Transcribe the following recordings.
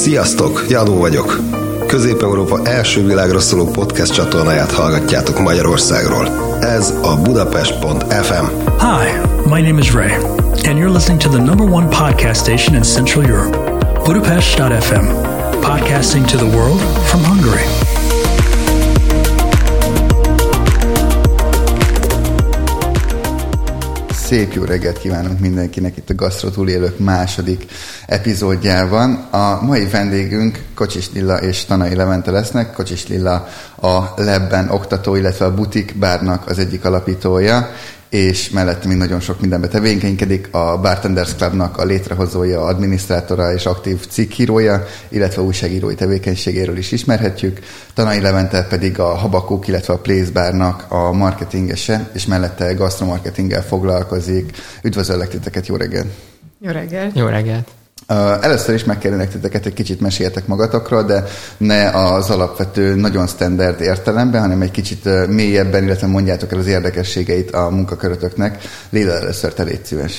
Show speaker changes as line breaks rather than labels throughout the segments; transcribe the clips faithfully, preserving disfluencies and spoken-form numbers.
Sziasztok, Jadó vagyok. Közép-Európa első világra szóló podcast csatornáját hallgatjátok Magyarországról. Ez a Budapest pont ef em.
Hi, my name is Ray, and you're listening to the number one podcast station in Central Europe, Budapest dot ef em, podcasting to the world from Hungary.
Szép jó reggelt kívánunk mindenkinek itt a Gasztro Túlélők második epizódjában. A mai vendégünk Kocsis Lilla és Tanai Levente lesznek. Kocsis Lilla a Labben oktató, illetve a Butik Bárnak az egyik alapítója, és mellette még nagyon sok mindenbe tevékenykedik. A Bartenders Clubnak a létrehozója, adminisztrátora és aktív cikkírója, illetve újságírói tevékenységéről is ismerhetjük. Tanai Levente pedig a Habakuk, illetve a Place Bárnak a marketingese, és mellette gasztromarketinggel foglalkozik. Üdvözöllek titeket, jó reggelt!
Jó reggelt!
Jó reggelt!
Uh, először is megkérlek titeket, egy kicsit meséljetek magatokról, de ne az alapvető, nagyon standard értelemben, hanem egy kicsit uh, mélyebben, illetve mondjátok el az érdekességeit a munkakörötöknek. Lilla, először te légy szíves.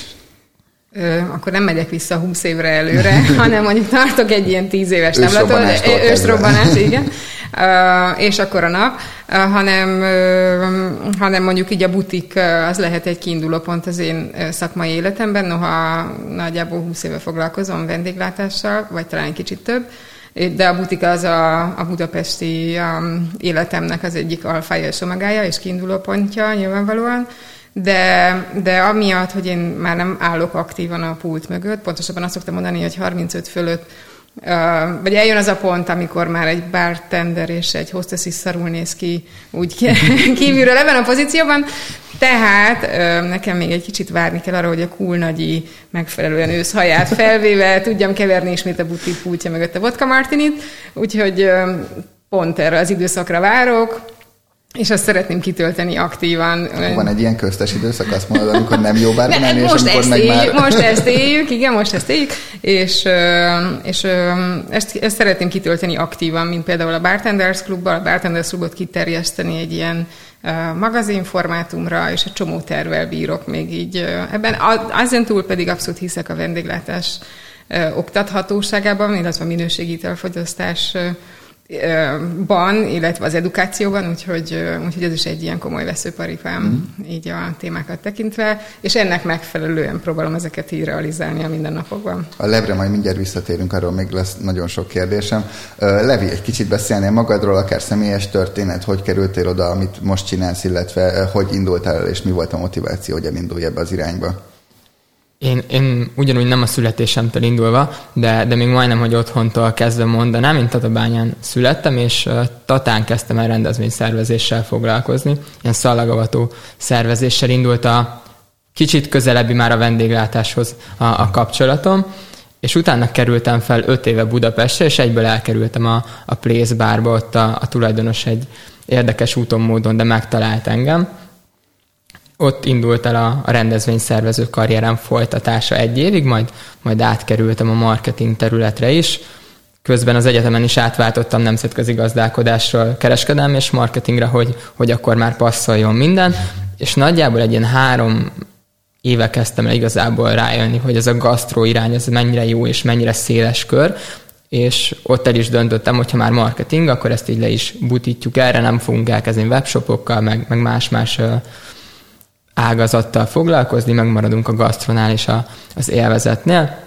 Ö, akkor nem megyek vissza húsz évre előre, hanem mondjuk tartok egy ilyen tíz éves táblatot. Ősrobbanás, igen. Uh, és akkor a nap, uh, hanem, uh, hanem mondjuk így a butik uh, az lehet egy kiinduló pont az én uh, szakmai életemben, noha nagyjából húsz éve foglalkozom vendéglátással, vagy talán egy kicsit több, de a butik az a, a budapesti um, életemnek az egyik alfája és omegája, és kiinduló pontja nyilvánvalóan. De, de amiatt, hogy én már nem állok aktívan a pult mögött, pontosabban azt szoktam mondani, hogy harmincöt fölött, uh, vagy eljön az a pont, amikor már egy bartender és egy hostess is szarul néz ki úgy kívülről ebben a pozícióban, tehát uh, nekem még egy kicsit várni kell arra, hogy a cool nagyi megfelelően őszhaját felvéve tudjam keverni ismét a butik pultja mögött a vodka martinit, úgyhogy uh, pont erre az időszakra várok, és azt szeretném kitölteni aktívan.
Van egy ilyen köztes időszak, azt mondod, amikor nem jó bárban állni, és
most
amikor
ezt
meg
éljük,
már...
Most ezt éljük, igen, most ezt éljük, és, és ezt, ezt szeretném kitölteni aktívan, mint például a Bartenders Clubban, a Bartenders Clubot kiterjeszteni egy ilyen magazinformátumra, és egy csomó tervvel bírok még így ebben. Azon túl pedig abszolút hiszek a vendéglátás oktathatóságában, illetve a minőségítelfogyasztás ban, illetve az edukációban, úgyhogy, úgyhogy ez is egy ilyen komoly veszőparipám, mm. így a témákat tekintve, és ennek megfelelően próbálom ezeket így realizálni a mindennapokban.
A Lebre majd mindjárt visszatérünk, arról még lesz nagyon sok kérdésem. Levi, egy kicsit beszélnél magadról, akár személyes történet, hogy kerültél oda, amit most csinálsz, illetve hogy indultál el, és mi volt a motiváció, hogy elindulj ebbe az irányba?
Én, én ugyanúgy nem a születésemtől indulva, de, de még majdnem, hogy otthontól kezdve mondanám. Én Tatabányán születtem, és uh, Tatán kezdtem el rendezvényszervezéssel foglalkozni. Ilyen szallagavató szervezéssel indult a kicsit közelebbi már a vendéglátáshoz a, a kapcsolatom, és utána kerültem fel öt éve Budapestre, és egyből elkerültem a, a Place Bárba, ott a, a tulajdonos egy érdekes úton, módon, de megtalált engem. Ott indult el a, a rendezvényszervező karrierem folytatása egy évig, majd, majd átkerültem a marketing területre is. Közben az egyetemen is átváltottam nemzetközi gazdálkodásról kereskedelmi és marketingre, hogy, hogy akkor már passzoljon minden. És nagyjából egy ilyen három éve kezdtem el igazából rájönni, hogy ez a gasztró irány, ez mennyire jó és mennyire széles kör. És ott el is döntöttem, hogyha már marketing, akkor ezt így le is butítjuk erre, nem fogunk elkezdeni webshopokkal, meg, meg más-más ágazattal foglalkozni, megmaradunk a gasztronál és a, az élvezetnél.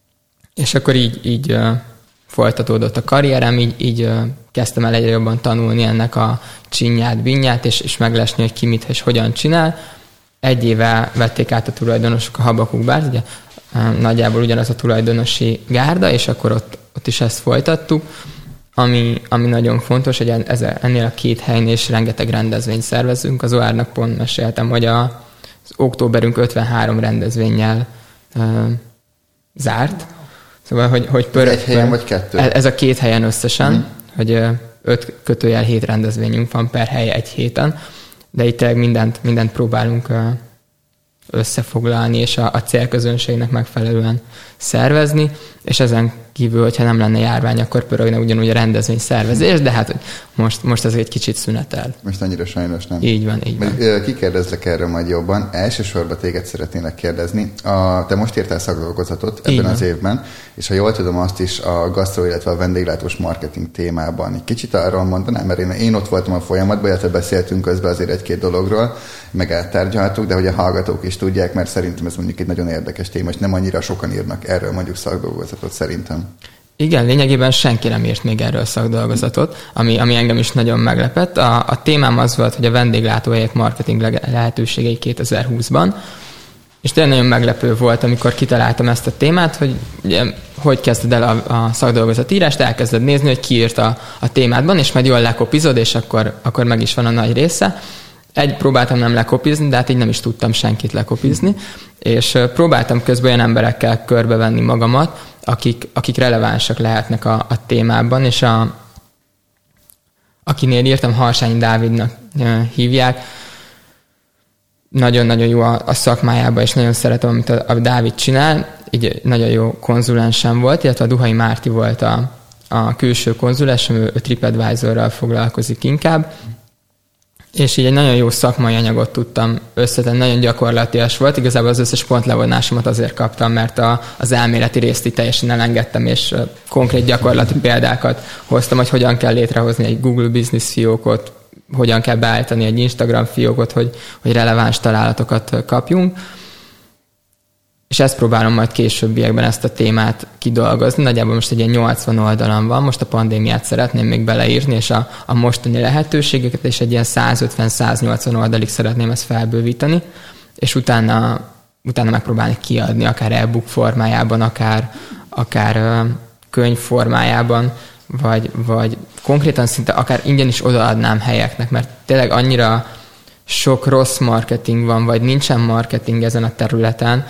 És akkor így, így uh, folytatódott a karrierem, így, így uh, kezdtem el egyre jobban tanulni ennek a csinyát, binyát, és, és meglesni, hogy ki mit és hogyan csinál. Egy éve vették át a tulajdonosok a Habakuk bárt, ugye uh, nagyjából ugyanaz a tulajdonosi gárda, és akkor ott, ott is ezt folytattuk. Ami, ami nagyon fontos, hogy ez, ennél a két helynél is rengeteg rendezvényt szervezünk. Az o á-nak pont meséltem, hogy a, az októberünk ötvenhárom rendezvénnyel uh, zárt. Szóval, hogy, hogy pörög,
egy helyen vagy kettő?
Ez a két helyen összesen, mm. hogy uh, öt kötőjel hét rendezvényünk van per hely egy héten, de itt mindent, mindent próbálunk uh, összefoglalni, és a, a célközönségnek megfelelően szervezni, és ezen kívül, hogyha nem lenne járvány, akkor pörögne ugyanúgy a rendezvény szervezés, de hát most, most ez egy kicsit szünetel.
Most annyira sajnos nem.
Így van, így van.
Majd, kikérdezlek erről majd jobban. Elsősorban téged szeretnélek kérdezni. A, te most írtál szakdolgozatot ebben
így
az
van.
évben, és ha jól tudom, azt is a gasztro, illetve a vendéglátós marketing témában. Egy kicsit arról mondanám, mert én, én ott voltam a folyamatban, illetve beszéltünk közben azért egy-két dologról, meg áttárgyaltuk, de hogy a hallgatók is tudják, mert szerintem ez mondjuk egy nagyon érdekes téma, és nem annyira sokan írnak erről mondjuk szakdolgozatot szerintem.
Igen, lényegében senki nem írt még erről szakdolgozatot, ami, ami engem is nagyon meglepett. A, a témám az volt, hogy a vendéglátóhelyek marketing lehetőségei kétezer-húszban, és tényleg nagyon meglepő volt, amikor kitaláltam ezt a témát, hogy ugye, hogy kezded el a, a szakdolgozatírást, elkezded nézni, hogy ki írt a, a témádban, és majd jól lekopizod, és akkor, akkor meg is van a nagy része. Egy, próbáltam nem lekopizni, de hát így nem is tudtam senkit lekopizni, és próbáltam közben olyan emberekkel körbevenni magamat, akik, akik relevánsak lehetnek a, a témában, és a, akinél írtam, Harsányi Dávidnak hívják, nagyon-nagyon jó a, a szakmájában, és nagyon szeretem, amit a, a Dávid csinál, így nagyon jó konzulensem volt, illetve a Duhai Márti volt a, a külső konzulensem, ő, ő TripAdvisorral foglalkozik inkább, és így egy nagyon jó szakmai anyagot tudtam összetenni, nagyon gyakorlatias volt. Igazából az összes pontlevonásomat azért kaptam, mert a, az elméleti részt így teljesen elengedtem, és konkrét gyakorlati példákat hoztam, hogy hogyan kell létrehozni egy Google Business fiókot, hogyan kell beállítani egy Instagram fiókot, hogy, hogy releváns találatokat kapjunk. És ezt próbálom majd későbbiekben ezt a témát kidolgozni. Nagyjából most egy ilyen nyolcvan oldalam van, most a pandémiát szeretném még beleírni, és a, a mostani lehetőségeket, és egy ilyen százötven-száznyolcvan oldalig szeretném ezt felbővíteni, és utána, utána megpróbálni kiadni, akár e-book formájában, akár, akár könyv formájában, vagy, vagy konkrétan szinte akár ingyen is odaadnám helyeknek, mert tényleg annyira sok rossz marketing van, vagy nincsen marketing ezen a területen,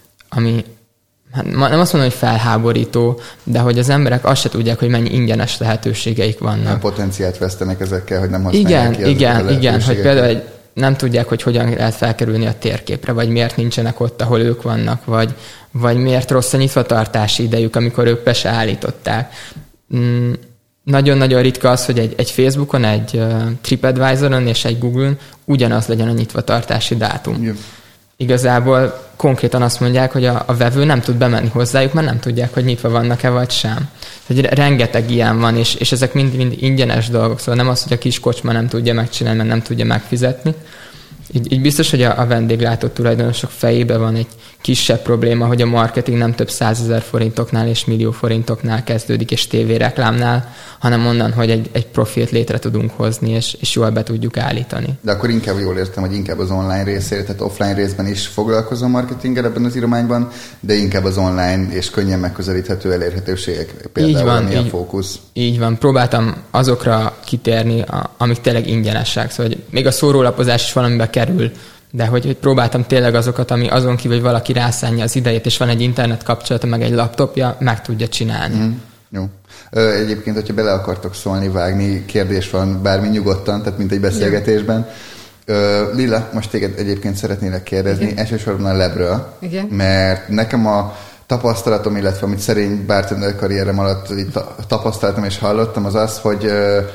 ami hát nem azt mondom, hogy felháborító, de hogy az emberek azt se tudják, hogy mennyi ingyenes lehetőségeik vannak.
Nem potenciált vesztenek ezekkel, hogy nem használják
igen,
ki
igen, igen, hogy például egy, nem tudják, hogy hogyan lehet felkerülni a térképre, vagy miért nincsenek ott, ahol ők vannak, vagy, vagy miért rossz a nyitvatartási idejük, amikor ők be se állították. Mm, nagyon-nagyon ritka az, hogy egy, egy Facebookon, egy uh, TripAdvisoron és egy Google-n ugyanaz legyen a nyitvatartási dátum. Igen. Igazából konkrétan azt mondják, hogy a, a vevő nem tud bemenni hozzájuk, mert nem tudják, hogy nyitva vannak-e vagy sem. Tehát rengeteg ilyen van, és, és ezek mind-mind ingyenes dolgok, szóval nem az, hogy a kis kocsma nem tudja megcsinálni, mert nem tudja megfizetni. Így, így biztos, hogy a, a vendéglátó tulajdonosok fejében van egy kisebb probléma, hogy a marketing nem több százezer forintoknál és millió forintoknál kezdődik, és tévéreklámnál, hanem onnan, hogy egy, egy profilt létre tudunk hozni, és, és jól be tudjuk állítani. De
akkor inkább jól értem, hogy inkább az online részére, tehát offline részben is foglalkozom marketinggel ebben az irányban, de inkább az online és könnyen megközelíthető elérhetőségek például így van, így, a fókusz.
Így van, próbáltam azokra kitérni, a, amik tényleg ingyenesek, szóval hogy még a szórólapozás is valamibe kerül, de hogy, hogy próbáltam tényleg azokat, ami azon kívül, hogy valaki rászánja az idejét, és van egy internet kapcsolata, meg egy laptopja, meg tudja csinálni. Mm,
jó. Egyébként, hogyha bele akartok szólni, vágni, kérdés van bármi nyugodtan, tehát mint egy beszélgetésben. Jó. Lilla, most téged egyébként szeretnélek kérdezni, igen. Elsősorban a lebről, igen. Mert nekem a tapasztalatom, illetve amit szerény bartender karrierem alatt tapasztaltam és hallottam, az az, hogy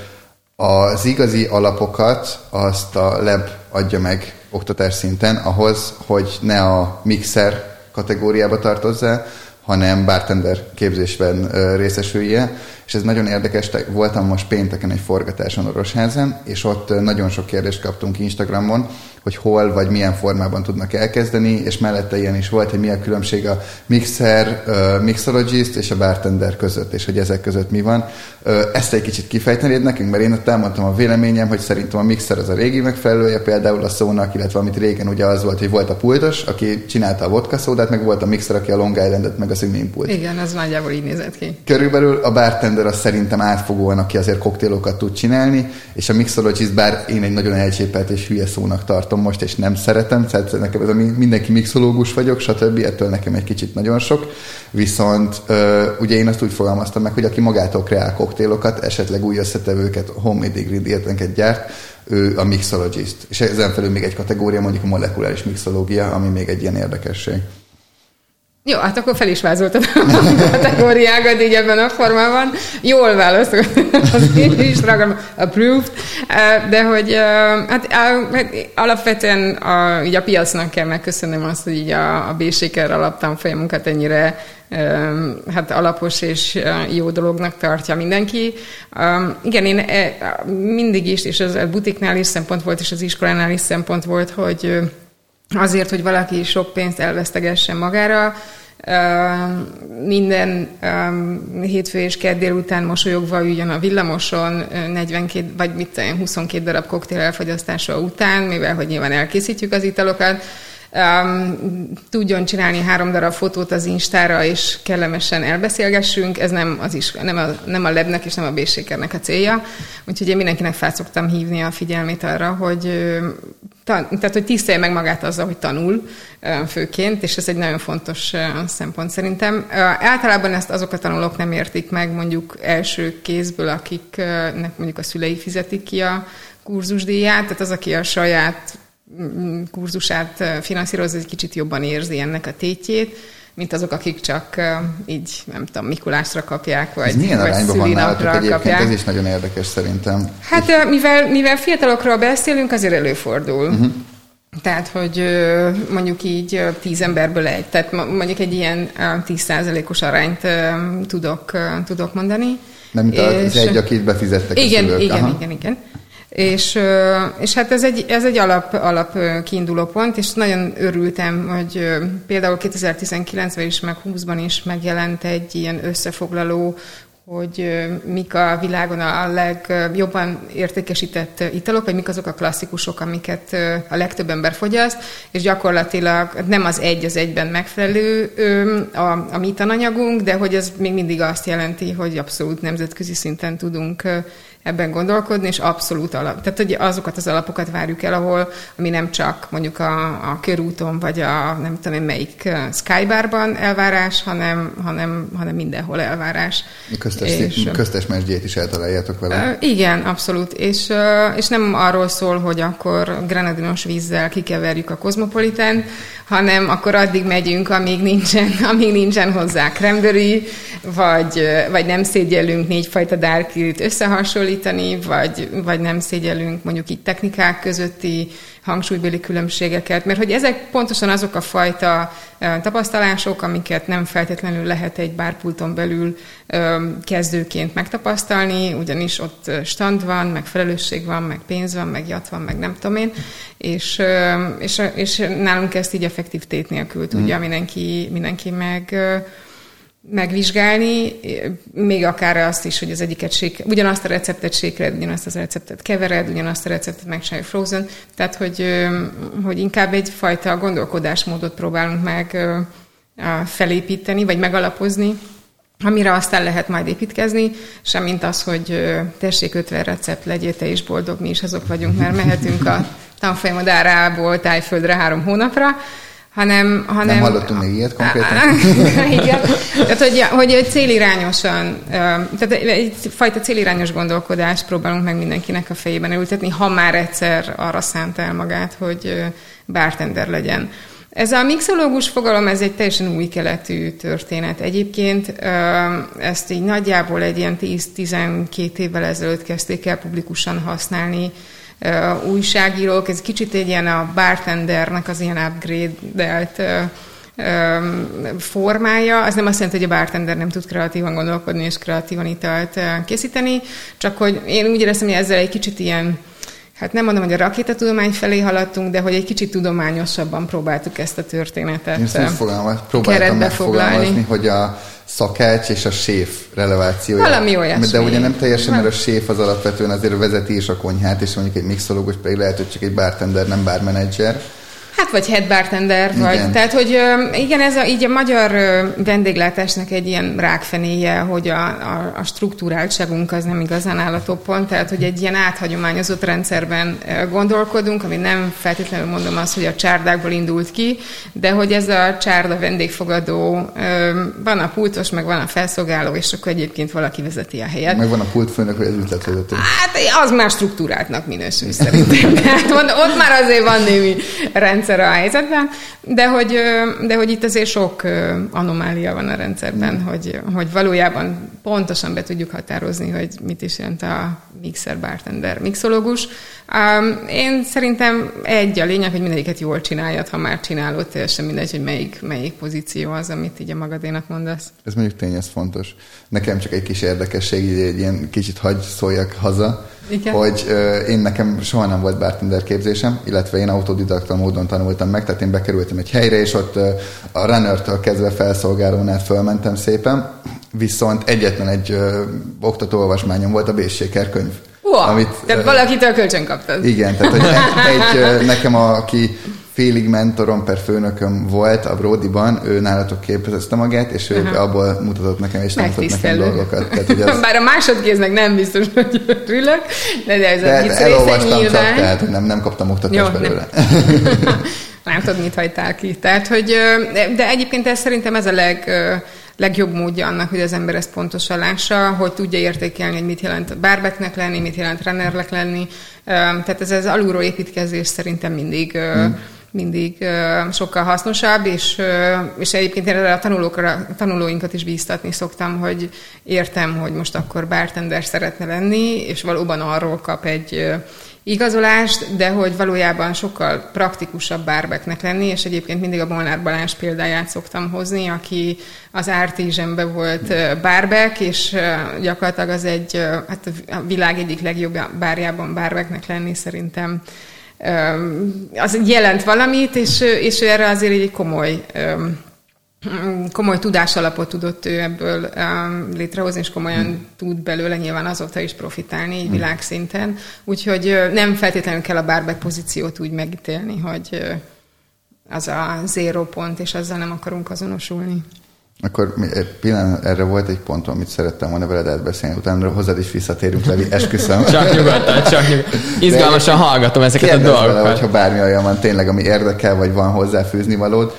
az igazi alapokat azt a lab adja meg oktatás szinten ahhoz, hogy ne a mixer kategóriába tartozzál, hanem bartender képzésben részesülje. És ez nagyon érdekes, voltam most pénteken egy forgatáson Orosházen, és ott nagyon sok kérdést kaptunk Instagramon, hogy hol vagy milyen formában tudnak elkezdeni, és mellette ilyen is volt, hogy mi a különbség a mixer, uh, mixologist és a bartender között, és hogy ezek között mi van. Uh, ezt egy kicsit kifejtenéd nekünk, mert én ott elmondtam a véleményem, hogy szerintem a mixer az a régi megfelelője, például a szónak, illetve amit régen ugye az volt, hogy volt a pultos, aki csinálta a vodka szódát, meg volt a mixer, aki a Long Islandet, meg a swimming poolt.
Igen, az nagyjából így nézett ki.
Körülbelül a bartender az szerintem átfogóan, aki azért koktélokat tud csinálni, és a mixologist, bár én egy nagyon elcsépelt és hülye szónak tartom most, és nem szeretem, tehát nekem ez a mindenki mixológus vagyok, stb. Ettől nekem egy kicsit nagyon sok. Viszont ugye én azt úgy fogalmaztam meg, hogy aki magától kreál koktélokat, esetleg új összetevőket, homemade ingredienteket gyárt, ő a mixologist. És ezen felül még egy kategória, mondjuk a molekuláris mixológia, ami még egy ilyen érdekesség.
Jó, hát akkor fel is vázoltad a kategóriákat így ebben a formában. Jól válaszoltad, az én is ragam, approved, de hogy hát alapvetően a, így a piacnak kell megköszönöm azt, hogy így a, a B-siker alaptanfolyamunkat ennyire hát alapos és jó dolognak tartja mindenki. Igen, én mindig is, és az a butiknál is szempont volt, és az iskolánál is szempont volt, hogy azért, hogy valaki sok pénzt elvesztegessen magára, minden hétfő és kedd délután mosolyogva üljön a villamoson negyvenkét, vagy mit tudom, huszonkét darab koktél elfogyasztása után, mivel hogy nyilván elkészítjük az italokat, Um, tudjon csinálni három darab fotót az Instára, és kellemesen elbeszélgessünk, ez nem, az is, nem, a, nem a Lebnek és nem a B-sikernek a célja. Úgyhogy én mindenkinek fel szoktam hívni a figyelmét arra, hogy, tan, tehát, hogy tisztelje meg magát azzal, hogy tanul főként, és ez egy nagyon fontos szempont szerintem. Általában ezt azok a tanulók nem értik meg mondjuk első kézből, akiknek mondjuk a szülei fizetik ki a kurzusdíját, tehát az, aki a saját kurzusát finanszírozza, egy kicsit jobban érzi ennek a tétjét, mint azok, akik csak így, nem tudom, Mikulásra kapják, vagy,
milyen
vagy szülinapra
egyébként?
kapják.
Ez is nagyon érdekes szerintem.
Hát mivel, mivel fiatalokról beszélünk, azért előfordul. Uh-huh. Tehát, hogy mondjuk így tíz emberből egy, tehát mondjuk egy ilyen tíz százalékos arányt tudok, tudok mondani.
Nem, mint az egy, akit befizettek
igen,
a szülők.
Igen, Aha. igen, igen. És, és hát ez egy, ez egy alap, alap kiinduló pont, és nagyon örültem, hogy például kétezer-tizenkilencben is, meg húszban is megjelent egy ilyen összefoglaló, hogy mik a világon a legjobban értékesített italok, vagy mik azok a klasszikusok, amiket a legtöbb ember fogyaszt, és gyakorlatilag nem az egy az egyben megfelelő a, a mi tananyagunk, de hogy ez még mindig azt jelenti, hogy abszolút nemzetközi szinten tudunk ebben gondolkodni, és abszolút alap. Tehát, hogy azokat az alapokat várjuk el, ahol, ami nem csak mondjuk a, a körúton, vagy a nem tudom melyik Skybarban elvárás, hanem, hanem, hanem mindenhol elvárás.
Köztes,
és,
köztes mesdjét is eltaláljátok vele.
Igen, abszolút. És, és nem arról szól, hogy akkor grenadinos vízzel kikeverjük a Cosmopolitan, hanem akkor addig megyünk, amíg nincsen, amíg nincsen hozzá cranberry, vagy, vagy nem szégyellünk négyfajta dárkirit összehasonlítani, vagy, vagy nem szégyellünk mondjuk így technikák közötti hangsúlybéli különbségeket, mert hogy ezek pontosan azok a fajta tapasztalások, amiket nem feltétlenül lehet egy bárpulton belül kezdőként megtapasztalni, ugyanis ott stand van, meg felelősség van, meg pénz van, meg jat van, meg nem tudom én, és, és, és nálunk ezt így effektív tét nélkül tudja mm. mindenki, mindenki meg megvizsgálni, még akár azt is, hogy az egyiket sék, ugyanazt a receptet sékred, ugyanazt az receptet kevered, ugyanazt a receptet megcsináljuk frozen, tehát hogy, hogy inkább egyfajta gondolkodásmódot próbálunk meg felépíteni, vagy megalapozni, amire aztán lehet majd építkezni, semmint az, hogy tessék ötven recept, legyél te is boldog, mi is azok vagyunk, mert mehetünk a tanfolyam Dárából Tájföldre három hónapra, hanem... hanem
nem hallottunk még ilyet konkrétan?
Igen. Tehát, hogy, hogy célirányosan, tehát egyfajta célirányos gondolkodást próbálunk meg mindenkinek a fejében elültetni, ha már egyszer arra szánt el magát, hogy bartender legyen. Ez a mixológus fogalom, ez egy teljesen új keletű történet. Egyébként ezt így nagyjából egy ilyen tíz-tizenkét évvel ezelőtt kezdték el publikusan használni Uh, újságírók, ez kicsit egy ilyen a bartendernek az ilyen upgrade-delt uh, um, formája. Az nem azt jelenti, hogy a bartender nem tud kreatívan gondolkodni és kreatívan italt uh, készíteni, csak hogy én úgy éreztem, hogy ezzel egy kicsit ilyen, hát nem mondom, hogy a rakétatudomány felé haladtunk, de hogy egy kicsit tudományosabban próbáltuk ezt a történetet
keretbe foglalni, hogy a szakács és a séf relevációja.
Valami olyasmi.
De ugye nem teljesen, mert a séf az alapvetően azért vezeti is a konyhát, és mondjuk egy mixológus pedig lehet, hogy csak egy bartender, nem barmenedzser.
Hát, vagy head bartender, vagy. Tehát, hogy igen, ez a, így a magyar vendéglátásnak egy ilyen rákfenéje, hogy a, a, a struktúráltságunk az nem igazán áll a toppon, tehát, hogy egy ilyen áthagyományozott rendszerben gondolkodunk, ami nem feltétlenül mondom azt, hogy a csárdákból indult ki, de hogy ez a csárda vendégfogadó, van a pultos, meg van a felszolgáló, és akkor egyébként valaki vezeti a helyet.
Meg van a pultfőnök, vagy az üzletvezető.
Hát, az már struktúráltnak minősül szerintem. Tehát ott már azért van némi rendszer rendszer a helyzetben, de hogy, de hogy itt azért sok anomália van a rendszerben, mm. hogy, hogy valójában pontosan be tudjuk határozni, hogy mit is jelent a mixer, bartender, mixológus. Én szerintem egy a lényeg, hogy mindegyiket jól csináljad, ha már csinálod, teljesen mindegy, hogy melyik, melyik pozíció az, amit így a magadénak mondasz.
Ez mondjuk tény, ez fontos. Nekem csak egy kis érdekesség, egy ilyen kicsit hagy szóljak haza, igen. hogy uh, én nekem soha nem volt bartender képzésem, illetve én autodidakta módon tanultam meg, tehát én bekerültem egy helyre, és ott uh, a runnertől kezdve felszolgálónál fölmentem szépen, viszont egyetlen egy uh, oktató-olvasmányom volt a Bészséker könyv.
Wow, amit, tehát uh, valakitől kölcsön kaptad.
Igen, tehát hogy egy, egy uh, nekem, aki félig mentorom per főnököm volt a Bródiban, ő nálatok képezte magát, és ő uh-huh. abból mutatott nekem, és nem tudott nekem dolgokat. Tehát, hogy az...
Bár a másodkéznek nem biztos, hogy örülök, de ez
de
a vicc
része nyilván. Csak, tehát nem, nem kaptam oktatást
jó,
belőle.
Nem. nem tudod, mit hagytál ki. Tehát, hogy, de egyébként ez szerintem ez a leg... legjobb módja annak, hogy az ember ezt pontosan lássa, hogy tudja értékelni, hogy mit jelent barbacknek lenni, mit jelent runnernek lenni. Tehát ez az alulról építkezés szerintem mindig, hmm. mindig sokkal hasznosabb, és, és egyébként én a tanulókra, tanulóinkat is bíztatni szoktam, hogy értem, hogy most akkor bartender szeretne lenni, és valóban arról kap egy igazolást, de hogy valójában sokkal praktikusabb barbacknek lenni, és egyébként mindig a Molnár Balázs példáját szoktam hozni, aki az Artisanben volt barback, és gyakorlatilag az egy, hát a világ egyik legjobb bárjában barbacknek lenni szerintem. Az jelent valamit, és, és erre azért egy komoly komoly tudásalapot tudott ő ebből um, létrehozni, és komolyan hmm. tud belőle nyilván azóta is profitálni így hmm. világszinten. Úgyhogy uh, nem feltétlenül kell a barback pozíciót úgy megítélni, hogy uh, az a zéro pont, és azzal nem akarunk azonosulni.
Akkor egy pillanat, erre volt egy pont, amit szerettem volna veled átbeszélni, utána hozzád is visszatérünk, Levi, esküszöm.
Csak nyugodtan, csak nyugodtan. Izgalmasan de hallgatom ezeket a dolgokat.
Vele, hogyha bármi olyan van tényleg, ami érdekel, vagy van hozzáfűzni valód.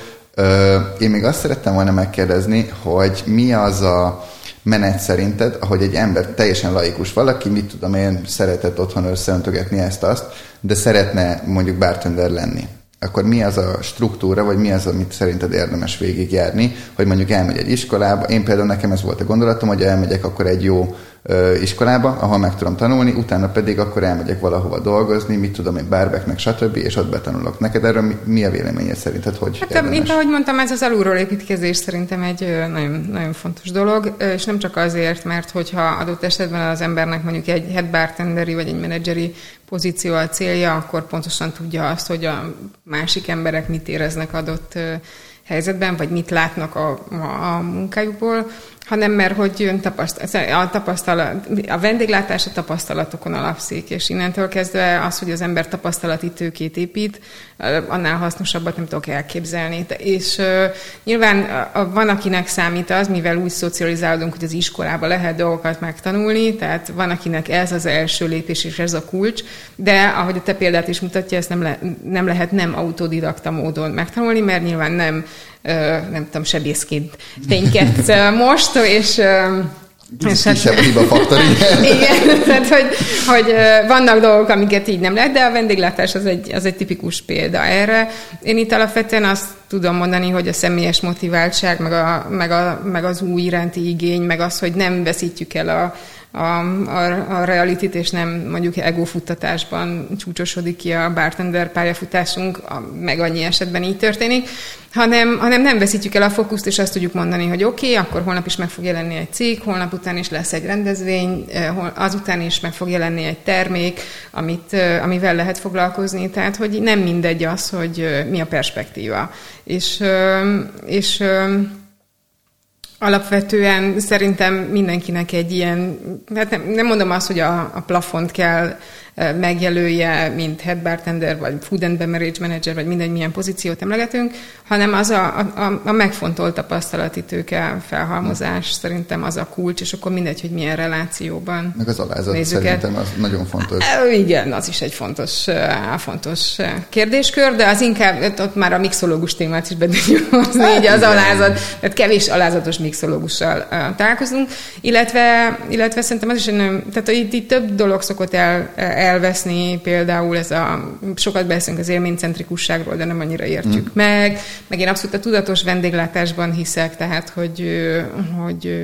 Én még azt szerettem volna megkérdezni, hogy mi az a menet szerinted, ahogy egy ember teljesen laikus valaki, mit tudom én, szeretett otthon összeöntögetni ezt-azt, de szeretne mondjuk bartender lenni. Akkor mi az a struktúra, vagy mi az, amit szerinted érdemes végigjárni, hogy mondjuk elmegy egy iskolába. Én például nekem ez volt a gondolatom, hogy elmegyek akkor egy jó ö, iskolába, ahol meg tudom tanulni, utána pedig akkor elmegyek valahova dolgozni, mit tudom én, barbacknek, stb., és ott betanulok. Neked erről mi, mi a véleményed szerinted, hogy hát, érdemes?
Mint ahogy mondtam, ez az alulról építkezés szerintem egy nagyon, nagyon fontos dolog, és nem csak azért, mert hogyha adott esetben az embernek mondjuk egy head bartenderi vagy egy menedzseri pozíció a célja, akkor pontosan tudja azt, hogy a másik emberek mit éreznek adott helyzetben, vagy mit látnak a, a, a munkájukból, hanem mert hogy tapasztalat, a, tapasztalat, a vendéglátás a tapasztalatokon alapszik, és innentől kezdve az, hogy az ember tapasztalati tőkét épít, annál hasznosabbat nem tudok elképzelni. És uh, nyilván uh, van, akinek számít az, mivel úgy szocializálódunk, hogy az iskolába lehet dolgokat megtanulni, tehát van, akinek ez az első lépés, és ez a kulcs, de ahogy a te példát is mutatja, ezt nem, le, nem lehet nem autodidakta módon megtanulni, mert nyilván nem Uh, nem tudom, sebészként ténykedsz uh, most, és... Uh,
és kisebb hát, hibafaktor, igen.
Igen, tehát hogy, hogy uh, vannak dolgok, amiket így nem lehet, de a vendéglátás az egy, az egy tipikus példa erre. Én itt alapvetően azt tudom mondani, hogy a személyes motiváltság, meg, a, meg, a, meg az új iránti igény, meg az, hogy nem veszítjük el a A, a, a realitit, és nem mondjuk egófuttatásban csúcsosodik ki a bartender pályafutásunk, a, meg annyi esetben így történik, hanem, hanem nem veszítjük el a fókuszt, és azt tudjuk mondani, hogy oké, okay, akkor holnap is meg fog jelenni egy cég, holnap után is lesz egy rendezvény, azután is meg fog jelenni egy termék, amit, amivel lehet foglalkozni, tehát hogy nem mindegy az, hogy mi a perspektíva. És, és alapvetően szerintem mindenkinek egy ilyen, hát nem, nem mondom azt, hogy a, a plafont kell megjelölje, mint head bartender, vagy food and beverage manager, vagy mindegy, milyen pozíciót emlegetünk, hanem az a, a, a megfontolt tapasztalati tőke felhalmozás hmm. szerintem az a kulcs, és akkor mindegy, hogy milyen relációban
meg az alázat szerintem az nagyon fontos.
Igen, az is egy fontos, fontos kérdéskör, de az inkább, ott már a mixológus témát is be tudjuk hozni, hát, így az igen. alázat, tehát kevés alázatos mixológussal találkozunk, illetve, illetve szerintem az is egy nagyon, tehát itt, itt több dolog szokott el, el elveszni, például ez a, sokat beszélünk az élménycentrikusságról, de nem annyira értjük mm. meg, meg én abszolút a tudatos vendéglátásban hiszek, tehát, hogy, hogy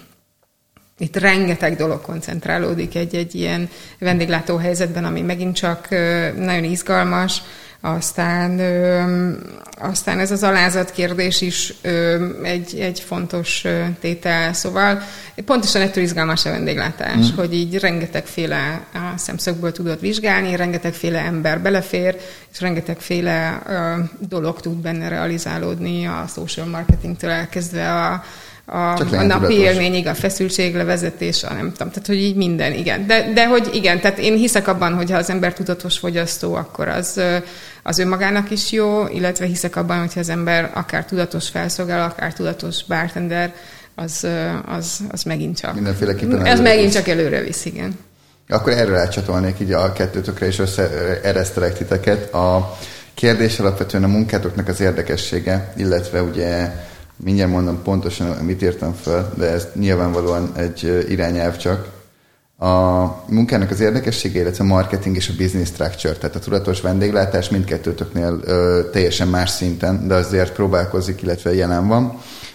itt rengeteg dolog koncentrálódik egy-egy ilyen vendéglátó helyzetben, ami megint csak nagyon izgalmas. Aztán, ö, aztán ez az alázat kérdés is ö, egy, egy fontos ö, tétel. Szóval pontosan ettől izgalmas a vendéglátás, mm. hogy így rengetegféle szemszögből tudod vizsgálni, rengetegféle ember belefér, és rengetegféle ö, dolog tud benne realizálódni, a social marketingtől elkezdve a a, a napi élményig, a feszültséglevezetés, a nem tudom, tehát hogy így minden, igen. De, de hogy igen, tehát én hiszek abban, hogy ha az ember tudatos fogyasztó, akkor az, az önmagának is jó, illetve hiszek abban, hogyha az ember akár tudatos felszolgáló, akár tudatos bartender, az, az, az megint csak.
Mindenféleképpen
ez megint csak előre visz, igen.
Akkor erről átcsatolnék így a kettőtökre, és összeeresztelek titeket. A kérdés alapvetően a munkátoknak az érdekessége, illetve ugye mindjárt mondom pontosan, mit írtam fel, de ez nyilvánvalóan egy irányelv csak. A munkának az érdekessége, illetve a marketing és a business structure, tehát a tudatos vendéglátás mindkettőtöknél ö, teljesen más szinten, de azért próbálkozik, illetve jelen van.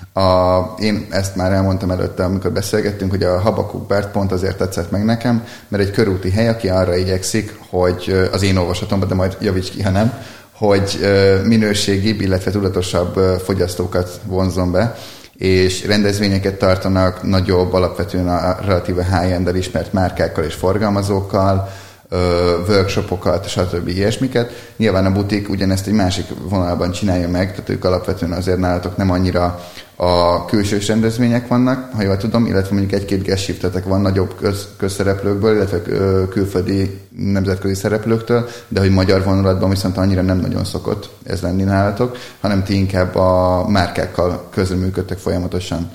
A, én ezt már elmondtam előtte, amikor beszélgettünk, hogy a Habakuk Bárt pont azért tetszett meg nekem, mert egy körúti hely, aki arra igyekszik, hogy az én olvasatomban, de majd javíts ki, ha nem, hogy minőségibb, illetve tudatosabb fogyasztókat vonzon be, és rendezvényeket tartanak nagyobb, alapvetően a relatíve high-end-el ismert márkákkal és forgalmazókkal, workshopokat, stb. Ilyesmiket. Nyilván a butik ugyanezt egy másik vonalban csinálja meg, tehát ők alapvetően azért nálatok nem annyira a külsős rendezvények vannak, ha jól tudom, illetve mondjuk egy-két guest shiftetek van nagyobb köz, közszereplőkből, illetve külföldi nemzetközi szereplőktől, de hogy magyar vonulatban viszont annyira nem nagyon szokott ez lenni nálatok, hanem ti inkább a márkákkal közreműködtek folyamatosan.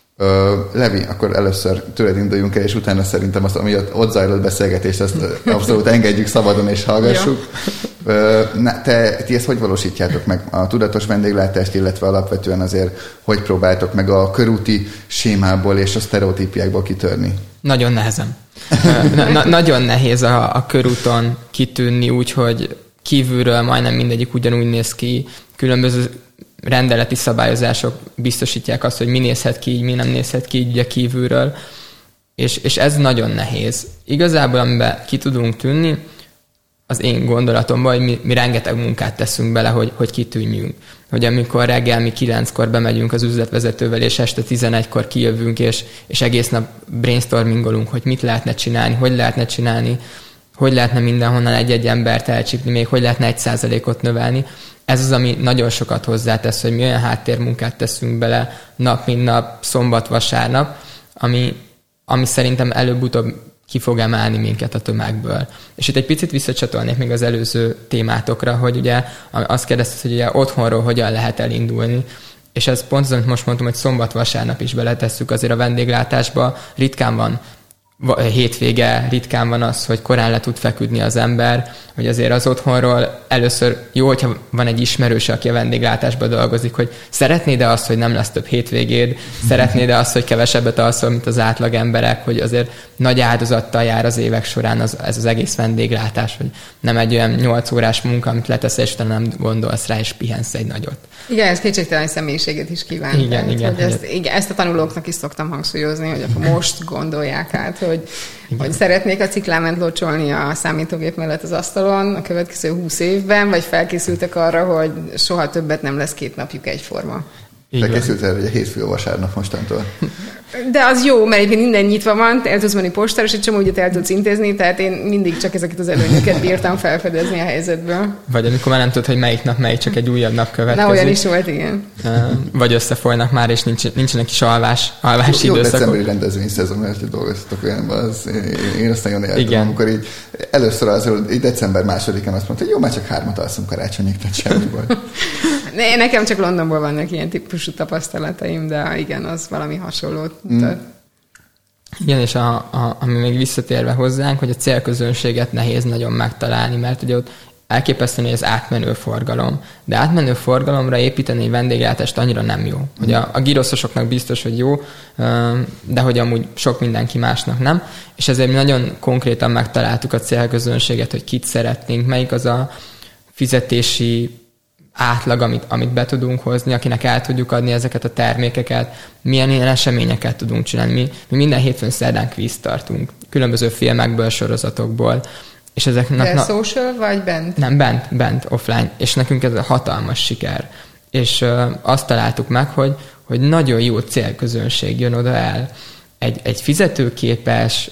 Ö, Levi, akkor először tőled induljunk el, és utána szerintem azt, ami ott, ott zajlott beszélgetést, azt abszolút engedjük szabadon és hallgassuk. Ö, na, te, ti ezt hogy valósítjátok meg? A tudatos vendéglátást, illetve alapvetően azért, hogy próbáltok meg a körúti sémából és a sztereotípiákból kitörni?
Nagyon nehezen. na, na, nagyon nehéz a, a körúton kitűnni úgy, hogy kívülről majdnem mindegyik ugyanúgy néz ki, különböző rendeleti szabályozások biztosítják azt, hogy mi nézhet ki így, mi nem nézhet ki így ugye kívülről, és, és ez nagyon nehéz. Igazából, amiben ki tudunk tűnni, az én gondolatomban, hogy mi, mi rengeteg munkát teszünk bele, hogy, hogy kitűnjünk. Hogy amikor reggel mi kilenckor bemegyünk az üzletvezetővel, és este tizenegykor kijövünk, és, és egész nap brainstormingolunk, hogy mit lehetne csinálni, hogy lehetne csinálni, hogy lehetne mindenhonnan egy-egy embert elcsípni, még hogy lehetne egy százalékot növelni. Ez az, ami nagyon sokat hozzátesz, hogy mi olyan háttérmunkát teszünk bele nap, mint nap, szombat, vasárnap, ami, ami szerintem előbb-utóbb ki fog emelni minket a tömegből. És itt egy picit visszacsatolnék még az előző témátokra, hogy ugye azt kérdezted, hogy ugye otthonról hogyan lehet elindulni, és ez pont az, amit most mondtam, hogy szombat-vasárnap is beletesszük azért a vendéglátásba, ritkán van hétvége, ritkán van az, hogy korán le tud feküdni az ember, hogy azért az otthonról először jó, hogyha van egy ismerős, aki a vendéglátásban dolgozik, hogy szeretnéd-e azt, hogy nem lesz több hétvégéd, szeretnéd-e azt, hogy kevesebbet alszol, mint az átlag emberek, hogy azért nagy áldozattal jár az évek során az, ez az egész vendéglátás, hogy nem egy olyan nyolc órás munka, amit letesz, és utána nem gondolsz rá, és pihensz egy nagyot.
Igen, ez kétségtelen személyiséget is kíván.
Igen,
tehát,
igen,
hogy ezt, igen. Ezt a tanulóknak is szoktam hangsúlyozni, hogy akkor most gondolják át, hogy, hogy szeretnék a cikláment locsolni a számítógép mellett az asztalon a következő húsz évben, vagy felkészültek arra, hogy soha többet nem lesz két napjuk egyforma.
Felkészültél, hogy a hétfő vasárnap mostantól.
De az jó, mert egyébként minden nyitva van, el tudsz menni postára, és egy csomó ügyet el tudsz intézni, tehát én mindig csak ezeket az előnyöket bírtam felfedezni a helyzetből.
Vagy amikor már nem tudod, hogy melyik nap melyik, csak egy újabb nap következik.
Na, olyan is volt, igen.
Vagy összefolynak már, és nincs, nincsenek is alvás, alvási
jó,
időszakok. Jó,
decemberi rendezvényszezon, mert hogy dolgoztatok olyanban, az, én azt nagyon éltem, amikor így először az, így december másodikán azt mondta, hogy jó, már csak hármat alszunk karácsonyig, tehát semmi baj.
Nekem csak Londonból vannak ilyen típusú tapasztalataim, de igen, az valami hasonlót mutat. Mm.
Igen, és a, a, ami még visszatérve hozzánk, hogy a célközönséget nehéz nagyon megtalálni, mert ugye ott elképesztően az átmenő forgalom. De átmenő forgalomra építeni egy vendéglátást annyira nem jó. Hogy a, a giroszosoknak biztos, hogy jó, de hogy amúgy sok mindenki másnak nem. És ezért mi nagyon konkrétan megtaláltuk a célközönséget, hogy kit szeretnénk, melyik az a fizetési átlag, amit, amit be tudunk hozni, akinek el tudjuk adni ezeket a termékeket, milyen ilyen eseményeket tudunk csinálni. Mi, mi minden hétfőn szerdán kvízt tartunk, különböző filmekből, sorozatokból. És ezeknek,
de
na,
social vagy bent?
Nem, bent, bent, offline. És nekünk ez a hatalmas siker. És uh, azt találtuk meg, hogy, hogy nagyon jó célközönség jön oda el. Egy, egy fizetőképes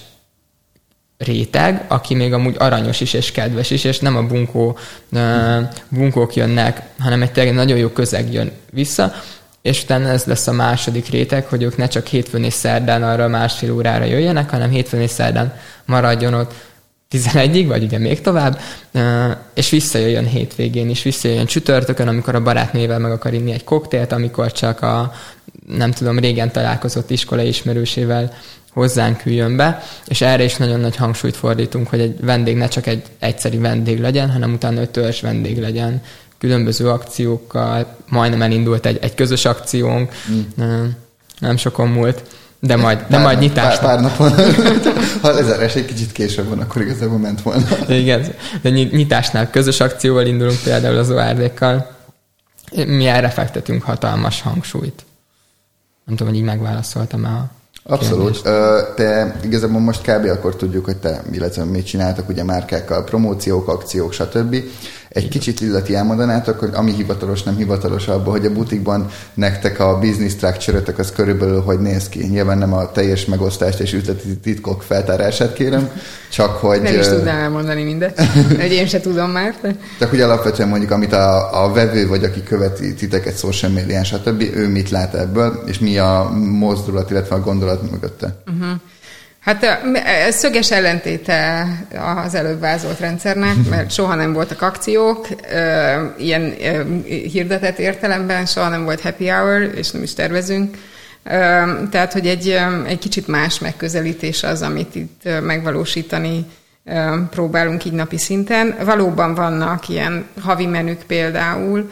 réteg, aki még amúgy aranyos is és kedves is, és nem a bunkó, uh, bunkók jönnek, hanem egy tényleg nagyon jó közeg jön vissza, és utána ez lesz a második réteg, hogy ők ne csak hétfőn és szerdán arra másfél órára jöjjenek, hanem hétfőn és szerdán maradjon ott tizenegyig, vagy ugye még tovább, és visszajöjjön hétvégén is, visszajöjjön csütörtökön, amikor a barátnővel meg akar inni egy koktélt, amikor csak a, nem tudom, régen találkozott iskolai ismerősével hozzánk üljön be, és erre is nagyon nagy hangsúlyt fordítunk, hogy egy vendég ne csak egy egyszeri vendég legyen, hanem utána egy törzs vendég legyen, különböző akciókkal, majdnem elindult egy, egy közös akciónk, mm. nem sokon múlt, de majd, de
pár,
majd nyitásnál.
Pár, pár napon, ha lezárás egy kicsit később van, akkor igazából ment volna.
Igen, de nyitásnál közös akcióval indulunk például az o er dé-kkal. Mi erre fektetünk hatalmas hangsúlyt. Nem tudom, hogy így megválaszoltam el.
Abszolút. Te igazából most kb. Akkor tudjuk, hogy te, illetve mit csináltak, ugye márkákkal, promóciók, akciók, stb. Egy kicsit illeti elmondanátok, hogy ami hivatalos, nem hivatalos abban, hogy a butikban nektek a business structure-ötök az körülbelül hogy néz ki. Nyilván nem a teljes megosztást és üzleti titkok feltárását kérem, csak hogy...
Nem is tudnám elmondani mindet, hogy én se tudom már. De...
Csak hogy alapvetően mondjuk, amit a, a vevő, vagy aki követi titeket social médián, stb., ő mit lát ebből, és mi a mozdulat, illetve a gondolat mögötte. Uh-huh.
Hát ez szöges ellentéte az előbb vázolt rendszernek, mert soha nem voltak akciók, ilyen hirdetett értelemben, soha nem volt happy hour, és nem is tervezünk. Tehát, hogy egy, egy kicsit más megközelítés az, amit itt megvalósítani próbálunk így napi szinten. Valóban vannak ilyen havi menük például,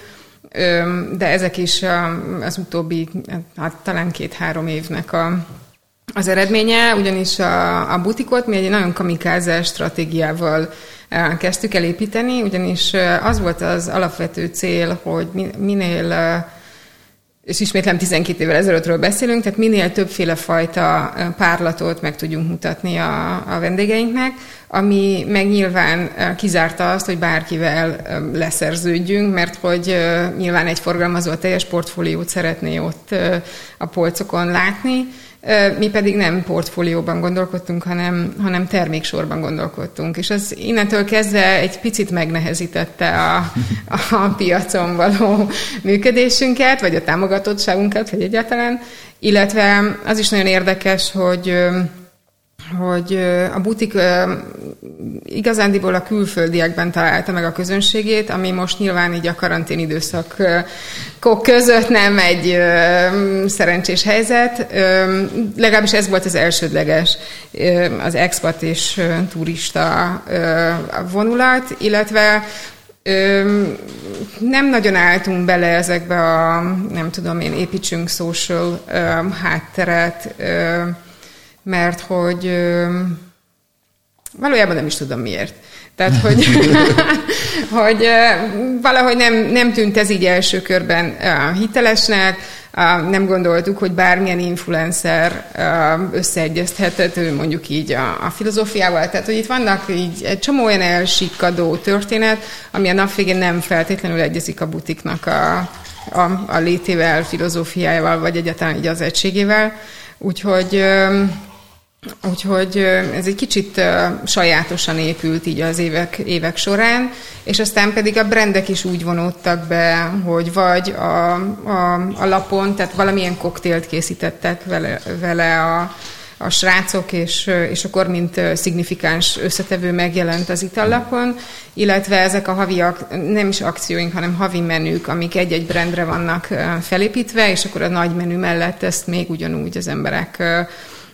de ezek is az utóbbi, hát talán két-három évnek a az eredménye, ugyanis a, a butikot mi egy nagyon kamikázes stratégiával kezdtük el építeni, ugyanis az volt az alapvető cél, hogy minél, és ismétlem tizenkét évvel ezelőttről beszélünk, tehát minél többféle fajta párlatot meg tudjunk mutatni a, a vendégeinknek, ami meg nyilván kizárta azt, hogy bárkivel leszerződjünk, mert hogy nyilván egy forgalmazó a teljes portfóliót szeretné ott a polcokon látni, mi pedig nem portfólióban gondolkodtunk, hanem, hanem terméksorban gondolkodtunk. És az innentől kezdve egy picit megnehezítette a, a piacon való működésünket, vagy a támogatottságunkat, vagy egyáltalán. Illetve az is nagyon érdekes, hogy hogy a butik igazándiból a külföldiekben találta meg a közönségét, ami most nyilván így a karantén időszakok között nem egy szerencsés helyzet. Legalábbis ez volt az elsődleges, az expat és turista vonulat, illetve nem nagyon álltunk bele ezekbe a, nem tudom én, építsünk social hátteret, mert hogy ö, valójában nem is tudom miért. Tehát, hogy, hogy ö, valahogy nem, nem tűnt ez így első körben ö, hitelesnek, ö, nem gondoltuk, hogy bármilyen influencer ö, összeegyeztethető mondjuk így a, a filozófiával. Tehát, hogy itt vannak így egy csomó olyan elsikkadó történet, ami a nap végén nem feltétlenül egyezik a butiknak a, a, a létével, filozófiájával, vagy egyáltalán így az egységével. Úgyhogy... Ö, Úgyhogy ez egy kicsit sajátosan épült így az évek, évek során, és aztán pedig a brandek is úgy vonódtak be, hogy vagy a, a, a lapon, tehát valamilyen koktélt készítettek vele, vele a, a srácok, és, és akkor mint szignifikáns összetevő megjelent az itallapon, illetve ezek a havi, nem is akcióink, hanem havi menük, amik egy-egy brandre vannak felépítve, és akkor a nagy menü mellett ezt még ugyanúgy az emberek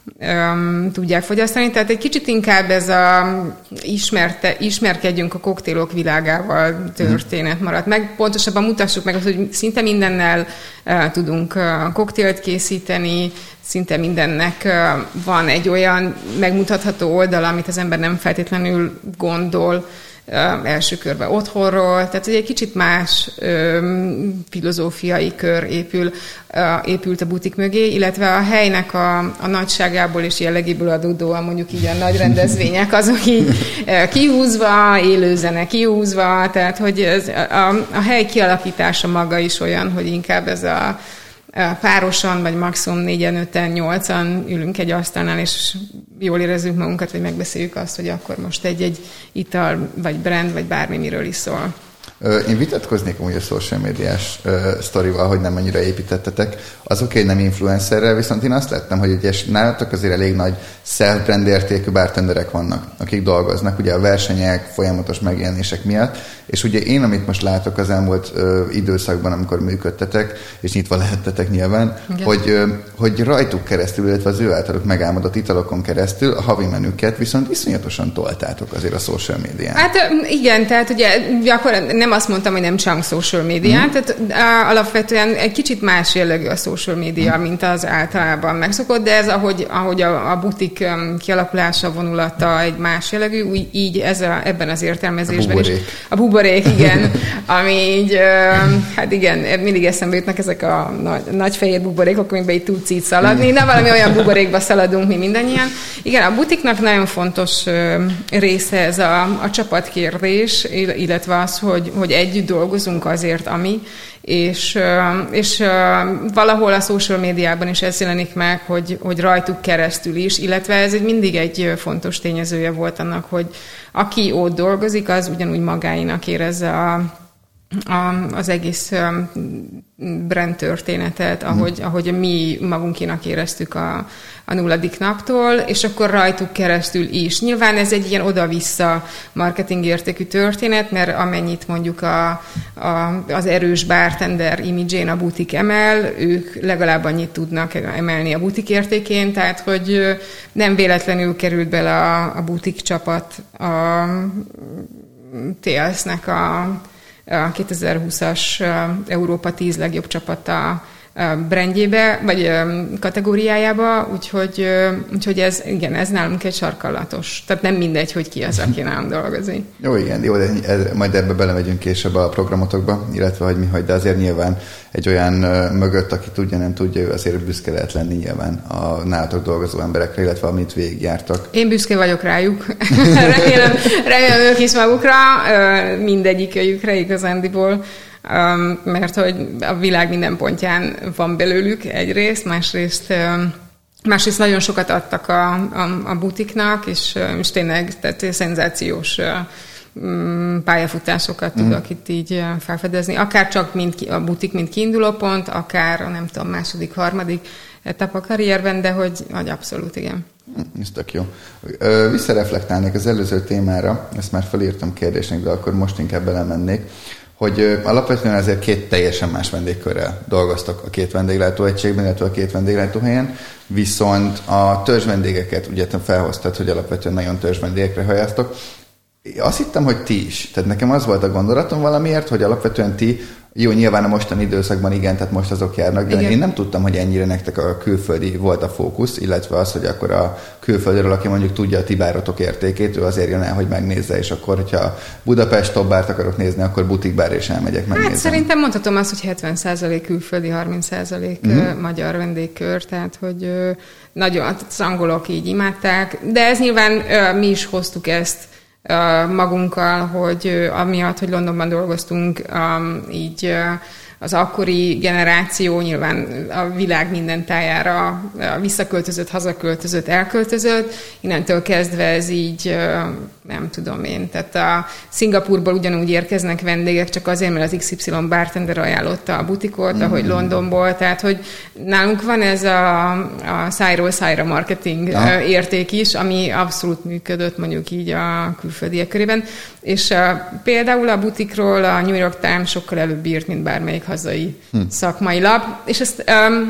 um, tudják fogyasztani. Tehát egy kicsit inkább ez a ismerte, ismerkedjünk a koktélok világával történet maradt meg. Pontosabban mutassuk meg azt, hogy szinte mindennel uh, tudunk uh, koktélt készíteni, szinte mindennek uh, van egy olyan megmutatható oldala, amit az ember nem feltétlenül gondol első körben otthonról, tehát egy kicsit más ö, filozófiai kör épül, ö, épült a butik mögé, illetve a helynek a, a nagyságából és jellegéből adódóan mondjuk így a nagy rendezvények, azok így ö, kihúzva, élőzene kihúzva, tehát hogy ez, a, a hely kialakítása maga is olyan, hogy inkább ez a párosan, vagy maximum négyen, öten, nyolcan ülünk egy asztalnál, és jól érezzük magunkat, vagy megbeszéljük azt, hogy akkor most egy-egy ital, vagy brand, vagy bármi miről is szól.
Én vitatkoznék amúgy a social médiás uh, sztorival, hogy nem mennyire építettetek. Az oké, okay, nem influencerrel, viszont én azt láttam, hogy egyes nálatok azért elég nagy self-brand értékű bartenderek vannak, akik dolgoznak ugye a versenyek, folyamatos megjelenések miatt, és ugye én, amit most látok az elmúlt uh, időszakban, amikor működtetek, és nyitva lehettetek nyilván, hogy, uh, hogy rajtuk keresztül, illetve az ő általuk megálmodott italokon keresztül a havi menüket viszont iszonyatosan toltátok azért a social médián.
Hát igen, tehát ugye akkor nem azt mondtam, hogy nem csak social média, mm. tehát á, alapvetően egy kicsit más jellegű a social média, mm. mint az általában megszokott, de ez ahogy, ahogy a, a butik um, kialakulása, vonulata egy más jellegű, úgy, így ez a, ebben az értelmezésben
a
is. A buborék, igen, ami így, um, hát igen, mindig eszembe jutnak ezek a nagy, nagy fehér buborékok, amikben így tudsz így szaladni, de valami olyan buborékba szaladunk mi mindannyian. Igen, a butiknak nagyon fontos um, része ez a, a csapatkérdés, illetve az, hogy hogy együtt dolgozunk azért, ami, és, és valahol a social médiában is ez jelenik meg, hogy, hogy rajtuk keresztül is, illetve ez egy mindig egy fontos tényezője volt annak, hogy aki ott dolgozik, az ugyanúgy magáinak érezze a, a, az egész brand történetet, ahogy, ahogy mi magunkénak éreztük a, a nulladik naptól, és akkor rajtuk keresztül is. Nyilván ez egy ilyen oda-vissza marketing értékű történet, mert amennyit mondjuk a, a, az erős bartender imidzsén a butik emel, ők legalább annyit tudnak emelni a butik értékén, tehát hogy nem véletlenül került bele a, a butik csapat a té el es-nek a a kétezer-húszas Európa tíz legjobb csapata brandjébe, vagy kategóriájába, úgyhogy, úgyhogy ez, igen, ez nálunk egy sarkallatos. Tehát nem mindegy, hogy ki az, aki nálunk dolgozik.
Jó, igen, jó, de ez, majd ebbe belemegyünk később a programotokba, illetve hogy mi hagy, de azért nyilván egy olyan mögött, aki tudja, nem tudja, ő azért büszke lehet lenni nyilván a nálatok dolgozó emberekre, illetve amit végigjártak.
Én büszke vagyok rájuk. remélem, remélem ők is magukra, mindegyikőjükre igazándiból. Um, mert hogy a világ minden pontján van belőlük egyrészt, másrészt, um, másrészt nagyon sokat adtak a, a, a butiknak, és, és tényleg tehát szenzációs um, pályafutásokat mm. tudok itt így felfedezni. Akár csak mint a butik, mint kiindulópont, akár a nem tudom, második, harmadik etap a karrierben, de hogy, hogy abszolút igen.
Ez tök jó. Visszareflektálnék az előző témára, ezt már felírtam kérdésnek, de akkor most inkább belemennék, hogy alapvetően azért két teljesen más vendégkörrel dolgoztak a két vendéglátóegységben, illetve a két vendéglátóhelyen, viszont a törzsvendégeket ugye te felhoztad, hogy alapvetően nagyon törzsvendégekre hajáztok. Azt hittem, hogy ti is. Tehát nekem az volt a gondolatom valamiért, hogy alapvetően ti, jó, nyilván a mostani időszakban igen, tehát most azok járnak, de igen. Én nem tudtam, hogy ennyire nektek a külföldi volt a fókusz, illetve az, hogy akkor a külföldről, aki mondjuk tudja a ti bárotok értékét, ő azért jön el, hogy megnézze, és akkor, hogyha Budapest top bárt akarok nézni, akkor butikbár és elmegyek megnézni.
Hát szerintem mondhatom azt, hogy hetven százalék külföldi, harminc százalék mm-hmm. magyar vendégkör, tehát hogy nagyon, az angolok így imádták, de ez nyilván mi is hoztuk ezt magunkkal, hogy amiatt, hogy Londonban dolgoztunk, így az akkori generáció nyilván a világ minden tájára visszaköltözött, hazaköltözött, elköltözött. Innentől kezdve ez így, nem tudom én, tehát a Szingapurból ugyanúgy érkeznek vendégek, csak azért, mert az iksz ipszilon bartender ajánlotta a butikot, mm-hmm. ahogy Londonból, tehát hogy nálunk van ez a, a szájról szájra marketing ja. érték is, ami abszolút működött mondjuk így a külföldiek körében, és a, például a butikról a New York Times sokkal előbb írt, mint bármelyik hazai hm. szakmai lap, és ezt um,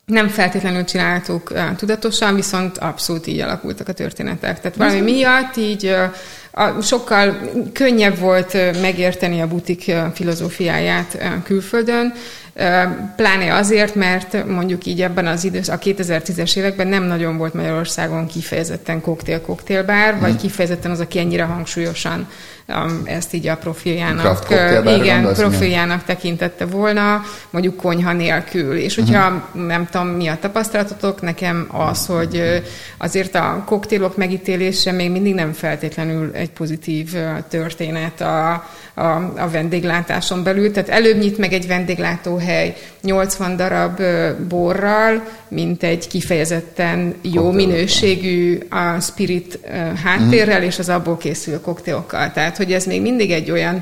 Nem feltétlenül csináltuk uh, tudatosan, viszont abszolút így alakultak a történetek. Tehát valami miatt így uh, a, sokkal könnyebb volt uh, megérteni a butik uh, filozófiáját uh, külföldön, uh, pláne azért, mert mondjuk így ebben az idősz, a kétezer-tízes években nem nagyon volt Magyarországon kifejezetten koktél-koktélbár, mm. vagy kifejezetten az, aki ennyire hangsúlyosan um, ezt így a profiljának, uh, igen, profiljának tekintette volna, mondjuk konyha nélkül. És hogyha uh-huh. nem tudom, mi a tapasztalatotok, nekem az, hogy azért a koktélok megítélése még mindig nem feltétlenül egy pozitív történet a, a, a vendéglátáson belül. Tehát előbb nyit meg egy vendéglátóhely nyolcvan darab borral, mint egy kifejezetten jó koktélokkal, minőségű a spirit háttérrel, uh-huh. és az abból készül koktélokkal. Tehát, hogy ez még mindig egy olyan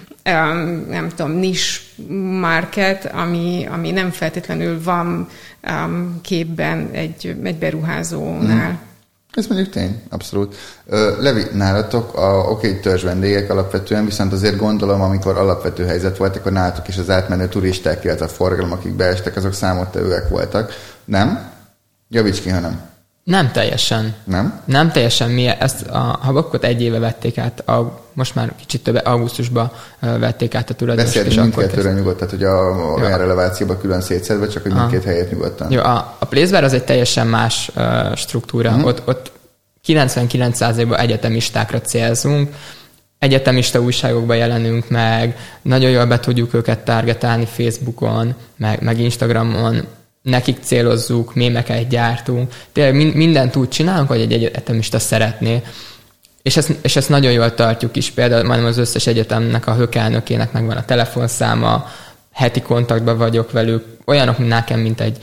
Um, nem tudom, nis market, ami, ami nem feltétlenül van um, képben egy, egy beruházónál. Mm.
Ez mondjuk tény, abszolút. Uh, Levi, nálatok a oké, okay, törzs vendégek alapvetően, viszont azért gondolom, amikor alapvető helyzet volt, akkor nálatok is az átmenő turisták, illetve a forgalom, akik beestek, azok számottevőek voltak. Nem? Javíts ki, ha nem.
Nem teljesen.
Nem?
Nem teljesen. Mi ezt a Habakot egy éve vették át, a, most már kicsit több augusztusban vették át a tulajdonos.
Beszéltünk mindkettőre nyugodt, tehát hogy a, a relevációban külön szétszedve, csak hogy mindkét helyet nyugodtan.
Jó, a, a Place Bar az egy teljesen más uh, struktúra. Uh-huh. Ott, ott kilencvenkilenc százalékban egyetemistákra célzunk, egyetemista újságokban jelenünk meg, nagyon jól be tudjuk őket targetálni Facebookon, meg, meg Instagramon, nekik célozzuk, mémeket gyártunk, tényleg mindent úgy csinálunk, hogy egy egyetemista szeretné. És ezt, és ezt nagyon jól tartjuk is. Például majdnem az összes egyetemnek, a hökelnökének megvan a telefonszáma, heti kontaktban vagyok velük, olyanok, mint nekem, mint egy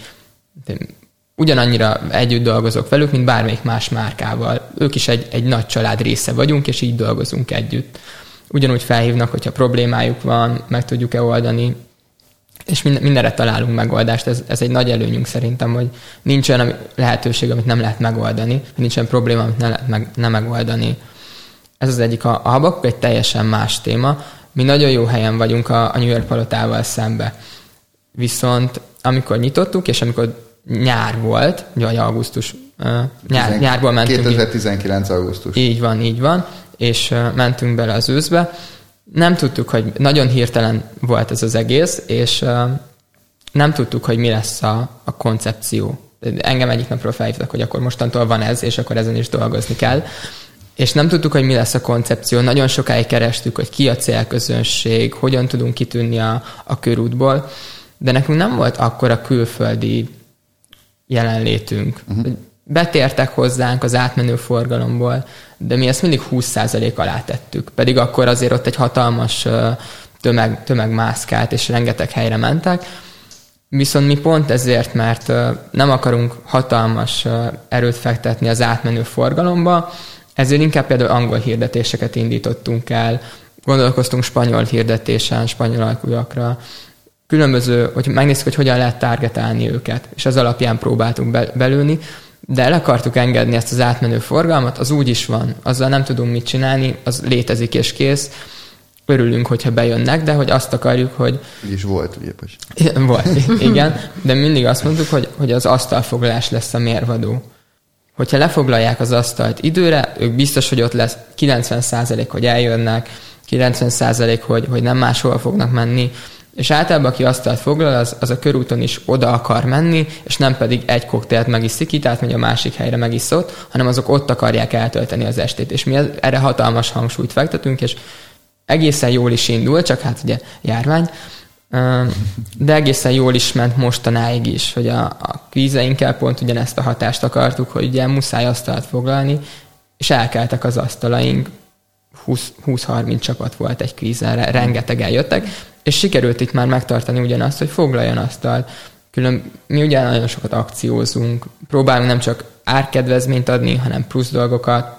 ugyanannyira együtt dolgozok velük, mint bármelyik más márkával. Ők is egy, egy nagy család része vagyunk, és így dolgozunk együtt. Ugyanúgy felhívnak, hogyha problémájuk van, meg tudjuk-e oldani, és mindenre találunk megoldást. Ez, ez egy nagy előnyünk szerintem, hogy nincs olyan lehetőség, amit nem lehet megoldani, nincs olyan probléma, amit ne lehet meg, nem megoldani. Ez az egyik. A, a Habakuk egy teljesen más téma. Mi nagyon jó helyen vagyunk a, a New York palotával szembe. Viszont amikor nyitottuk, és amikor nyár volt, vagy augusztus, uh, nyár, nyárból mentünk.
kétezer-tizenkilenc augusztus.
Így van, így van, és uh, mentünk bele az őszbe. Nem tudtuk, hogy nagyon hirtelen volt ez az egész, és uh, nem tudtuk, hogy mi lesz a, a koncepció. Engem egyik napról felhívtak, hogy akkor mostantól van ez, és akkor ezen is dolgozni kell. És nem tudtuk, hogy mi lesz a koncepció. Nagyon sokáig kerestük, hogy ki a célközönség, hogyan tudunk kitűnni a, a körútból, de nekünk nem volt akkora külföldi jelenlétünk. Uh-huh. Betértek hozzánk az átmenő forgalomból, de mi ezt mindig húsz százalék alá tettük. Pedig akkor azért ott egy hatalmas tömeg, tömeg mászkált, és rengeteg helyre mentek. Viszont mi pont ezért, mert nem akarunk hatalmas erőt fektetni az átmenő forgalomba, ezért inkább például angol hirdetéseket indítottunk el, gondolkoztunk spanyol hirdetésen, spanyol alkújakra, különböző, hogy megnézzük, hogy hogyan lehet targetálni őket, és az alapján próbáltunk be, belőni, de el akartuk engedni ezt az átmenő forgalmat, az úgy is van, azzal nem tudunk mit csinálni, az létezik és kész. Örülünk, hogyha bejönnek, de hogy azt akarjuk, hogy...
És volt, ugye, Pasi?
Volt, igen, de mindig azt mondtuk, hogy, hogy az asztalfoglalás lesz a mérvadó. Hogyha lefoglalják az asztalt időre, ők biztos, hogy ott lesz kilencven százalék, hogy eljönnek, kilencven százalék, hogy, hogy nem máshol fognak menni, és általában, aki asztalt foglal, az, az a körúton is oda akar menni, és nem pedig egy koktélt megiszik ki, tehát megy a másik helyre megiszott, hanem azok ott akarják eltölteni az estét. És mi erre hatalmas hangsúlyt fektetünk, és egészen jól is indul, csak hát ugye járvány, de egészen jól is ment mostanáig is, hogy a, a kvízeinkkel pont ugyanezt a hatást akartuk, hogy ugye muszáj asztalt foglalni, és elkeltek az asztalaink, húsz-harminc csapat volt egy kvízen, rengeteg eljöttek, és sikerült itt már megtartani ugyanazt, hogy foglaljon asztalt. Külön mi ugye nagyon sokat akciózunk, próbálunk nem csak árkedvezményt adni, hanem plusz dolgokat,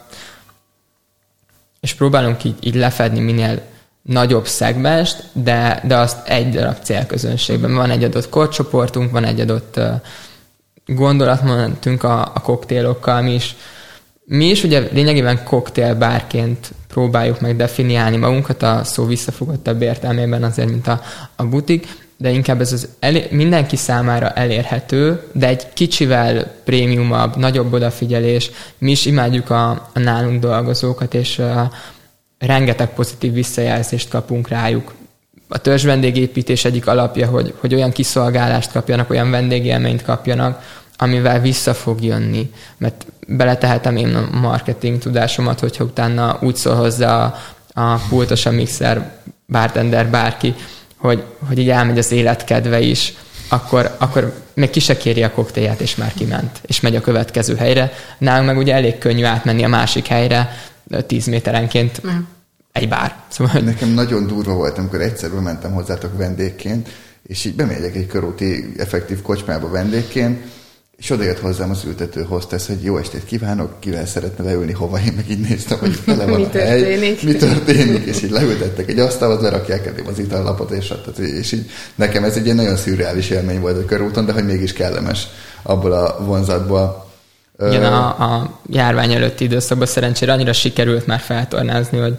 és próbálunk így, így lefedni minél nagyobb szegmenst, de, de azt egy darab célközönségben. Van egy adott korcsoportunk, van egy adott uh, gondolatmenetünk a, a koktélokkal, mi is. Mi is ugye lényegében koktélbárként próbáljuk meg definiálni magunkat a szó visszafogottabb értelmében azért, mint a, a butik, de inkább ez az elé- mindenki számára elérhető, de egy kicsivel prémiumabb, nagyobb odafigyelés. Mi is imádjuk a, a nálunk dolgozókat, és uh, rengeteg pozitív visszajelzést kapunk rájuk. A törzsvendégépítés egyik alapja, hogy, hogy olyan kiszolgálást kapjanak, olyan vendégélményt kapjanak, amivel vissza fog jönni. Mert beletehetem én a marketing tudásomat, hogyha utána úgy szól hozzá a, a pultos, a mixer, bartender, bárki, hogy, hogy így elmegy az életkedve is, akkor, akkor még ki se kéri a koktélját, és már kiment, és megy a következő helyre. Nálunk meg ugye elég könnyű átmenni a másik helyre, tíz méterenként mm. egy bár.
Szóval, nekem nagyon durva volt, amikor egyszer bementem hozzátok vendégként, és így bemegyek egy körúti effektív kocsmába vendégként, és odajött hozzám az ültető hostess, hogy jó estét kívánok, kivel szeretne leülni, hova. Én meg így néztem, hogy tele van
mi
a hely, mi történik, és így leültettek egy asztalhoz, lerakják elém az itallapot, és, és így nekem ez egy ilyen nagyon szürreális élmény volt a körúton, de hogy mégis kellemes abból a vonzatból.
Igen, a, a járvány előtti időszakban szerencsére annyira sikerült már feltornázni, hogy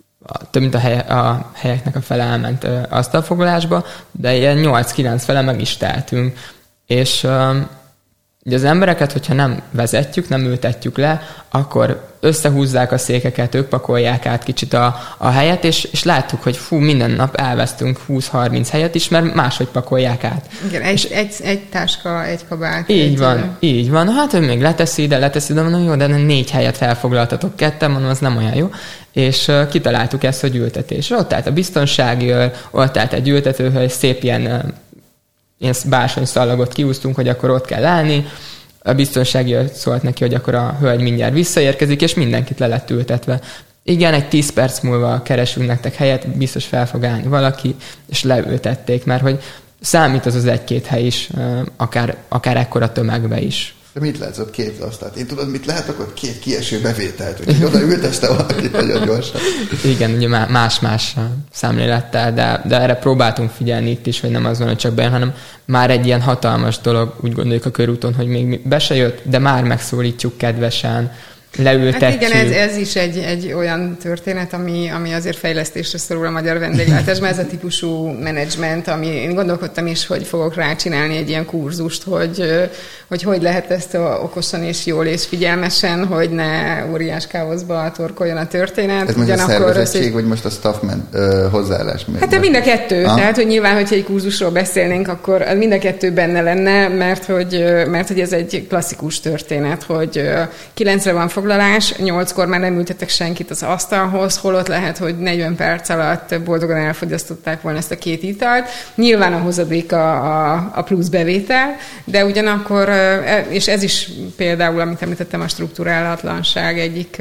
a, több mint a, hely, a helyeknek a fele elment ö, asztalfoglalásba, de ilyen nyolc-kilenc fele meg is teltünk, és ö, ugye az embereket, hogyha nem vezetjük, nem ültetjük le, akkor összehúzzák a székeket, ők pakolják át kicsit a, a helyet, és, és láttuk, hogy fú, minden nap elvesztünk húsz-harminc helyet is, mert máshogy pakolják át.
Igen, egy, egy, egy táska, egy kabát.
Így
egy
van,
egy...
így van. Hát ő még leteszi ide, leteszi ide, mondom, jó, de négy helyet felfoglaltatok, ketten, mondom, az nem olyan jó. És uh, kitaláltuk ezt, hogy ültetésre. Ott állt a biztonsági őr, ott állt egy ültetőhölgy, szép ilyen uh, ilyen bársonyszallagot kiúztunk, hogy akkor ott kell állni. A biztonsági szólt neki, hogy akkor a hölgy mindjárt visszaérkezik, és mindenkit le lett ültetve. Igen, egy tíz perc múlva keresünk nektek helyet, biztos fel fog állni valaki, és leültették, mert hogy számít az az egy-két hely is, akár, akár ekkora tömegbe is.
De mit látsz ott két asztalt? Én tudod, mit látok ott? Két kieső bevételt, hogy oda ülteste valakit nagyon gyorsan.
Igen, ugye más-más szemlélettel, de, de erre próbáltunk figyelni itt is, hogy nem az van, hogy csak bejön, hanem már egy ilyen hatalmas dolog, úgy gondoljuk a körúton, hogy még be se jött, de már megszólítjuk kedvesen, leültetjük.
Hát igen, ez, ez is egy, egy olyan történet, ami, ami azért fejlesztésre szorul a magyar vendéglátásban. Ez a típusú menedzsment, ami én gondolkodtam is, hogy fogok rácsinálni egy ilyen kurzust, hogy hogy, hogy lehet ezt okosan és jól és figyelmesen, hogy ne óriás káoszba torkoljon a történet.
Ez most a szervezettség, szép... vagy most a staffment uh, hozzáállás?
Hát de mind a kettő. Ah. Tehát, hogy nyilván, hogyha egy kurzusról beszélnénk, akkor mind a kettő benne lenne, mert hogy, mert hogy ez egy klasszikus történet, hogy kilencre van foglalás, nyolckor már nem ültetek senkit az asztalhoz, holott lehet, hogy negyven perc alatt boldogan elfogyasztották volna ezt a két italt. Nyilván a hozadék a, a, a plusz bevétel, de ugyanakkor, és ez is például, amit említettem, a strukturálatlanság egyik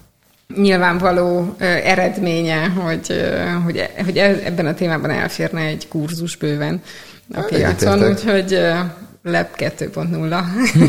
nyilvánvaló eredménye, hogy, hogy, hogy ebben a témában elférne egy kurzus bőven a piacon, úgyhogy Lab kettő pont nulla.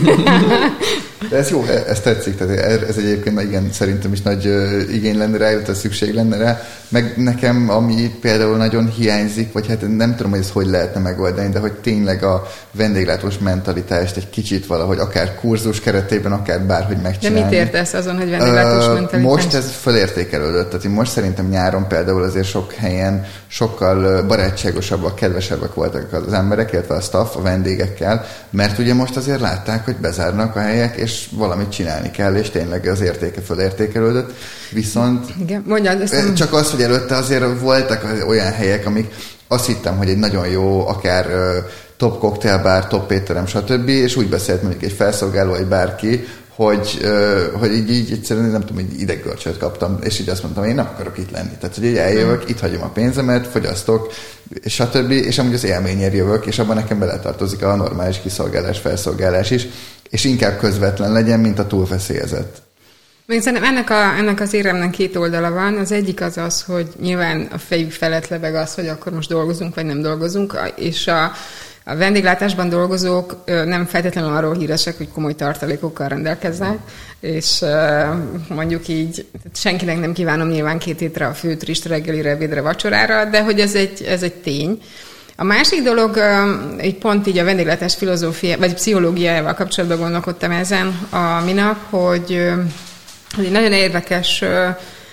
De ez jó, ez tetszik, tehát ez egyébként igen, szerintem is nagy igény lenne rá, illetve szükség lenne rá. Meg nekem, ami például nagyon hiányzik, vagy hát nem tudom, hogy ezt hogy lehetne megoldani, de hogy tényleg a vendéglátós mentalitást egy kicsit valahogy akár kurzus keretében, akár bárhogy megcsinálni.
De mit értesz azon, hogy vendéglátós mentalitás?
Most ez felértékelődött, tehát én most szerintem nyáron például azért sok helyen sokkal barátságosabbak, kedvesebbek voltak az emberek, illetve a staff a vendégekkel, mert ugye most azért látták, hogy bezárnak a helyek, és valamit csinálni kell, és tényleg az értéke fölértékelődött. Viszont
igen, mondjad, aztán...
csak az, hogy előtte azért voltak olyan helyek, amik azt hittem, hogy egy nagyon jó, akár top cocktailbár, top étterem, stb. És úgy beszélt mondjuk egy felszolgáló, vagy bárki, hogy, hogy így, így egyszerűen nem tudom, hogy ideggörcsöt kaptam, és így azt mondtam, én nem akarok itt lenni. Tehát, hogy így eljövök, itt hagyom a pénzemet, fogyasztok, stb. És amúgy az élményért jövök, és abban nekem beletartozik a normális kiszolgálás, felszolgálás is, és inkább közvetlen legyen, mint a túlfeszélyezett.
Még szerintem ennek, a, ennek az éremnek két oldala van. Az egyik az az, hogy nyilván a fejük felett lebeg az, hogy akkor most dolgozunk, vagy nem dolgozunk, és a A vendéglátásban dolgozók nem feltétlenül arról híresek, hogy komoly tartalékokkal rendelkeznek, és mondjuk így senkinek nem kívánom nyilván két hétre a főtrist reggelire, ebédre, vacsorára, de hogy ez egy, ez egy tény. A másik dolog, egy pont így a vendéglátás filozófia, vagy pszichológiájával kapcsolatban gondolkodtam ezen a minap, hogy, hogy egy nagyon érdekes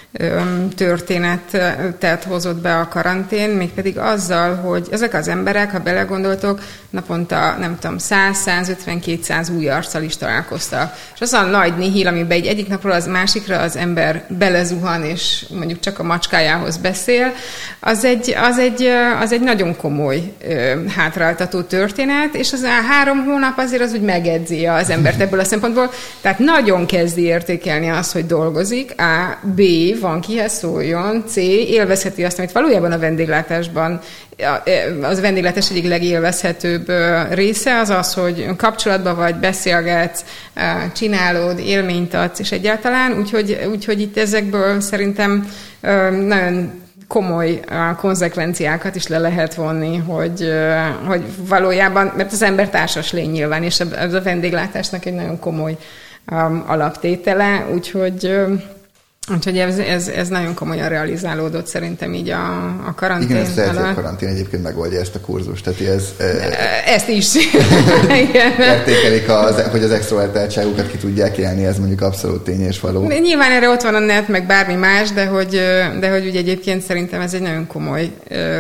történetet hozott be a karantén, mégpedig azzal, hogy ezek az emberek, ha belegondoltok, naponta, nem tudom, száz, százötven, kétszáz új arccal is találkoztak. És az a nagy nihil, amiben egy egyik napról az másikra az ember belezuhan, és mondjuk csak a macskájához beszél, az egy, az egy, az egy nagyon komoly hátráltató történet, és az a három hónap azért az úgy megedzi az embert ebből a szempontból. Tehát nagyon kezdi értékelni azt, hogy dolgozik, A, B, van kihez szóljon, C, élvezheti azt, amit valójában a vendéglátásban, az a vendéglátás egyik legélvezhetőbb része az az, hogy kapcsolatban vagy, beszélgetsz, csinálod, élményt adsz, és egyáltalán, úgyhogy, úgyhogy itt ezekből szerintem nagyon komoly konzekvenciákat is le lehet vonni, hogy, hogy valójában, mert az ember társas lény nyilván, és ez a vendéglátásnak egy nagyon komoly um, alaptétele, úgyhogy, úgyhogy ez, ez, ez nagyon komolyan realizálódott szerintem így a, a karantén
Igen, ez lehet,
alatt.
hogy a karantén egyébként megoldja ezt a kurzust, tehát ez...
Ezt is.
Értékelik, az, hogy az extrovertáltságukat ki tudják élni, ez mondjuk abszolút tény és való.
Nyilván erre ott van a net, meg bármi más, de hogy, de hogy ugye egyébként szerintem ez egy nagyon komoly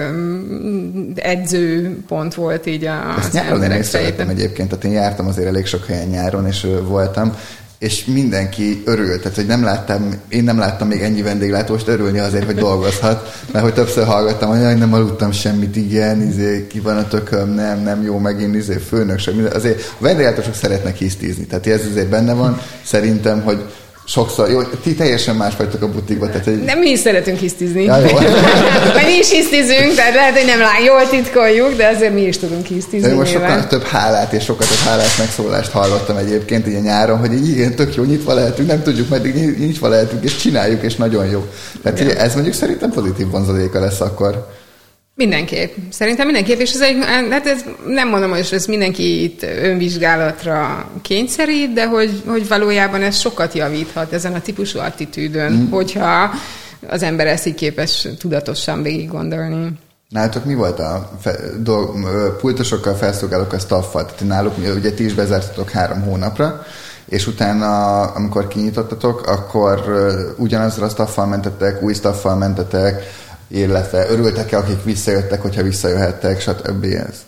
edzőpont volt így a
Ezt nyáron én észrevettem egyébként, tehát én jártam azért elég sok helyen nyáron, és voltam, és mindenki örült, tehát hogy nem láttam, én nem láttam még ennyi vendéglátóst örülni azért, hogy dolgozhat, mert hogy többször hallgattam, hogy jaj, nem aludtam semmit, igen, izé, ki van a tököm, nem, nem jó megint, izé, főnök sem, azért a vendéglátósok szeretnek hisztizni, tehát ez azért benne van, szerintem, hogy sokszor, jó, ti teljesen más vagytok a butikba. Tehát egy...
Nem, mi is szeretünk hisztizni.
Ja, jó.
Vagy mi is hisztizünk, tehát lehet, hogy nem lát, jól titkoljuk, de azért mi is tudunk hisztizni.
De most sokkal több hálát és sokkal több hálás megszólást hallottam egyébként így a nyáron, hogy így igen, tök jó, nyitva lehetünk, nem tudjuk, meddig nyitva lehetünk, és csináljuk, és nagyon jó. Tehát ugye, ez mondjuk szerintem pozitív vonzadéka lesz akkor.
Mindenképp. Szerintem mindenképp, és ez, egy, hát ez nem mondom, hogy ez mindenki itt önvizsgálatra kényszerít, de hogy, hogy valójában ez sokat javíthat ezen a típusú attitűdön, mm. hogyha az ember ezt így képes tudatosan végig gondolni.
Nálatok mi volt a fe, dolg, pultosokkal, felszolgálókkal, staffal? Tehát náluk, ugye ti is bezártatok három hónapra, és utána, amikor kinyitottatok, akkor ugyanazra a staffal mentetek, új staffal mentetek, illetve örültek-e, akik visszajöttek, hogyha visszajöhettek, stb.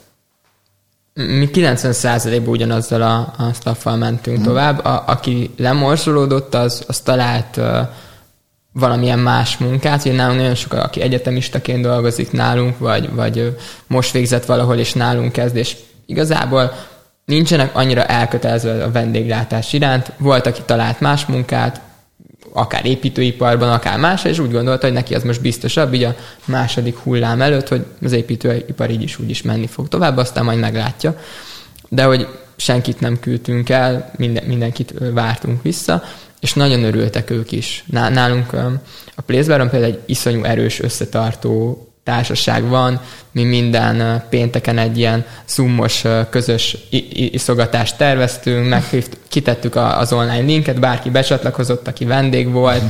Mi kilencven százalékban ugyanazzal a, a staffal mentünk hmm. tovább. A, aki lemorzsolódott, az, az talált uh, valamilyen más munkát. Ugye nálunk nagyon sok, aki egyetemistaként dolgozik nálunk, vagy, vagy uh, most végzett valahol, és nálunk kezd, és igazából nincsenek annyira elkötelezve a vendéglátás iránt. Volt, aki talált más munkát, akár építőiparban, akár másra, és úgy gondolta, hogy neki az most biztosabb, így a második hullám előtt, hogy az építőipar így is úgy is menni fog tovább, aztán majd meglátja. De hogy senkit nem küldtünk el, minden, mindenkit vártunk vissza, és nagyon örültek ők is. Nálunk a Placebaron például egy iszonyú erős összetartó társaság van, mi minden pénteken egy ilyen zoomos közös iszogatást terveztünk, meghívt, kitettük az online linket, bárki becsatlakozott, aki vendég volt.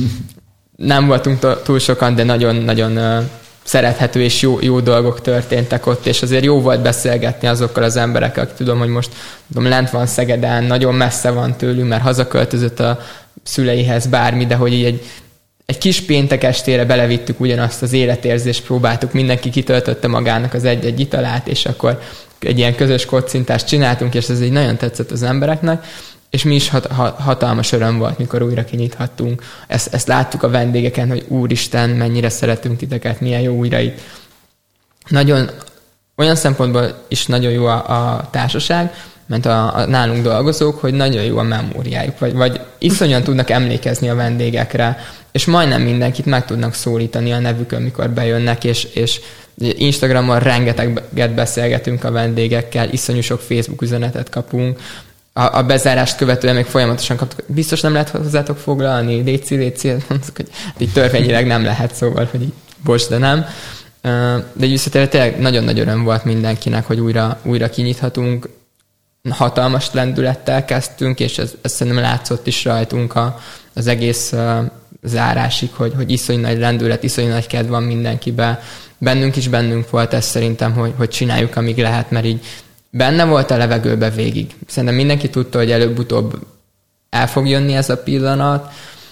Nem voltunk túl sokan, de nagyon-nagyon szerethető és jó, jó dolgok történtek ott, és azért jó volt beszélgetni azokkal az emberekkel, akik tudom, hogy most tudom, lent van Szegeden, nagyon messze van tőlünk, mert hazaköltözött a szüleihez bármi, de hogy így egy Egy kis péntek estére belevittük ugyanazt az életérzést, próbáltuk, mindenki kitöltötte magának az egy-egy italát, és akkor egy ilyen közös kocintást csináltunk, és ez így nagyon tetszett az embereknek, és mi is hat- hatalmas öröm volt, mikor újra kinyithattunk. Ezt, ezt láttuk a vendégeken, hogy úristen, mennyire szeretünk titeket, milyen jó újra itt. Nagyon, olyan szempontból is nagyon jó a, a társaság, mert a, a nálunk dolgozók, hogy nagyon jó a memóriájuk, vagy, vagy iszonyan tudnak emlékezni a vendégekre, és majdnem mindenkit meg tudnak szólítani a nevükön, mikor bejönnek, és, és Instagramon rengeteget beszélgetünk a vendégekkel, iszonyú sok Facebook üzenetet kapunk, a, a bezárást követően még folyamatosan kaptuk, biztos nem lehet hozzátok foglalni, léci, léci, mondtuk, hogy így törvényileg nem lehet, szóval, hogy így, bocs, de nem. De visszatérve tényleg nagyon nagy öröm volt mindenkinek, hogy újra, újra kinyithatunk, hatalmas lendülettel kezdtünk, és ez, ez szerintem látszott is rajtunk a, az egész uh, zárásig, hogy, hogy iszony nagy lendület, iszony nagy kedv van mindenkiben. Bennünk is bennünk volt ez szerintem, hogy, hogy csináljuk, amíg lehet, mert így benne volt a levegőbe végig. Szerintem mindenki tudta, hogy előbb-utóbb el fog jönni ez a pillanat,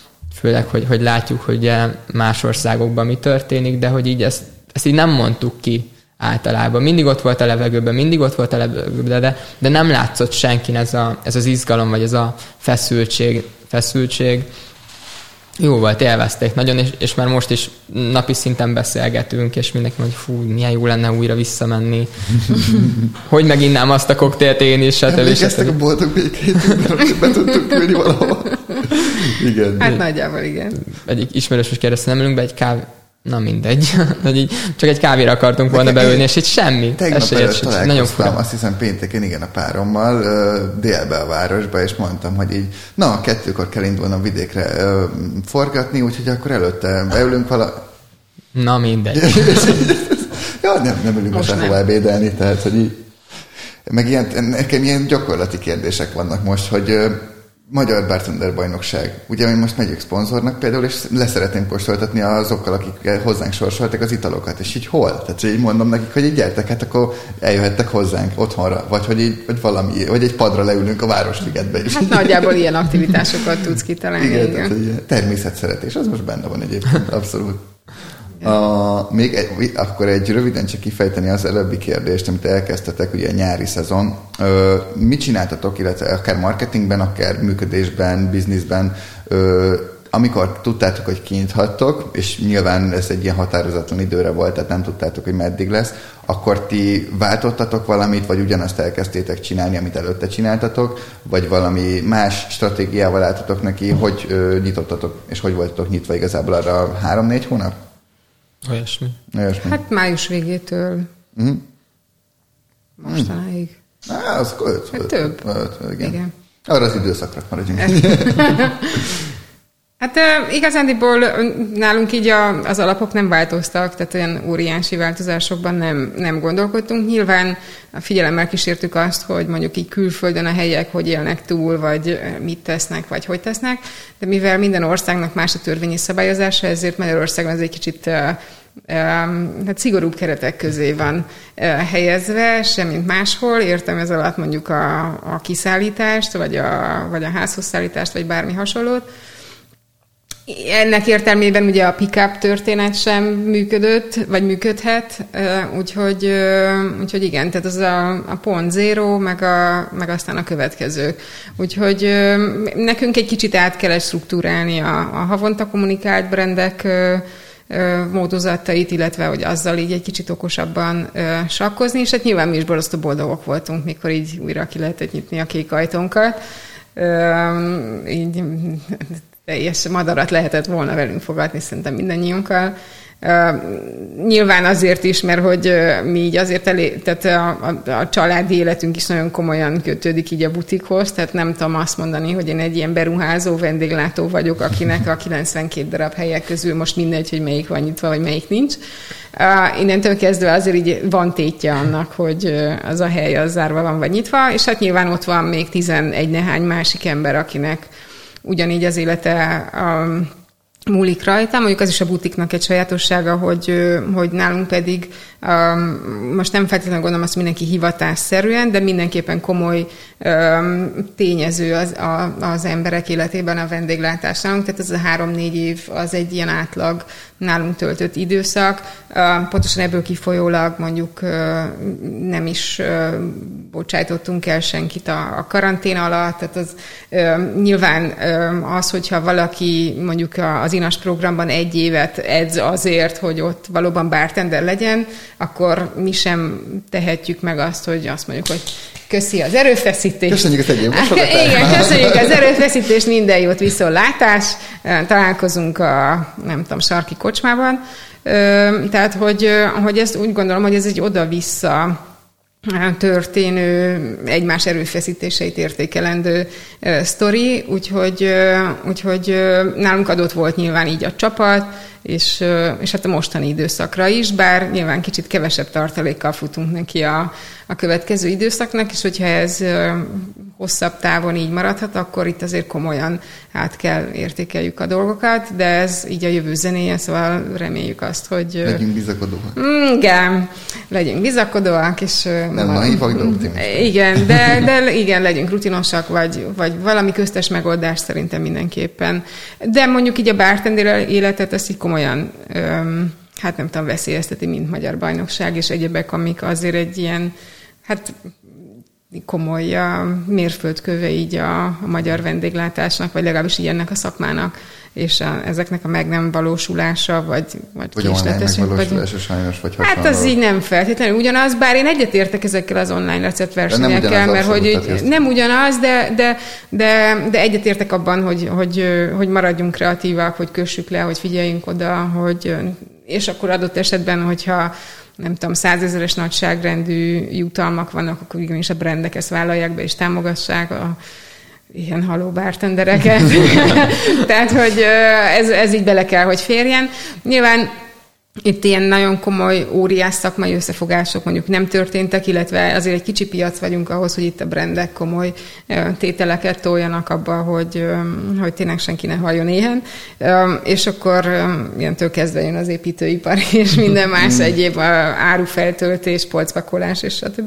főleg, hogy, hogy látjuk, hogy más országokban mi történik, de hogy így ezt, ezt így nem mondtuk ki általában. Mindig ott volt a levegőben, mindig ott volt a levegőben, de, de nem látszott senkin ez, a, ez az izgalom, vagy ez a feszültség. feszültség. Jó volt, élvezték nagyon, és, és már most is napi szinten beszélgetünk, és mindenki mondja, hogy fú, milyen jó lenne újra visszamenni. Hogy meginnám azt a koktélt én is, stb.
Emlékeztek a boldog békétünkben, hogy be tudtunk ülni valahol. Igen.
Hát nagyjából igen.
Egyik ismerős most kérdezte, nem ülünk be egy kávé... Na mindegy. Csak egy kávéra akartunk volna beülni, és itt semmi.
Tegnap előtt találkoztam, azt hiszem pénteken, igen, a párommal délbe a városba, és mondtam, hogy így, na, kettőkor kell indulnom vidékre forgatni, úgyhogy akkor előtte beülünk vala...
Na mindegy.
Ja, nem, nem ülünk most sehova ebédelni, tehát, hogy így... Meg ilyen, nekem ilyen gyakorlati kérdések vannak most, hogy Magyar Bartender Bajnokság. Ugye mi most megyünk szponzornak például, és leszeretném kóstoltatni azokkal, akik hozzánk sorsoltak az italokat, és így hol? Tehát így mondom nekik, hogy így gyertek, hát akkor eljöhettek hozzánk otthonra, vagy hogy így, vagy valami, vagy egy padra leülünk a Városligetbe is.
Hát nagyjából ilyen aktivitásokat tudsz kitalálni.
Igen, igen. Tehát, természetszeretés, az most benne van egyébként, abszolút. A, még egy, akkor egy röviden csak kifejteni az előbbi kérdést, amit elkezdtetek, ugye a nyári szezon. Ö, mit csináltatok, illetve akár marketingben, akár működésben, bizniszben, ö, amikor tudtátok, hogy kinyithattok, és nyilván ez egy ilyen határozatlan időre volt, tehát nem tudtátok, hogy meddig lesz, akkor ti váltottatok valamit, vagy ugyanazt elkezdtétek csinálni, amit előtte csináltatok, vagy valami más stratégiával álltatok neki, hogy ö, nyitottatok, és hogy voltatok nyitva igazából arra három-négy hónap?
Olyasmi.
Olyasmi.
Hát május végétől uh-huh. mostanáig.
Á, az öt,
hát
öt,
több.
Öt, öt, igen.
igen.
Arra az időszakra maradjunk.
Hát uh, igazándiból nálunk így a, az alapok nem változtak, tehát olyan óriási változásokban nem, nem gondolkodtunk. Nyilván figyelemmel kísértük azt, hogy mondjuk így külföldön a helyek hogy élnek túl, vagy mit tesznek, vagy hogy tesznek, de mivel minden országnak más a törvényi szabályozása, ezért Magyarországon ez egy kicsit uh, uh, hát szigorúbb keretek közé van uh, helyezve, semmint máshol. Értem ez alatt mondjuk a, a kiszállítást, vagy a, vagy a házhoz szállítást, vagy bármi hasonlót. Ennek értelmében ugye a pick-up történet sem működött, vagy működhet, úgyhogy, úgyhogy igen, tehát az a, a pont zero, meg, a, meg aztán a következők. Úgyhogy nekünk egy kicsit át kellett struktúrálni a, a havonta kommunikált brandek módozatait, illetve hogy azzal így egy kicsit okosabban sakkozni, és hát nyilván mi is borzasztó boldogok voltunk, mikor így újra ki lehetett nyitni a kék ajtónkat. Így teljes madarat lehetett volna velünk fogadni, szerintem mindannyiunkkal. Uh, nyilván azért is, mert hogy uh, mi így azért elé, tehát a, a, a családi életünk is nagyon komolyan kötődik így a butikhoz, tehát nem tudom azt mondani, hogy én egy ilyen beruházó, vendéglátó vagyok, akinek a kilencvenkét darab helyek közül most mindegy, hogy melyik van nyitva, vagy melyik nincs. Uh, innentől kezdve azért így van tétje annak, hogy uh, az a hely az zárva van, vagy nyitva, és hát nyilván ott van még tizenegy nehány másik ember, akinek ugyanígy az élete um, múlik rajta. Mondjuk az is a butiknak egy sajátossága, hogy, hogy nálunk pedig um, most nem feltétlenül gondolom azt mindenki hivatásszerűen, de mindenképpen komoly um, tényező az, a, az emberek életében a vendéglátás nálunk. Tehát ez a három-négy év az egy ilyen átlag nálunk töltött időszak. Uh, pontosan ebből kifolyólag mondjuk uh, nem is uh, bocsájtottunk el senkit a, a karantén alatt. Tehát az uh, nyilván uh, az, hogyha valaki mondjuk az Inas programban egy évet edz azért, hogy ott valóban bartender legyen, akkor mi sem tehetjük meg azt, hogy azt mondjuk, hogy köszi az erőfeszítést.
Köszönjük az egyéb
Igen, köszönjük az erőfeszítést, minden jót, viszontlátás. Találkozunk a, nem tudom, sarki kocsmában. Tehát, hogy, hogy ezt úgy gondolom, hogy ez egy oda-vissza történő, egymás erőfeszítéseit értékelendő uh, sztori, úgyhogy, uh, úgyhogy uh, nálunk adott volt nyilván így a csapat, és, uh, és hát a mostani időszakra is, bár nyilván kicsit kevesebb tartalékkal futunk neki a, a következő időszaknak, és hogyha ez uh, hosszabb távon így maradhat, akkor itt azért komolyan át kell értékeljük a dolgokat, de ez így a jövő zenéje, szóval reméljük azt, hogy...
Legyünk bizakodóak.
Mm, igen, legyünk bizakodóak, és...
Nem naívak, de optimisták.
Igen, de, de igen, legyünk rutinosak, vagy, vagy valami köztes megoldás szerintem mindenképpen. De mondjuk így a bartender életet, ezt így komolyan, öm, hát nem tudom, veszélyezteti, mint magyar bajnokság, és egyebek, amik azért egy ilyen, hát... komoly mérföldköve így a, a magyar vendéglátásnak, vagy legalábbis így ennek a szakmának, és a, ezeknek a meg nem valósulása, vagy, vagy,
vagy késletes. Vagy megvalósulása sajnos, vagy hasonló.
Hát az így nem feltétlenül ugyanaz, bár én egyetértek ezekkel az online receptversenyekkel, mert hogy nem ugyanaz, de, de, de, de egyetértek abban, hogy, hogy, hogy maradjunk kreatívak, hogy kössük le, hogy figyeljünk oda, hogy, és akkor adott esetben, hogyha nem tudom, százezeres nagyságrendű jutalmak vannak, akkor igenis a brandek ezt vállalják be, és támogassák a ilyen haló bartendereket. Tehát, hogy ez, ez így bele kell, hogy férjen. Nyilván itt ilyen nagyon komoly, óriás szakmai összefogások mondjuk nem történtek, illetve azért egy kicsi piac vagyunk ahhoz, hogy itt a brandek komoly tételeket toljanak abba, hogy, hogy tényleg senki ne halljon éhen. És akkor ilyentől kezdve jön az építőipar, és minden más egyéb árufeltöltés, polcpakolás, és stb.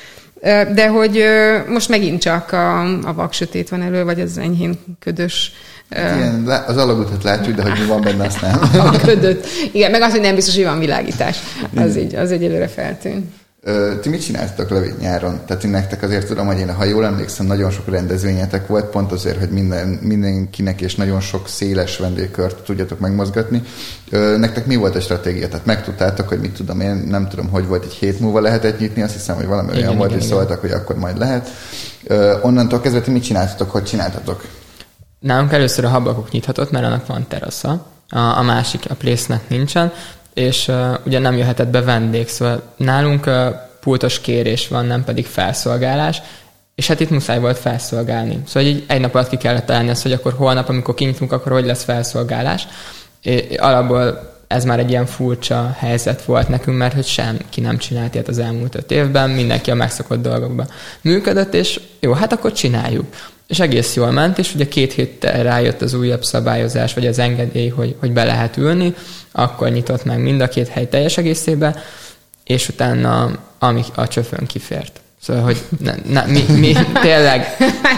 De hogy most megint csak a, a vaksötét van elő, vagy az enyhén ködös.
Igen, az alagutat látjuk, de hogy mi van benne, azt nem.
A ködöt. Igen, meg az, hogy nem biztos, hogy van világítás. Az így, az egyelőre feltűn.
Ti mit csináltatok Lövény nyáron? Tehát én nektek azért tudom, hogy én, ha jól emlékszem, nagyon sok rendezvényetek volt, pont azért, hogy minden, mindenkinek és nagyon sok széles vendégkört tudjatok megmozgatni. Nektek mi volt a stratégia? Tehát megtudtátok, hogy mit tudom én, nem tudom, hogy volt, egy hét múlva lehetett nyitni, azt hiszem, hogy valami igen, olyan volt, és szóltak, hogy akkor majd lehet. Onnantól kezdve ti mit csináltatok, hogy csináltatok?
Nálunk először a Habakuk nyithatott, mert annak van terasza, a, a másik, a Place-nek nincsen, és uh, ugye nem jöhetett be vendég, szóval nálunk uh, pultos kérés van, nem pedig felszolgálás, és hát itt muszáj volt felszolgálni. Szóval így egy nap alatt ki kellett találni azt, hogy akkor holnap, amikor kinyitunk, akkor hogy lesz felszolgálás. É, alapból ez már egy ilyen furcsa helyzet volt nekünk, mert hogy senki nem csinált ilyet az elmúlt öt évben, mindenki a megszokott dolgokban működött, és jó, hát akkor csináljuk. És egész jól ment, és ugye két héttel rájött az újabb szabályozás, vagy az engedély, hogy, hogy be lehet ülni, akkor nyitott meg mind a két hely teljes egészében, és utána ami a csöfön kifért. Szóval, hogy ne, ne, mi, mi tényleg...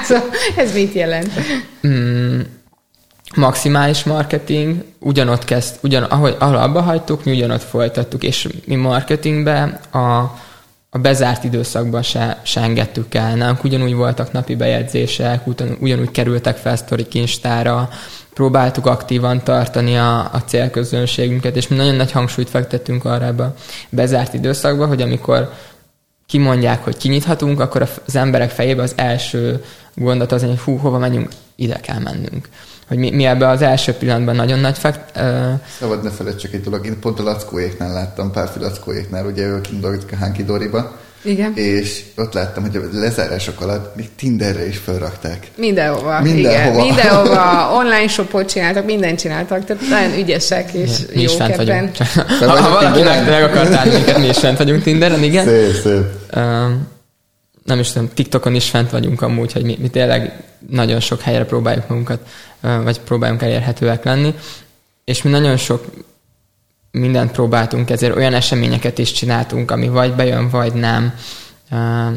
Ez mit jelent?
Mm, maximális marketing, ugyanott kezd, ugyan, ahogy, ahol abba hagytuk, mi ugyanott folytattuk, és mi marketingben a a bezárt időszakban se, se engedtük el. Nálunk ugyanúgy voltak napi bejegyzések, ugyanúgy kerültek fel sztori kincstára, próbáltuk aktívan tartani a, a célközönségünket, és mi nagyon nagy hangsúlyt fektettünk arra ebbe a bezárt időszakba, hogy amikor kimondják, hogy kinyithatunk, akkor az emberek fejében az első gondot az, hogy hú, hova menjünk, ide kell mennünk. Hogy mi, mi ebben az első pillanatban nagyon nagy fekt... Uh...
Szabad ne feled csak egy dolog, én pont a Lackóéknál láttam, Pálfi Lackóéknál, ugye ők dolgozik a Hanky Doriba,
igen.
És ott láttam, hogy a lezárások alatt még Tinderre is felrakták.
Mindenhova,
Mindenhova.
Igen. Mindenhova, online shopot csináltak, mindent csináltak, tehát nagyon ügyesek és
mi
jók ebben.
Ha, ha valaki meg akart állni minket, mi is fent vagyunk Tinderen, igen.
Szép, szép.
Uh, nem is tudom, TikTokon is fent vagyunk amúgy, hogy mi, mi tényleg nagyon sok helyre próbáljuk magunkat, uh, vagy próbáljunk elérhetőek lenni, és mi nagyon sok mindent próbáltunk, ezért olyan eseményeket is csináltunk, ami vagy bejön, vagy nem. Uh,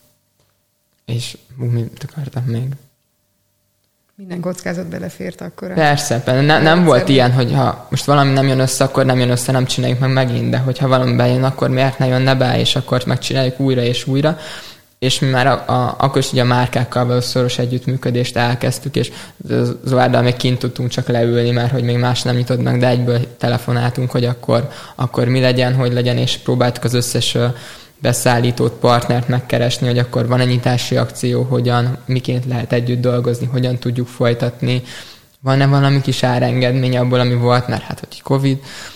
és hú, mit akartam még?
Minden kockázat belefért akkor.
Persze, ne, nem volt ilyen, hogy ha most valami nem jön össze, akkor nem jön össze, nem csináljuk meg megint, de hogyha valami bejön, akkor miért ne jönne be, és akkor megcsináljuk újra és újra. És mi már a, a, akkor is ugye a márkákkal való szoros együttműködést elkezdtük, és Zoárdal még kint tudtunk csak leülni, mert hogy még más nem nyitott meg, de egyből telefonáltunk, hogy akkor, akkor mi legyen, hogy legyen, és próbáltuk az összes beszállítót, partnert megkeresni, hogy akkor van-e nyitási akció, hogyan, miként lehet együtt dolgozni, hogyan tudjuk folytatni, van-e valami kis árengedmény abból, ami volt, mert hát, hogy Covid.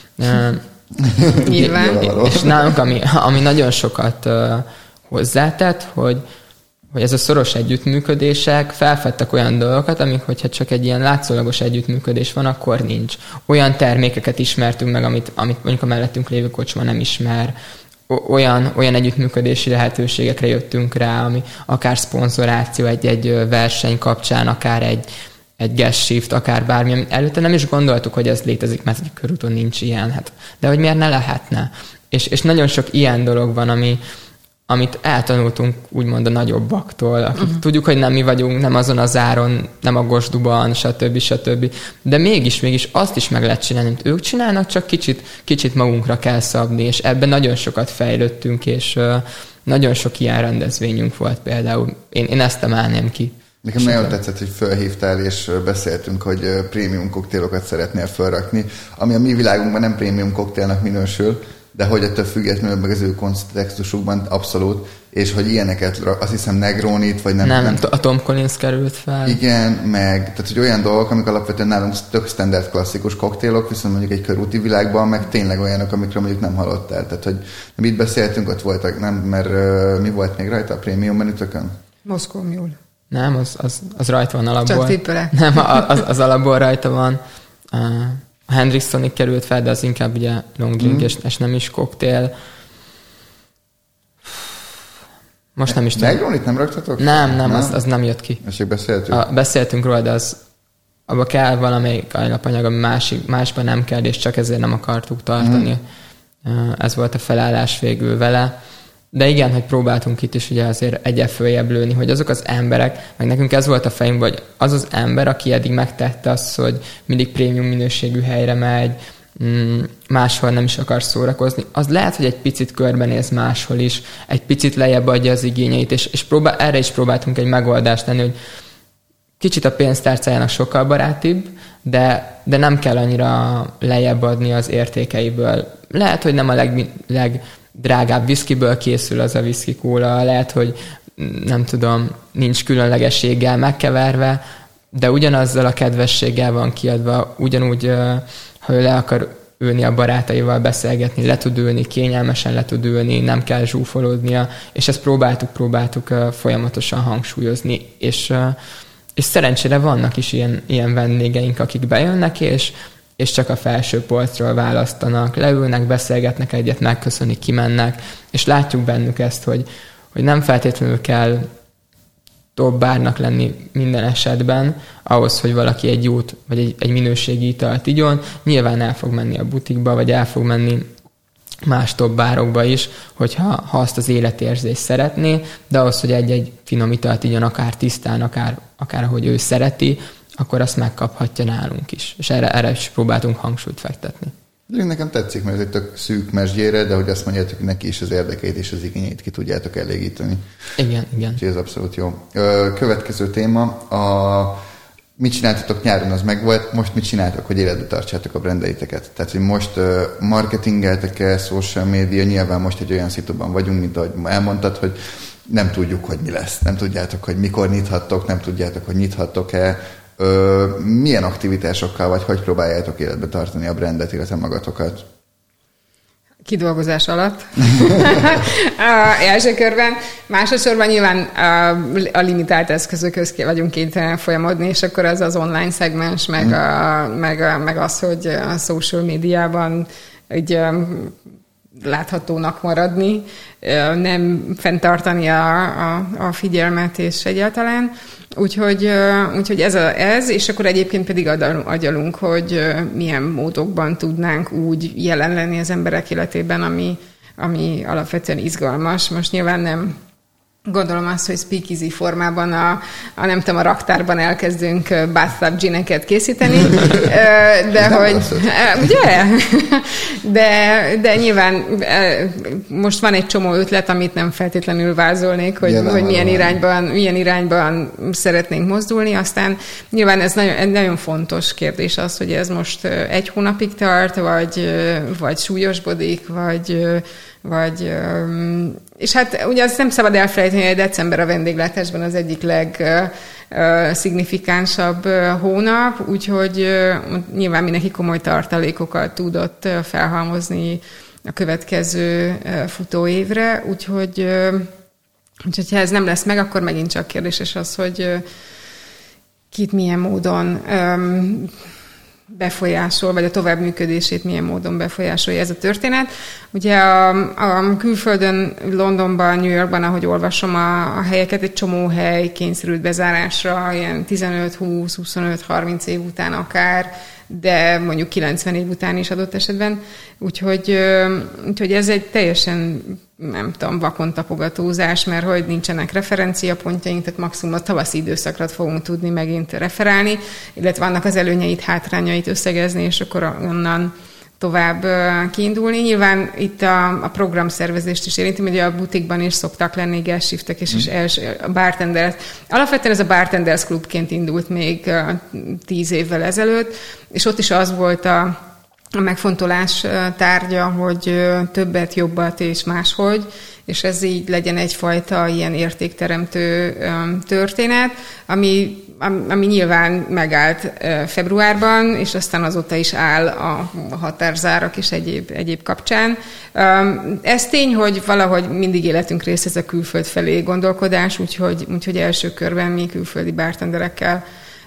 Nyilván.
És nálunk, ami, ami nagyon sokat hozzátett, hogy, hogy ez a szoros együttműködések felfedtek olyan dolgokat, amik, hogyha csak egy ilyen látszólagos együttműködés van, akkor nincs. Olyan termékeket ismertünk meg, amit, amit mondjuk a mellettünk lévő kocsma nem ismer, olyan, olyan együttműködési lehetőségekre jöttünk rá, ami akár szponzoráció egy-egy verseny kapcsán, akár egy, egy guest shift, akár bármi, amit előtte nem is gondoltuk, hogy ez létezik, mert egy körúton nincs ilyen. Hát, de hogy miért ne lehetne? És, és nagyon sok ilyen dolog van, ami, amit eltanultunk úgymond a nagyobbaktól, akik uh-huh. tudjuk, hogy nem mi vagyunk, nem azon az áron, nem a Gosduban, stb. stb. De mégis, mégis azt is meg lehet csinálni, amit ők csinálnak, csak kicsit, kicsit magunkra kell szabni, és ebben nagyon sokat fejlődtünk, és uh, nagyon sok ilyen rendezvényünk volt például. Én, én ezt emelném ki.
Nekem nagyon Sokan. tetszett, hogy felhívtál, és beszéltünk, hogy prémium koktélokat szeretnél felrakni, ami a mi világunkban nem prémium koktélnak minősül, de hogy ettől függetlenül meg az ő kontextusukban abszolút, és hogy ilyeneket, azt hiszem Negronit, vagy nem...
Nem, nem a Tom Collins került fel.
Igen, meg, tehát hogy olyan dolgok, amik alapvetően nálunk tök standard klasszikus koktélok, viszont mondjuk egy körúti világban, meg tényleg olyanok, amikről mondjuk nem hallottál. Tehát, hogy mit beszéltünk, ott voltak, nem, mert uh, mi volt még rajta a prémium menütökön?
Moscow Mule.
Nem, az, az, az rajta van alapból.
Csak tippelek.
Nem, az, az alapból rajta van. Uh, A Hendrix Tonic került fel, de az inkább ugye long drink, mm. és, és nem is koktél. Most nem is tudom.
Negronit nem raktatok?
Nem, nem, nem? Az, az nem jött ki.
Ezt beszéltünk?
A, beszéltünk róla, de az abba kell valamelyik alapanyag, ami másik, másban nem kell, és csak ezért nem akartuk tartani. Mm. Ez volt a felállás végül vele. De igen, hogy próbáltunk itt is ugye azért egyel följebb lőni, hogy azok az emberek, meg nekünk ez volt a fejünkben, hogy az az ember, aki eddig megtette azt, hogy mindig prémium minőségű helyre megy, máshol nem is akar szórakozni, az lehet, hogy egy picit körbenéz máshol is, egy picit lejjebb adja az igényeit, és, és próbál, erre is próbáltunk egy megoldást tenni, hogy kicsit a pénztárcájának sokkal barátibb, de, de nem kell annyira lejjebb adni az értékeiből. Lehet, hogy nem a leg, leg drágább viszkiből készül az a whisky kóla, lehet, hogy nem tudom, nincs különlegességgel megkeverve, de ugyanazzal a kedvességgel van kiadva, ugyanúgy, ha ő le akar ülni a barátaival beszélgetni, le tud ülni, kényelmesen le tud ülni, nem kell zsúfolódnia, és ezt próbáltuk, próbáltuk folyamatosan hangsúlyozni, és, és szerencsére vannak is ilyen, ilyen vendégeink, akik bejönnek, és és csak a felső polcról választanak, leülnek, beszélgetnek egyet, megköszönik, kimennek, és látjuk bennük ezt, hogy, hogy nem feltétlenül kell top bárnak lenni minden esetben, ahhoz, hogy valaki egy jót, vagy egy, egy minőségi italt igyon, nyilván el fog menni a butikba, vagy el fog menni más top bárokba is, hogyha ha azt az életérzést szeretné, de ahhoz, hogy egy-egy finom italt igyon, akár tisztán, akár, akár ahogy ő szereti, akkor azt megkaphatja nálunk is. És erre, erre is próbáltunk hangsúlyt fektetni.
De nekem tetszik, mert ez egy tök szűk mesdjére, de hogy azt mondjátok, hogy neki is az érdekeit és az igényeit ki tudjátok elégíteni.
Igen, igen.
Úgyhogy ez abszolút jó. Következő téma, a mit csináltatok nyáron, az megvolt, most mit csináltok, hogy életbe tartsátok a brandeiteket? Tehát, hogy most marketingeltek-e, social media, nyilván most egy olyan szituban vagyunk, mint ahogy elmondtad, hogy nem tudjuk, hogy mi lesz. Nem tudjátok, hogy mikor nyithattok, nem tudjátok, hogy nyithattok-e. Ö, milyen aktivitásokkal, vagy hogy próbáljátok életbe tartani a brandet, illetve magatokat?
Kidolgozás alatt. a első körben. Másodszorban nyilván a, a limitált eszközökhöz vagyunk kénytelen folyamodni, és akkor az az online szegmens, meg, mm. a, meg, a, meg az, hogy a social médiában egy láthatónak maradni, nem fenntartani a, a, a figyelmet és egyáltalán. Úgyhogy, úgyhogy ez, a, ez, és akkor egyébként pedig agyalunk, hogy milyen módokban tudnánk úgy jelen lenni az emberek életében, ami, ami alapvetően izgalmas. Most nyilván nem gondolom azt, hogy speakeasy formában a, a nem tudom, a raktárban elkezdünk bathtub gineket készíteni, de hogy, ugye? De, de nyilván most van egy csomó ötlet, amit nem feltétlenül vázolnék, hogy, hogy milyen, irányban, milyen irányban szeretnénk mozdulni, aztán nyilván ez nagyon, nagyon fontos kérdés az, hogy ez most egy hónapig tart, vagy, vagy súlyosbodik, vagy vagy, és hát ugye azt nem szabad elfelejteni, hogy december a vendéglátásban az egyik legszignifikánsabb hónap, úgyhogy nyilván mindenki komoly tartalékokat tudott felhalmozni a következő futóévre, úgyhogy, úgyhogy ha ez nem lesz meg, akkor megint csak kérdéses az, hogy kit milyen módon befolyásol, vagy a továbbműködését milyen módon befolyásolja ez a történet. Ugye a, a külföldön, Londonban, New Yorkban, ahogy olvasom a, a helyeket, egy csomó hely kényszerült bezárásra, ilyen tizenöt, húsz, huszonöt, harminc év után akár, de mondjuk kilencven év után is adott esetben. Úgyhogy, úgyhogy ez egy teljesen, nem tudom, vakon tapogatózás, mert hogy nincsenek referenciapontjaink, tehát maximum a tavaszi időszakra fogunk tudni megint referálni, illetve annak az előnyeit, hátrányait összegezni, és akkor onnan tovább kiindulni. Nyilván itt a, a programszervezést is érinti, ugye a butikban is szoktak lenni guest shiftek, és, mm. és első, a bartenders. Alapvetően ez a bartenders klubként indult még tíz évvel ezelőtt, és ott is az volt a, a megfontolás tárgya, hogy többet, jobbat és máshogy, és ez így legyen egyfajta ilyen értékteremtő történet, ami ami nyilván megállt februárban, és aztán azóta is áll a határzárak és egyéb, egyéb kapcsán. Ez tény, hogy valahogy mindig életünk része ez a külföld felé gondolkodás, úgyhogy, úgyhogy első körben mi külföldi bartenderekkel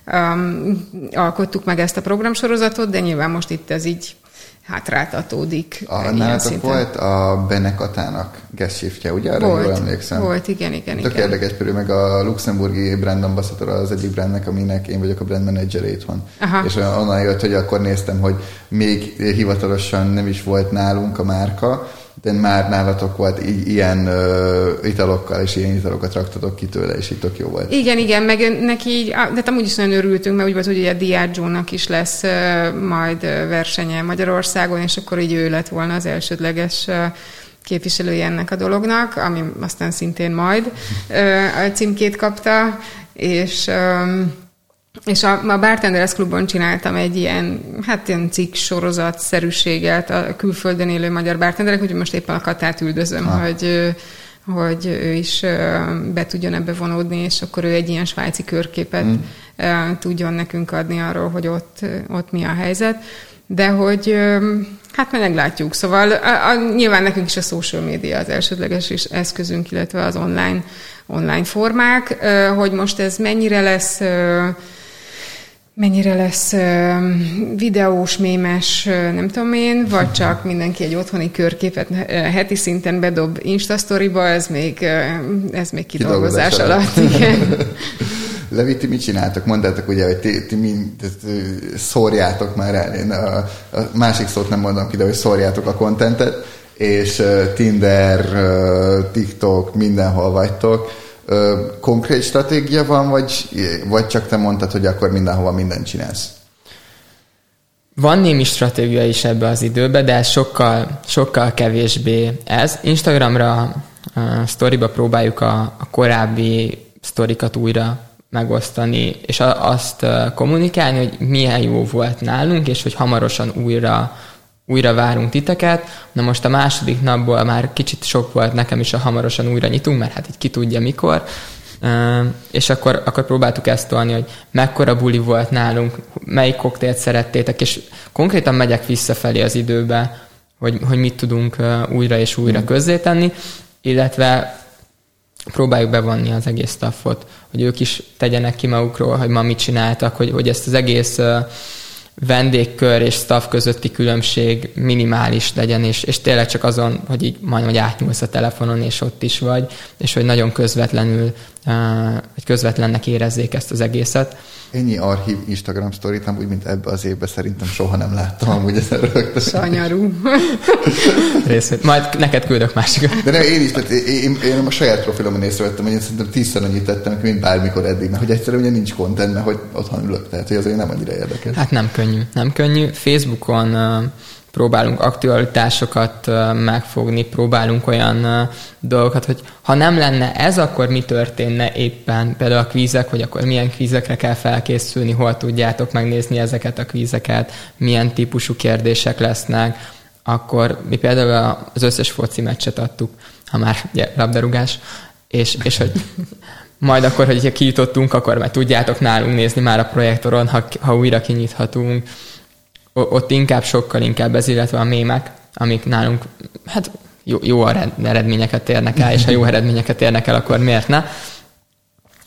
um, alkottuk meg ezt a programsorozatot, de nyilván most itt ez így hátráltatódik.
Nálatok volt a Benekatának guest shiftje, ugye? Arra
volt,
jól emlékszem.
Volt, igen, igen.
Tök
igen.
érdekes, például meg a luxemburgi brand ambassador az egyik brandnek, aminek én vagyok a brand manager itthon. Aha. És onnan jött, hogy akkor néztem, hogy még hivatalosan nem is volt nálunk a márka, de már nálatok volt így, ilyen uh, italokkal, és ilyen italokat raktatok ki tőle, és így tök jó volt.
Igen, igen, meg neki így, de amúgy is nagyon örültünk, mert úgy volt, hogy a Diageo-nak is lesz uh, majd versenye Magyarországon, és akkor így ő lett volna az elsődleges uh, képviselője ennek a dolognak, ami aztán szintén majd uh, a címkét kapta, és... Um, És a, a Bartenders Klubon csináltam egy ilyen, hát ilyen cikk sorozatszerűséget a külföldön élő magyar bartenderek, úgyhogy most éppen a Katát üldözöm, ah. hogy, hogy ő is be tudjon ebbe vonódni, és akkor ő egy ilyen svájci körképet mm. tudjon nekünk adni arról, hogy ott, ott mi a helyzet. De hogy hát meglátjuk. Szóval a, a, nyilván nekünk is a social media az elsődleges eszközünk, illetve az online, online formák, hogy most ez mennyire lesz... mennyire lesz uh, videós, mémes, uh, nem tudom én, vagy csak mindenki egy otthoni körképet uh, heti szinten bedob Instastoryba, ez még, uh, ez még kidolgozás, kidolgozás alatt. Igen.
Levi, ti mit csináltok? Mondtátok ugye, hogy ti, ti mind, szórjátok már el. Én a, a másik szót nem mondom ki, de hogy szórjátok a kontentet, és uh, Tinder, uh, TikTok, mindenhol vagytok. Konkrét stratégia van, vagy, vagy csak te mondtad, hogy akkor mindenhova mindent csinálsz?
Van némi stratégia is ebbe az időbe, de ez sokkal, sokkal kevésbé ez. Instagramra, a sztoriba próbáljuk a, a korábbi sztorikat újra megosztani, és azt kommunikálni, hogy milyen jó volt nálunk, és hogy hamarosan újra újra várunk titeket. Na most a második napból már kicsit sok volt nekem is, a hamarosan újra nyitunk, mert hát így ki tudja mikor. Uh, és akkor, akkor próbáltuk ezt tolni, hogy mekkora buli volt nálunk, melyik koktélt szerettétek, és konkrétan megyek visszafelé az időbe, hogy, hogy mit tudunk uh, újra és újra mm. közzétenni, illetve próbáljuk bevonni az egész staffot, hogy ők is tegyenek ki magukról, hogy ma mit csináltak, hogy, hogy ezt az egész uh, vendégkör és staff közötti különbség minimális legyen, és, és tényleg csak azon, hogy így majdnem, hogy átnyúlsz a telefonon, és ott is vagy, és hogy nagyon közvetlenül, hogy közvetlennek érezzék ezt az egészet.
Ennyi archív Instagram sztorit, úgy, mint ebbe az évben szerintem soha nem láttam, amúgy ezen rögtön.
Sanyarú.
Részét. Majd neked küldök másikat.
De nem, én is, tehát én, én a saját profilomon észrevettem, hogy én szerintem tízszer annyit tettem, mint bármikor eddig, mert hogy egyszerűen ugye nincs content, mert hogy otthon ülök, tehát hogy azért nem annyira érdekes.
Hát nem könnyű, nem könnyű. Facebookon uh, próbálunk aktualitásokat uh, megfogni, próbálunk olyan uh, dolgokat, hogy ha nem lenne ez, akkor mi történne éppen? Például a kvízek, hogy akkor milyen kvízekre kell felkészülni, hol tudjátok megnézni ezeket a kvízeket, milyen típusú kérdések lesznek. Akkor mi például az összes foci meccset adtuk, ha már ugye, labdarúgás, és, és hogy majd akkor, hogy kijutottunk, akkor már tudjátok nálunk nézni már a projektoron, ha, ha újra kinyithatunk. Ott inkább, sokkal inkább ez, illetve a mémek, amik nálunk hát jó, jó eredményeket érnek el, és ha jó eredményeket érnek el, akkor miért ne?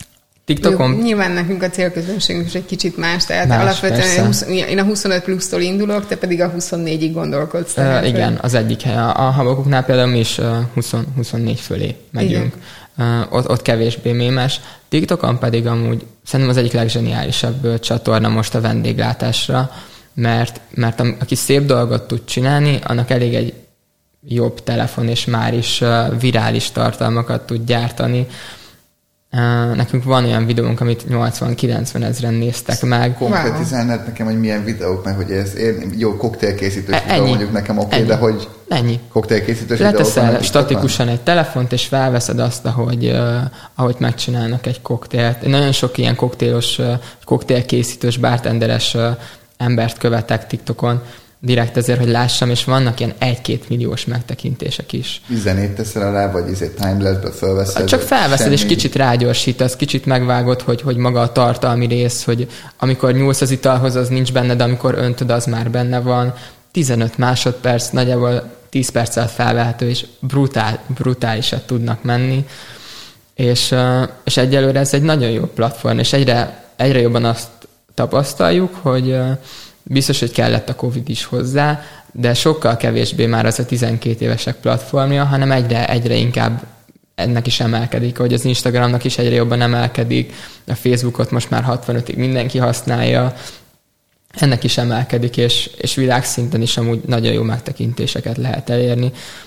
TikTokon...
Jó, nyilván nekünk a célközönségünk is egy kicsit más, tehát
más,
alapvetően húsz, én a huszonöt plusztól indulok, te pedig a huszonnégyig gondolkodsz.
Uh, igen, hogy... az egyik hely. A, a Habakuknál például mi is uh, húsz, huszonnégy fölé megyünk. Uh, ott, ott kevésbé mémes. TikTokon pedig amúgy szerintem az egyik legzseniálisabb uh, csatorna most a vendéglátásra, mert, mert a, aki szép dolgot tud csinálni, annak elég egy jobb telefon, és már is uh, virális tartalmakat tud gyártani. Uh, nekünk van olyan videónk, amit nyolcvan-kilencven ezren néztek meg.
Konkrétizálnád wow. nekem, hogy milyen videók, mert hogy ez én, jó koktélkészítős
e-
videó, mondjuk nekem oké, okay, de hogy
ennyi.
Koktélkészítős videók.
Leteszel statikusan egy telefont, és felveszed azt, ahogy, uh, ahogy megcsinálnak egy koktélt. Én nagyon sok ilyen koktélos, uh, koktélkészítős, bartenderes uh, embert követek TikTokon, direkt ezért, hogy lássam, és vannak ilyen egy-két milliós megtekintések is.
Zenét teszel alá, vagy izé timelapse-ből felveszed?
Csak felveszed, semmi... és kicsit rágyorsítasz, kicsit megvágod, hogy, hogy maga a tartalmi rész, hogy amikor nyúlsz az italhoz, az nincs benne, de amikor öntöd, az már benne van. tizenöt másodperc, nagyjából tíz perc alatt felvehető, és brutál, brutálisat tudnak menni. És, és egyelőre ez egy nagyon jó platform, és egyre, egyre jobban azt tapasztaljuk, hogy biztos, hogy kellett a Covid is hozzá, de sokkal kevésbé már az a tizenkét évesek platformja, hanem egyre, egyre inkább ennek is emelkedik, hogy az Instagramnak is egyre jobban emelkedik, a Facebookot most már hatvanötig mindenki használja, ennek is emelkedik, és, és világszinten is amúgy nagyon jó megtekintéseket lehet elérni.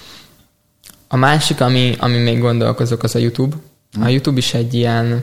A másik, ami, ami még gondolkozok, az a YouTube. A YouTube is egy ilyen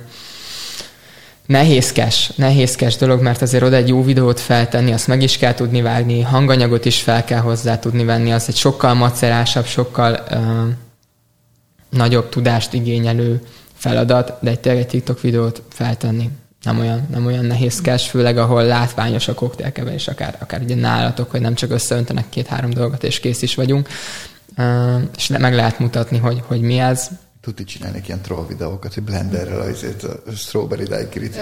Nehézkes, nehézkes dolog, mert azért oda egy jó videót feltenni, azt meg is kell tudni vágni, hanganyagot is fel kell hozzá tudni venni, az egy sokkal macerásabb, sokkal uh, nagyobb tudást igényelő feladat, de egy tényleg egy TikTok videót feltenni nem olyan, nem olyan nehézkes, főleg ahol látványos a koktélkeverés, akár, akár ugye nálatok, hogy nem csak összeöntenek két-három dolgot, és kész is vagyunk, uh, és meg lehet mutatni, hogy, hogy mi ez.
Tudni csinálni ilyen troll videókat, hogy blenderrel azért a strawberry daiquirit.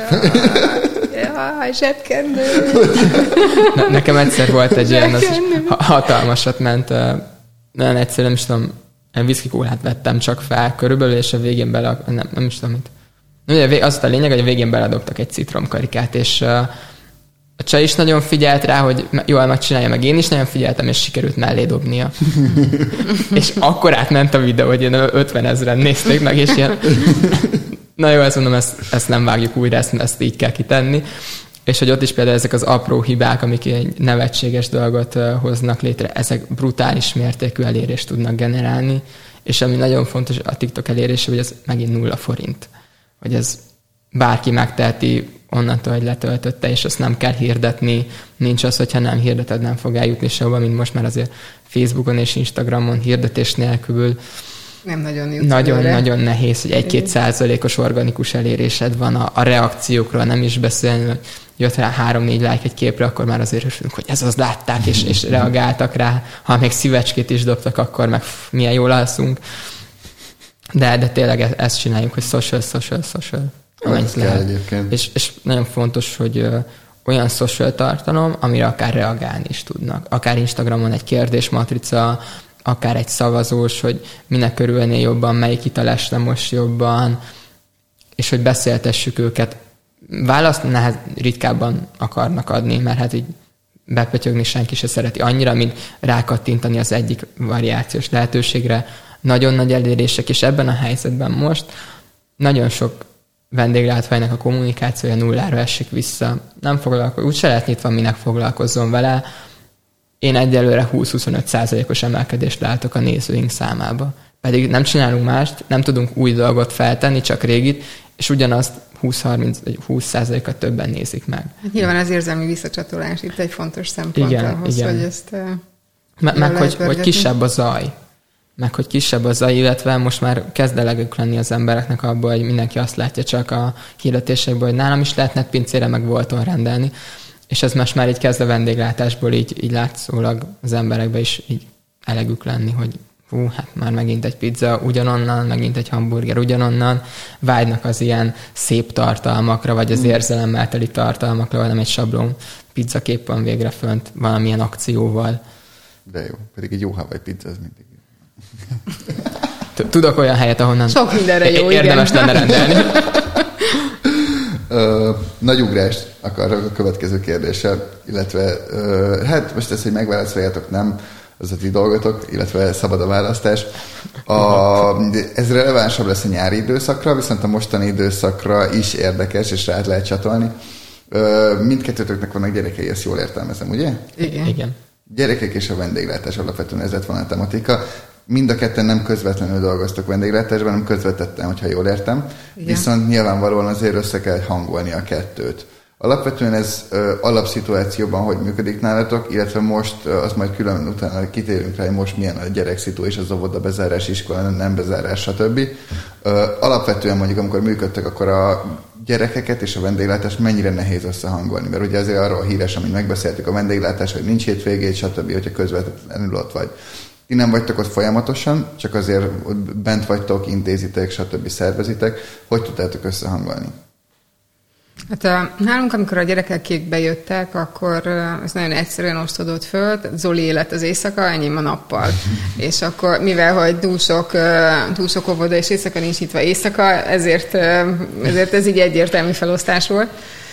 Jaj, zsebkendő.
Ne, nekem egyszer volt egy ilyen, az hatalmasat ment. Nagyon egyszerűen, nem is tudom, whisky kólát vettem csak fel körülbelül, és a végén bele, nem, nem is tudom mit. Ugye az a lényeg, hogy a végén beledobtak egy citromkarikát, és a csaj is nagyon figyelt rá, hogy jól megcsinálja, meg én is nagyon figyeltem, és sikerült mellé dobnia. És akkor átment a videó, hogy ilyen ötven ezeren nézték meg, és ilyen... Na jó, azt mondom, ezt, ezt nem vágjuk újra, ezt, ezt így kell kitenni. És hogy ott is például ezek az apró hibák, amik egy nevetséges dolgot hoznak létre, ezek brutális mértékű elérést tudnak generálni, és ami nagyon fontos a TikTok elérése, hogy ez megint nulla forint. Hogy ez bárki megteheti onnantól, hogy letöltötte, és azt nem kell hirdetni. Nincs az, hogyha nem hirdeted, nem fog eljutni sehova, mint most már azért Facebookon és Instagramon hirdetés nélkül.
Nem nagyon jut
Nagyon-nagyon nehéz, hogy egy-két százalékos organikus elérésed van a, a reakciókról, nem is beszélni, hogy jött rá három-négy like egy képre, akkor már azért örülünk, hogy ez az látták, és, és reagáltak rá. Ha még szívecskét is dobtak, akkor meg pff, milyen jól alszunk. De, de tényleg ezt, ezt csináljuk, hogy social, social, social. És, és nagyon fontos, hogy ö, olyan social tartalom, amire akár reagálni is tudnak. Akár Instagramon egy kérdésmatrica, akár egy szavazós, hogy minek örülnél jobban, melyik ital esne most jobban, és hogy beszéltessük őket. Választ nehez, ritkábban akarnak adni, mert hát így bepötyögni senki se szereti annyira, mint rákattintani az egyik variációs lehetőségre. Nagyon nagy elérések, és ebben a helyzetben most nagyon sok vendéglátványnak a kommunikációja nullára esik vissza. Nem foglalkozik, úgyse lehet nyitva, minek foglalkozzon vele. Én egyelőre húsz-huszonöt százalékos emelkedést látok a nézőink számába. Pedig nem csinálunk mást, nem tudunk új dolgot feltenni, csak régit, és ugyanazt húsz-harminc-húsz százalékkal többen nézik meg.
Hát nyilván az érzelmi visszacsatolás itt egy fontos szempont
igen,
ahhoz,
igen.
hogy ezt
Me- meg hogy, hogy kisebb a zaj. Meg hogy kisebb a zaj, illetve most már kezd elegük lenni az embereknek abból, hogy mindenki azt látja csak a hirdetésekből, hogy nálam is lehet netpincére meg Volton rendelni. És ez most már így kezd a vendéglátásból így, így látszólag az emberekbe is így elegük lenni, hogy hú, hát már megint egy pizza ugyanonnan, megint egy hamburger ugyanonnan, vágynak az ilyen szép tartalmakra, vagy az érzelemmel teli tartalmakra, vagy nem egy sablon pizzakép van végre fönt valamilyen akcióval.
De jó, pedig egy jó Hawaii pizza az mindig.
Tudok olyan helyet, ahonnan
sok mindenre jó,
érdemes
igen.
lenne rendelni.
Ö, nagy ugrást akarok a következő kérdéssel, illetve ö, hát most ezt, hogy megválaszoljátok, nem, az a ti dolgotok, illetve szabad a választás. A, ez relevánsabb lesz a nyári időszakra, viszont a mostani időszakra is érdekes, és rá lehet csatolni. Ö, mindkettőtöknek vannak gyerekei, ezt jól értelmezem, ugye?
Igen. Igen.
Gyerekek és a vendéglátás alapvetően ez lett volna a tematika. Mind a ketten nem közvetlenül dolgoztak vendéglátásban, hanem közvetetten, hogyha jól értem. Igen. Viszont nyilvánvalóan azért össze kell hangolni a kettőt. Alapvetően ez ö, alapszituációban hogy működik nálatok, illetve most ö, azt majd külön utána kitérünk rá, hogy most milyen a gyerekszitu és az óvoda bezárás, iskola nem bezárás, stb. Ö, alapvetően mondjuk, amikor működtek, akkor a gyerekeket és a vendéglátást mennyire nehéz összehangolni, mert ugye azért arról híres, amit megbeszéltük, a vendéglátás, hogy nincs hétvégét, stb., hogyha közvetlenül ott vagy. Ti nem vagytok ott folyamatosan, csak azért bent vagytok, intézitek, stb. Szervezitek. Hogy tudtátok összehangolni?
Hát a, nálunk, amikor a gyerekek képbe jöttek, akkor ez nagyon egyszerűen osztodott föl. Zoli élet az éjszaka, enyém a nappal. És akkor, mivel hogy túl sok, túl sok óvoda és éjszaka nincs nyitva éjszaka, ezért, ezért ez így egyértelmű felosztás volt.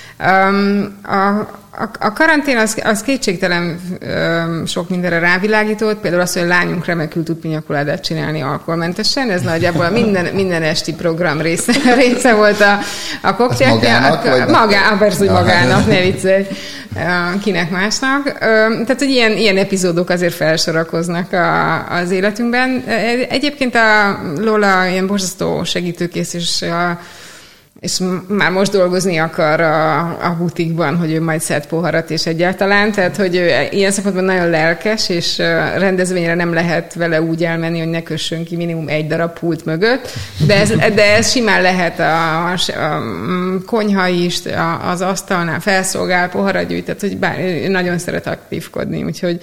Um, a, a, a karantén az, az kétségtelen um, sok mindenre rávilágított, például az, hogy a lányunk remekül tud pinyakoládát csinálni alkoholmentesen, ez nagyjából a minden, minden esti program része, része volt a, a koktél.
Magának?
A, magá, persze, hogy magának, ne viccelj, kinek másnak. Um, tehát, hogy ilyen, ilyen epizódok azért felsorakoznak a, az életünkben. Egyébként a Lola ilyen borzasztó segítőkész, és a és már most dolgozni akar a, a butikban, hogy ő majd szed poharat és egyáltalán, tehát hogy ő ilyen szempontból nagyon lelkes, és rendezvényre nem lehet vele úgy elmenni, hogy ne kössön ki minimum egy darab pult mögött, de ez, de ez simán lehet a, a, a konyha is, a, az asztalnál felszolgál, poharat gyűjt, tehát hogy bár, nagyon szeret aktívkodni, úgyhogy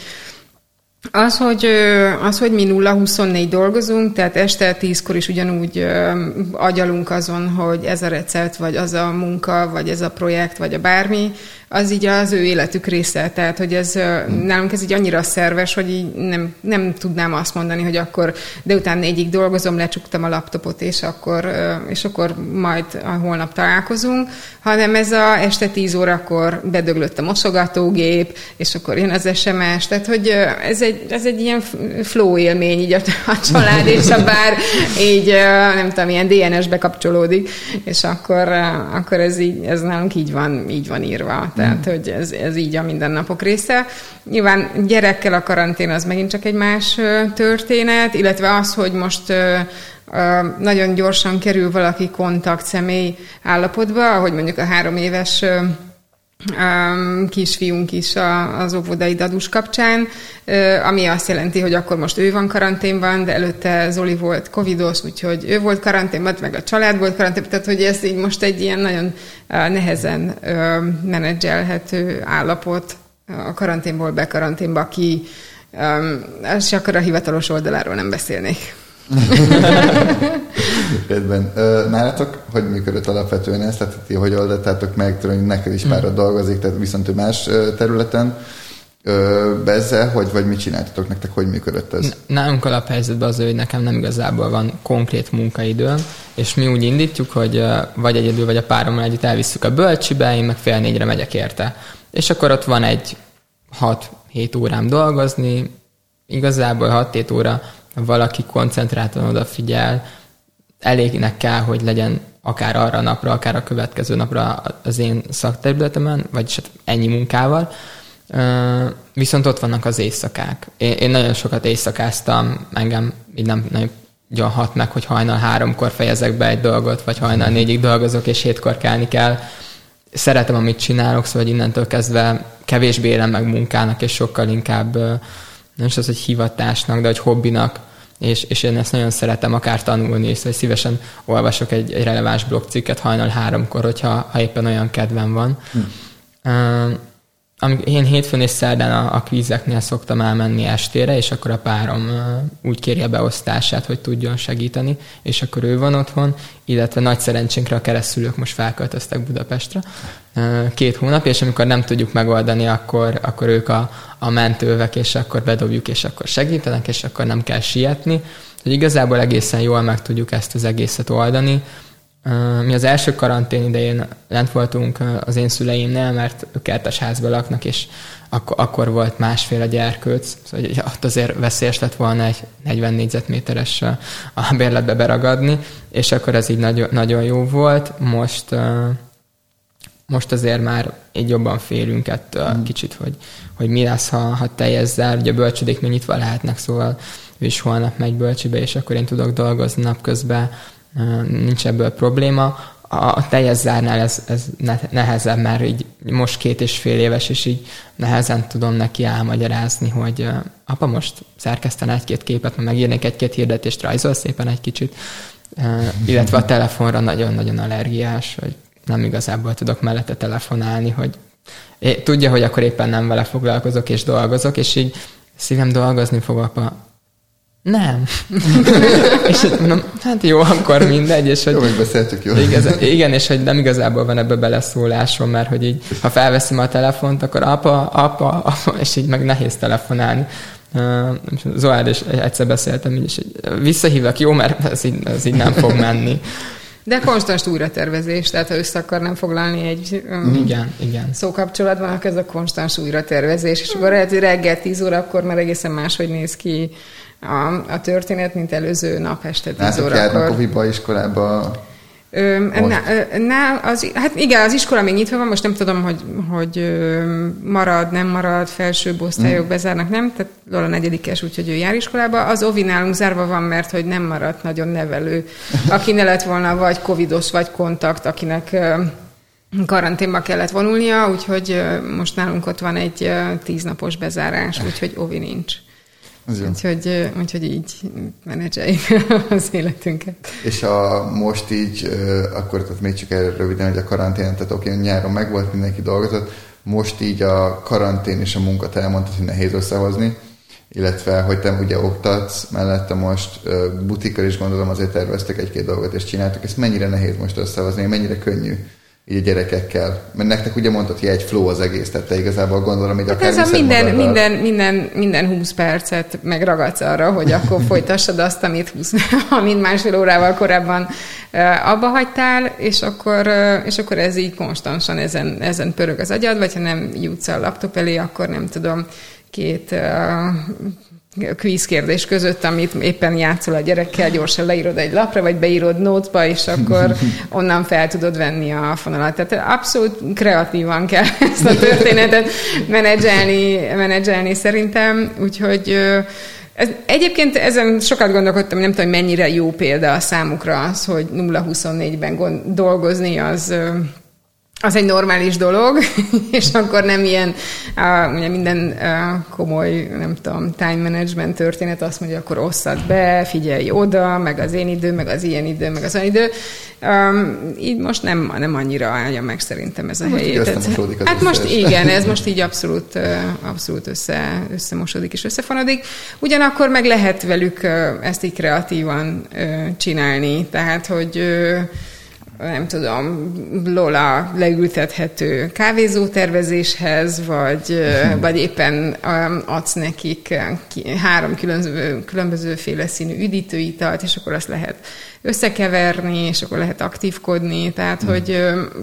Az, hogy, az, hogy mi nulla huszonnégy dolgozunk, tehát este tízkor is ugyanúgy agyalunk azon, hogy ez a recept, vagy az a munka, vagy ez a projekt, vagy a bármi, az így az ő életük része. Tehát, hogy ez nálunk ez így annyira szerves, hogy így nem, nem tudnám azt mondani, hogy akkor délután négyig dolgozom, lecsuktam a laptopot, és akkor, és akkor majd a holnap találkozunk, hanem ez a este tíz órakor bedöglött a mosogatógép, és akkor jön az es em es, tehát, hogy ez egy, ez egy ilyen flow élmény, így a, a család és a bár így, nem tudom, ilyen dé en es-be kapcsolódik, és akkor, akkor ez, így, ez nálunk így van, így van írva. Tehát, hogy ez, ez így a mindennapok része. Nyilván gyerekkel a karantén az megint csak egy más történet, illetve az, hogy most nagyon gyorsan kerül valaki kontakt személy állapotba, ahogy mondjuk a három éves kisfiunk is az óvodai dadus kapcsán, ami azt jelenti, hogy akkor most ő van karanténban, de előtte Zoli volt covidos, úgyhogy ő volt karanténban, meg a család volt karanténban, tehát hogy ez így most egy ilyen nagyon nehezen menedzselhető állapot a karanténból be karanténba ki, és akkor a hivatalos oldaláról nem beszélnék.
Rendben. Nálatok hogy működött alapvetően ez? Tehát ti hogy oldottátok meg, tudom, hogy neked is párod mm. dolgozik, tehát viszont ő más területen. Ezzel, hogy vagy mit csináltatok, nektek hogy működött ez?
Nálunk alaphelyzetben az, hogy nekem nem igazából van konkrét munkaidőm, és mi úgy indítjuk, hogy vagy egyedül, vagy a párommal együtt elvisszük a bölcsibe, én meg fél négyre megyek érte. És akkor ott van egy hat-hét órám dolgozni, igazából hat-hét óra valaki koncentráltan odafigyel, elégnek kell, hogy legyen akár arra a napra, akár a következő napra az én szakterületemen, vagyis hát ennyi munkával. Viszont ott vannak az éjszakák. Én, én nagyon sokat éjszakáztam, engem így nem nagyon hat meg, hogy hajnal háromkor fejezek be egy dolgot, vagy hajnal négyig dolgozok, és hétkor kelni kell. Szeretem, amit csinálok, szóval innentől kezdve kevésbé élem meg munkának, és sokkal inkább nem is az, hogy hivatásnak, de hogy hobbinak, és, és én ezt nagyon szeretem akár tanulni, és szóval szívesen olvasok egy, egy releváns blogcikket hajnal háromkor, hogyha ha éppen olyan kedvem van. Hm. Uh, én hétfőn és szerdán a, a kvízeknél szoktam elmenni estére, és akkor a párom uh, úgy kéri a beosztását, hogy tudjon segíteni, és akkor ő van otthon, illetve nagy szerencsénkre a keresztszülők most felköltöztek Budapestre uh, két hónap, és amikor nem tudjuk megoldani, akkor, akkor ők a, a mentővek, és akkor bedobjuk, és akkor segítenek, és akkor nem kell sietni. Hogy igazából egészen jól meg tudjuk ezt az egészet oldani. Mi az első karantén idején lent voltunk az én szüleimnél, mert ők kertes házban laknak, és akkor, akkor volt másfél a gyerkőc, szóval ott azért veszélyes lett volna egy negyven négyzetméteres a bérletbe beragadni, és akkor ez így nagyon, nagyon jó volt. Most, most azért már így jobban félünk ettől mm. kicsit, hogy, hogy mi lesz, ha, ha teljes zár. Ugye a bölcsödék még nyitva lehetnek, szóval ő is holnap megy bölcsibe, és akkor én tudok dolgozni napközben, nincs ebből probléma. A teljes zárnál ez, ez nehezebb, mert így most két és fél éves, és így nehezen tudom neki elmagyarázni, hogy apa, most szerkeszten egy-két képet, megírnék egy-két hirdetést, rajzol szépen egy kicsit, illetve a telefonra nagyon-nagyon allergiás, hogy nem igazából tudok mellette telefonálni, hogy é, tudja, hogy akkor éppen nem vele foglalkozok és dolgozok, és így szívem dolgozni fog, apa. Nem. És mondom, hát jó, akkor mindegy. És hogy
jó, megbeszéltük, jó.
Igaz, igen, és hogy nem igazából van ebbe beleszólásom, mert hogy így, ha felveszem a telefont, akkor apa, apa, apa, és így meg nehéz telefonálni. Zoád is egyszer beszéltem, így, és visszahívlak, jó, mert ez így, ez így nem fog menni.
De konstans újratervezés, tehát ha össze akarnám foglalni egy um,
igen, igen.
szókapcsolatban, akkor ez a konstans újratervezés, és akkor lehet, hogy reggel tíz órakor már egészen máshogy néz ki a, a történet, mint előző nap este tíz órakor.
Járnak oviba, iskolába?
Ö, na, na, az, hát igen, az iskola még nyitva van, most nem tudom, hogy, hogy marad, nem marad, felsőbb osztályok mm. bezárnak, nem? Tehát Lola negyedikes, úgyhogy ő jár iskolába. Az ovi nálunk zárva van, mert hogy nem maradt nagyon nevelő, aki ne lett volna vagy covidos, vagy kontakt, akinek karanténba kellett vonulnia, úgyhogy most nálunk ott van egy tíznapos bezárás, úgyhogy ovi nincs. Úgyhogy, úgyhogy így menedzseljük az életünket.
És a, most így, akkor tehát még csak erre röviden, hogy a karantén, tehát oké, nyáron megvolt, mindenki dolgozott, most így a karantén és a munkat elmondtad, hogy nehéz összehozni, illetve, hogy te ugye oktatsz, mellette most butikkal is gondolom azért terveztek egy-két dolgot és csináltak, ezt mennyire nehéz most összehozni, mennyire könnyű így a gyerekekkel? Mert nektek ugye mondtad, hogy egy flow az egész, tehát te igazából gondolom, hogy
hát
akár
ez a minden, minden, minden, minden húsz percet megragadsz arra, hogy akkor folytassad azt, amit, húsz, amit másfél órával korábban uh, abba hagytál, és akkor, uh, és akkor ez így konstansan ezen, ezen pörög az agyad, vagy ha nem jutsz a laptop elé, akkor nem tudom, két uh, kvíz kérdés között, amit éppen játszol a gyerekkel, gyorsan leírod egy lapra, vagy beírod notesba, és akkor onnan fel tudod venni a fonalat. Tehát abszolút kreatívan kell ezt a történetet menedzselni, menedzselni szerintem, úgyhogy ez, egyébként ezen sokat gondolkodtam, nem tudom, mennyire jó példa a számukra az, hogy nulla huszonnégyben dolgozni, az az egy normális dolog, és akkor nem ilyen uh, ugye minden uh, komoly, nem tudom, time management történet azt mondja, akkor osszad be, figyelj oda, meg az én idő, meg az ilyen idő, meg az olyan idő. Um, így most nem, nem annyira állja meg szerintem ez a
most
helyét.
Az
hát most igen, ez most így abszolút, uh, abszolút össze, összemosodik és összefonodik. Ugyanakkor meg lehet velük uh, ezt így kreatívan uh, csinálni, tehát hogy uh, nem tudom, Lola leültethető kávézótervezéshez, vagy, vagy éppen adsz nekik három különböző, különbözőféle színű üdítőitalt, és akkor azt lehet összekeverni, és akkor lehet aktívkodni, tehát, hmm. hogy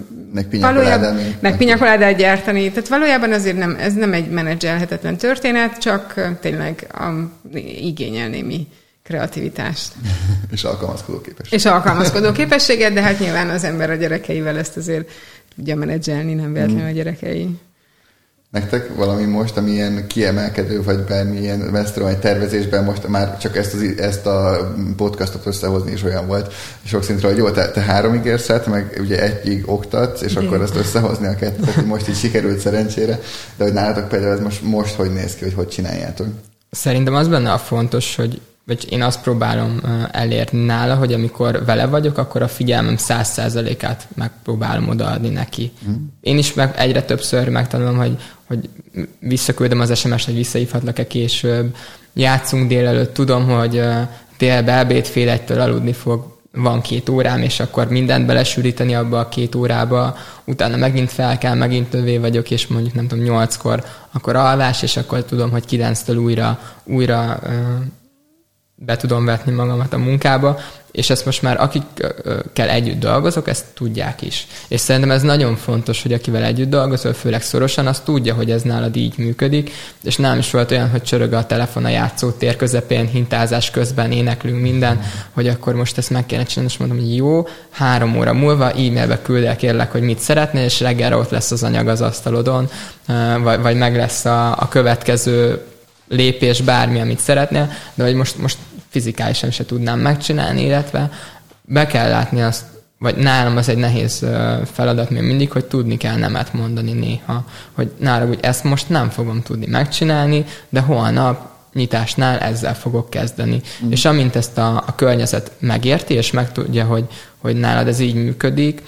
meg pinyakoládát gyártani, tehát valójában azért nem, ez nem egy menedzselhetetlen történet, csak tényleg um, igényel némi kreativitást.
És alkalmazkodó képességet.
És alkalmazkodó képességet, de hát nyilván az ember a gyerekeivel ezt azért tudja menedzselni, nem véletlenül a gyerekei.
Nektek valami most, ami ilyen kiemelkedő, vagy bármilyen mesztelen tervezésben most már csak ezt, az, ezt a podcastot összehozni is olyan volt sok szintről, hogy jó, te, te háromig érsz át, meg ugye egyig oktatsz, és igen. Akkor ezt összehozni a kettőt, hogy most így sikerült szerencsére, de hogy nálatok például ez most, most hogy néz ki, hogy hogy csináljátok? Szerintem az benne a fontos, hogy vagy én azt próbálom elérni nála, hogy amikor vele vagyok, akkor a figyelmem száz százalékát megpróbálom odaadni neki. Mm. Én is meg egyre többször megtanulom, hogy, hogy visszaküldöm az es em es-t, hogy visszahívhatlak-e később. Játszunk délelőtt, tudom, hogy délbe ebéd fél egytől aludni fog, van két órám, és akkor mindent belesűríteni abba a két órába, utána megint fel kell, megint tövé vagyok, és mondjuk nem tudom, nyolckor akkor alvás, és akkor tudom, hogy kilenctől újra, újra
be tudom vetni magamat a munkába, és ezt most már akikkel együtt dolgozok, ezt tudják is. És szerintem ez nagyon fontos, hogy akivel együtt dolgozol, főleg szorosan, az tudja, hogy ez nálad így működik, és nálam is volt olyan, hogy csörög a telefon a játszótér közepén, hintázás közben éneklünk minden, hogy akkor most ezt meg kéne csinálni, és mondom, hogy jó, három óra múlva e-mailbe küldel kérlek, hogy mit szeretnél, és reggelre ott lesz az anyag az asztalodon, vagy, vagy meg lesz a, a következő lépés, bármi, amit szeretnél, de hogy most, most fizikálisan se tudnám megcsinálni, illetve be kell látni azt, vagy nálam az egy nehéz feladat még mindig, hogy tudni kell nemet mondani néha, hogy nálam úgy ezt most nem fogom tudni megcsinálni, de holnap nyitásnál ezzel fogok kezdeni. Mm. És amint ezt a, a környezet megérti, és megtudja, hogy, hogy nálad ez így működik,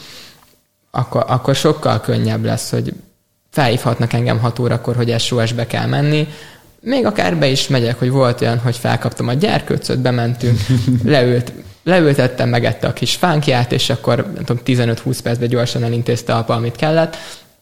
akkor, akkor sokkal könnyebb lesz, hogy felhívhatnak engem hat órakor, hogy es o es-be kell menni, még akár be is megyek, hogy volt olyan, hogy felkaptam a gyerkőcöt, bementünk, leült, leültettem, megette a kis fánkját, és akkor nem tudom, tizenöt-húsz percben gyorsan elintézte apa, amit kellett.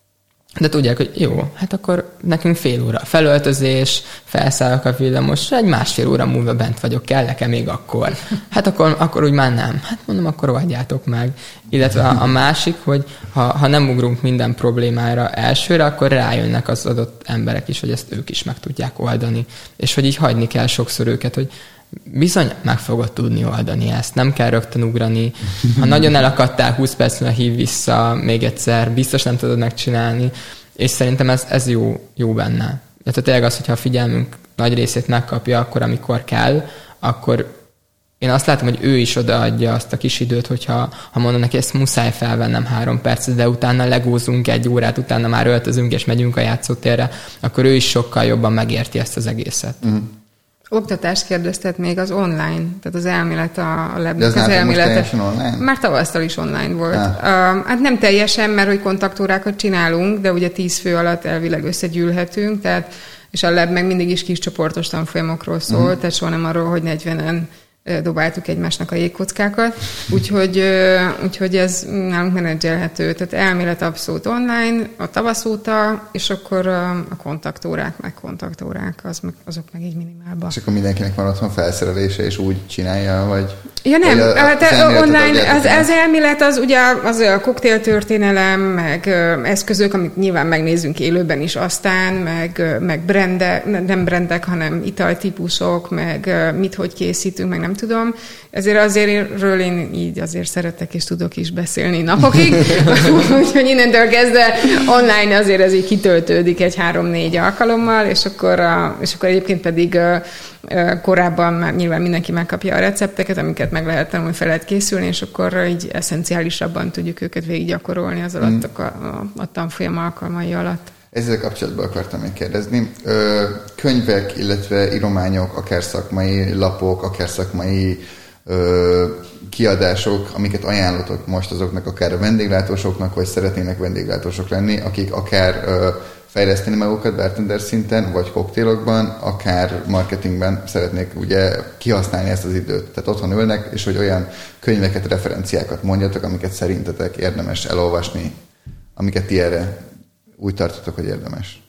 De tudják, hogy jó, hát akkor nekünk fél óra felöltözés, felszállok a villamos, egy másfél óra múlva bent vagyok, kell nekem még akkor. Hát akkor, akkor úgy már nem. Hát mondom, akkor oldjátok meg. Illetve a, a másik, hogy ha, ha nem ugrunk minden problémára elsőre, akkor rájönnek az adott emberek is, hogy ezt ők is meg tudják oldani. És hogy így hagyni kell sokszor őket, hogy bizony meg fogod tudni oldani ezt, nem kell rögtön ugrani. Ha nagyon elakadtál, húsz percre hív vissza még egyszer, biztos nem tudod megcsinálni, és szerintem ez, ez jó, jó benne. Tehát tényleg az, hogyha a figyelmünk nagy részét megkapja akkor, amikor kell, akkor én azt látom, hogy ő is odaadja azt a kis időt, hogyha ha mondom neki, ezt muszáj felvennem három percet, de utána legózunk egy órát, utána már öltözünk és megyünk a játszótérre, akkor ő is sokkal jobban megérti ezt az egészet. Mm.
Oktatást kérdeztet még az online, tehát az elmélet, a labnak az elmélete. Már tavasztal is online volt. Ah. Uh, hát nem teljesen, mert hogy kontaktórákat csinálunk, de ugye tíz fő alatt elvileg összegyűlhetünk, tehát, és a lab meg mindig is kis csoportos tanfolyamokról szól, uh-huh. tehát soha nem arról, hogy negyvenen dobáltuk egymásnak a jégkockákat, úgyhogy, úgyhogy ez nálunk menedzselhető. Tehát elmélet abszolút online, a tavasz óta, és akkor a kontaktórák, meg kontaktórák, az, azok meg így minimálban.
És akkor mindenkinek van otthon felszerelése, és úgy csinálja, vagy...
Ja nem, vagy a, a, az online, az, az elmélet az ugye az a koktéltörténelem, meg eszközök, amit nyilván megnézzünk élőben is aztán, meg, meg brandek, nem brandek, hanem italtípusok, meg mit, hogy készítünk, meg nem nem tudom. Ezért azért én így azért szeretek és tudok is beszélni napokig. Úgyhogy innentől kezdve online azért ez így kitöltődik egy három-négy alkalommal, és akkor, a, és akkor egyébként pedig korábban már nyilván mindenki megkapja a recepteket, amiket meg lehet tanulni, fel lehet készülni, és akkor így eszenciálisabban tudjuk őket végig gyakorolni az alatt a, a, a tanfolyam alkalmai alatt.
Ezzel kapcsolatban akartam még kérdezni. Ö, könyvek, illetve írományok, akár szakmai lapok, akár szakmai ö, kiadások, amiket ajánlotok most azoknak, akár a vendéglátósoknak, vagy szeretnének vendéglátósok lenni, akik akár ö, fejleszteni magukat bartender szinten, vagy koktélokban, akár marketingben szeretnék ugye kihasználni ezt az időt. Tehát otthon ülnek, és hogy olyan könyveket, referenciákat mondjatok, amiket szerintetek érdemes elolvasni, amiket ti erre úgy tartotok, hogy érdemes?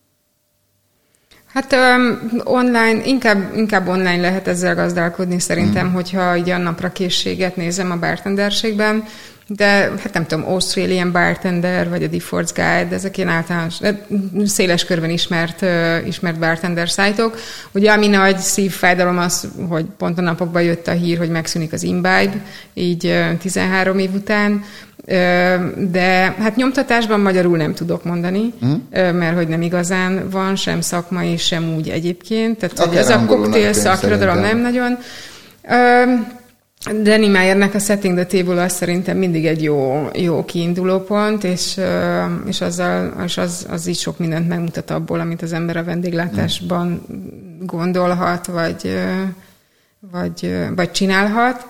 Hát um, online, inkább, inkább online lehet ezzel gazdálkodni szerintem, mm. hogyha így a napra készséget nézem a bartenderségben, de hát nem tudom, Australian Bartender, vagy a Difford's Guide, ezek ilyen általános, széles körben ismert, uh, ismert bartender szájtok. Ugye ami nagy szívfájdalom az, hogy pont a napokban jött a hír, hogy megszűnik az Imbibe, így uh, tizenhárom év után, de hát nyomtatásban magyarul nem tudok mondani, mm. mert hogy nem igazán van, sem szakmai, sem úgy egyébként. Tehát hogy ez a koktél szakirodalom nem nagyon. Danny Meyernek a Setting the Table az szerintem mindig egy jó, jó kiinduló pont, és, és, azzal, és az, az így sok mindent megmutat abból, amit az ember a vendéglátásban mm. gondolhat, vagy, vagy, vagy csinálhat.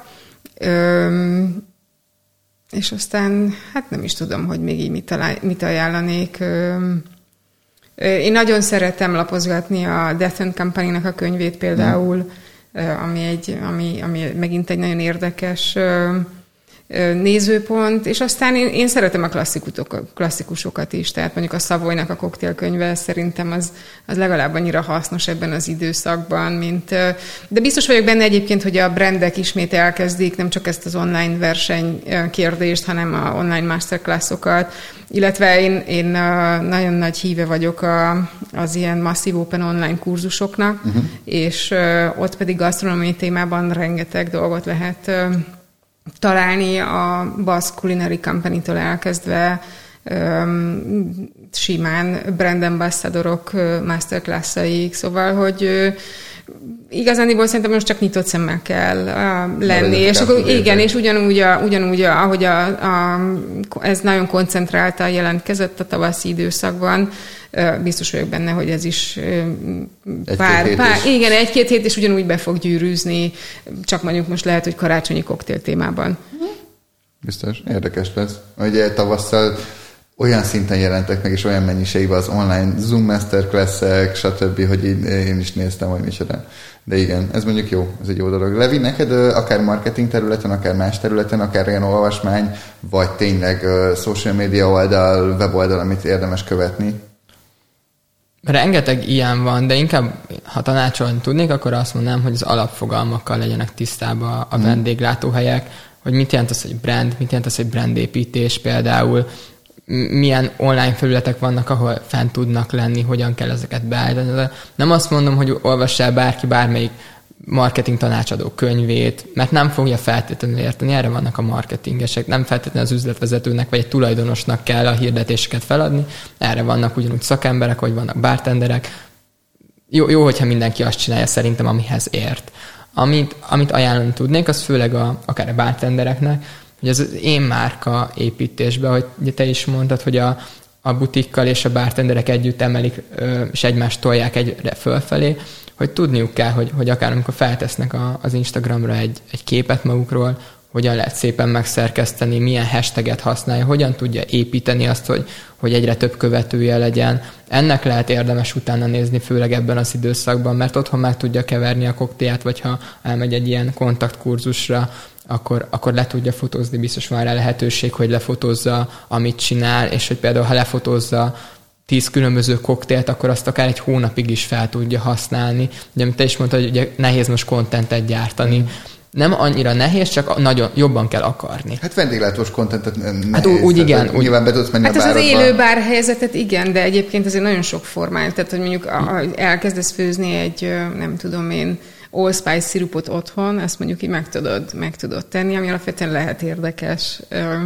És aztán, hát nem is tudom, hogy még így mit, talál, mit ajánlanék. Én nagyon szeretem lapozgatni a Death and Company-nak a könyvét például, ami, egy, ami, ami megint egy nagyon érdekes nézőpont, és aztán én, én szeretem a klasszikusokat is, tehát mondjuk a Savoynak a koktélkönyve szerintem az, az legalább annyira hasznos ebben az időszakban, mint... De biztos vagyok benne egyébként, hogy a brandek ismét elkezdik nem csak ezt az online verseny kérdést, hanem a online masterclassokat, illetve én, én nagyon nagy híve vagyok a, az ilyen masszív open online kurzusoknak, uh-huh. és ott pedig gasztronómiai témában rengeteg dolgot lehet találni a Basque Culinary Company-től elkezdve um, simán brand ambassadorok masterclassaik, szóval, hogy uh, igazániból szerintem most csak nyitott szemmel kell uh, lenni, és akkor igen, és ugyanúgy, a, ugyanúgy a, ahogy a, a, ez nagyon koncentráltan jelentkezett a tavaszi időszakban, uh, biztos vagyok benne, hogy ez is uh, pár, pár, igen, egy-két hét, és ugyanúgy be fog gyűrűzni, csak mondjuk most lehet, hogy karácsonyi koktél témában.
Biztos, érdekes lesz. Ugye tavasszal olyan szinten jelentek meg, és olyan mennyiségben az online Zoom masterclass-ek, stb., hogy én is néztem, hogy micsoda. De igen, ez mondjuk jó, ez egy jó dolog. Levi, neked akár marketing területen, akár más területen, akár ilyen olvasmány, vagy tényleg social media oldal, weboldal, amit érdemes követni?
Rengeteg ilyen van, de inkább, ha tanácsolni tudnék, akkor azt mondanám, hogy az alapfogalmakkal legyenek tisztában a vendéglátóhelyek, hogy mit jelent az, hogy brand, mit jelent az, hogy brandépítés például, milyen online felületek vannak, ahol fent tudnak lenni, hogyan kell ezeket beállítani. Nem azt mondom, hogy olvass el bárki bármelyik marketing tanácsadó könyvét, mert nem fogja feltétlenül érteni, erre vannak a marketingesek, nem feltétlenül az üzletvezetőnek vagy egy tulajdonosnak kell a hirdetéseket feladni, erre vannak ugyanúgy szakemberek, hogy vannak bartenderek. Jó, jó, hogyha mindenki azt csinálja szerintem, amihez ért. Amit, amit ajánlani tudnék, az főleg a, akár a bartendereknek, hogy az én márka építésben, hogy ugye te is mondtad, hogy a, a butikkal és a bartenderek együtt emelik, és egymást tolják egyre fölfelé, hogy tudniuk kell, hogy, hogy akár amikor feltesznek a, az Instagramra egy, egy képet magukról, hogyan lehet szépen megszerkeszteni, milyen hashtaget használja, hogyan tudja építeni azt, hogy, hogy egyre több követője legyen. Ennek lehet érdemes utána nézni, főleg ebben az időszakban, mert otthon meg tudja keverni a koktélját, vagy ha elmegy egy ilyen kontaktkurzusra, akkor, akkor le tudja fotózni, biztos van rá lehetőség, hogy lefotózza, amit csinál, és hogy például, ha lefotózza tíz különböző koktélt, akkor azt akár egy hónapig is fel tudja használni. Ugye, amit te is mondtad, hogy ugye nehéz most contentet gyártani. Mm. Nem annyira nehéz, csak nagyon jobban kell akarni.
Hát vendéglátós kontentet nehéz.
Hát úgy igen. Úgy,
nyilván be tudsz menni
hát
a bárokba.
Hát az élő bár helyzetet igen, de egyébként azért nagyon sok formája. Tehát, hogy mondjuk elkezdesz főzni egy, nem tudom én, allspice szirupot otthon, ezt mondjuk így meg tudod, meg tudod tenni, ami alapvetően lehet érdekes.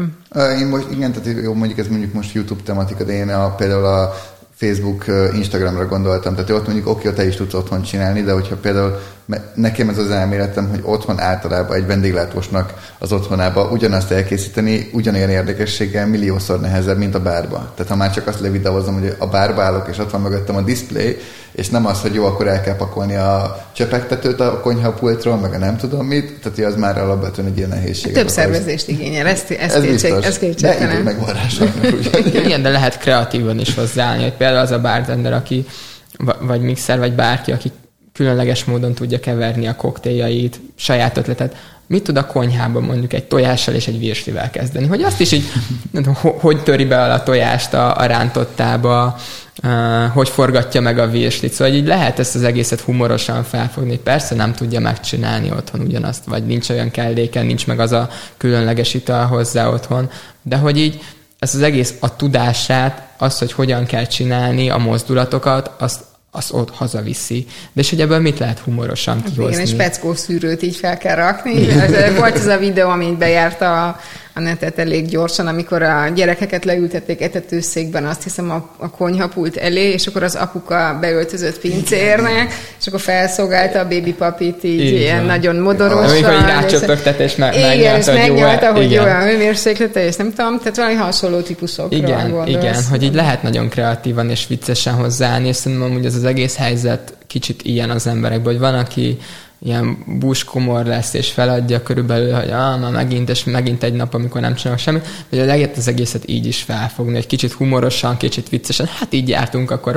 Én most, igen, tehát jó, mondjuk ez mondjuk most YouTube tematika, de én a, például a Facebook, Instagramra gondoltam, tehát ott mondjuk oké, te is tudsz otthon csinálni, de hogyha például nekem ez az elméletem, hogy otthon általában egy vendéglátósnak az otthonába ugyanazt elkészíteni, ugyanolyan érdekességgel milliószor nehezebb, mint a bárba. Tehát ha már csak azt levideózom, hogy a bárba állok, és ott van mögöttem a display, és nem az, hogy jó, akkor el kell pakolni a csepegtetőt a konyhapultról, meg a nem tudom mit, tehát az már alapvetően egy ilyen nehézség.
Több szervezést igényel, ezt, ezt
ez
kétség, ez kétségtelen.
De megvarrásoknak,
igen, de lehet kreatívan is hozzáállni, hogy például az a bartender, aki, vagy mixer, vagy bárki, aki különleges módon tudja keverni a koktéljait, saját ötletet. Mit tud a konyhában mondjuk egy tojással és egy virslivel kezdeni? Hogy azt is így, nem tudom, hogy töri be a tojást a, a rántottába, uh, hogy forgatja meg a virslit. Szóval így lehet ezt az egészet humorosan felfogni. Persze nem tudja megcsinálni otthon ugyanazt, vagy nincs olyan kelléken, nincs meg az a különleges ital hozzá otthon, de hogy így ez az egész a tudását, az, hogy hogyan kell csinálni a mozdulatokat, azt azt ott hazaviszi. De és hogy ebből mit lehet humorosan kihozni?
Igen, egy speckó szűrőt így fel kell rakni. Ez, volt ez a videó, amit bejárta a, a netet elég gyorsan, amikor a gyerekeket leültették etetőszékben, azt hiszem a, a konyhapult elé, és akkor az apuka beöltözött pincérnek, és akkor felszolgálta a baby papit így igen. Ilyen nagyon modorosan.
Amikor így rácsöpögtette, és me- megnyalta,
hogy megnyalta, hogy jó a hőmérséklete, és nem tudom, tehát valami hasonló típusokra
igen,
gondolsz.
Igen, hogy így lehet nagyon kreatívan és viccesen hozzáállni, és szerintem amúgy ez az egész helyzet kicsit ilyen az emberekben, hogy van, aki ilyen buskomor lesz, és feladja körülbelül, hogy ah, már megint, és megint egy nap, amikor nem csinálok semmit, vagy lehet az egészet így is felfogni, hogy kicsit humorosan, kicsit viccesen, hát így jártunk, akkor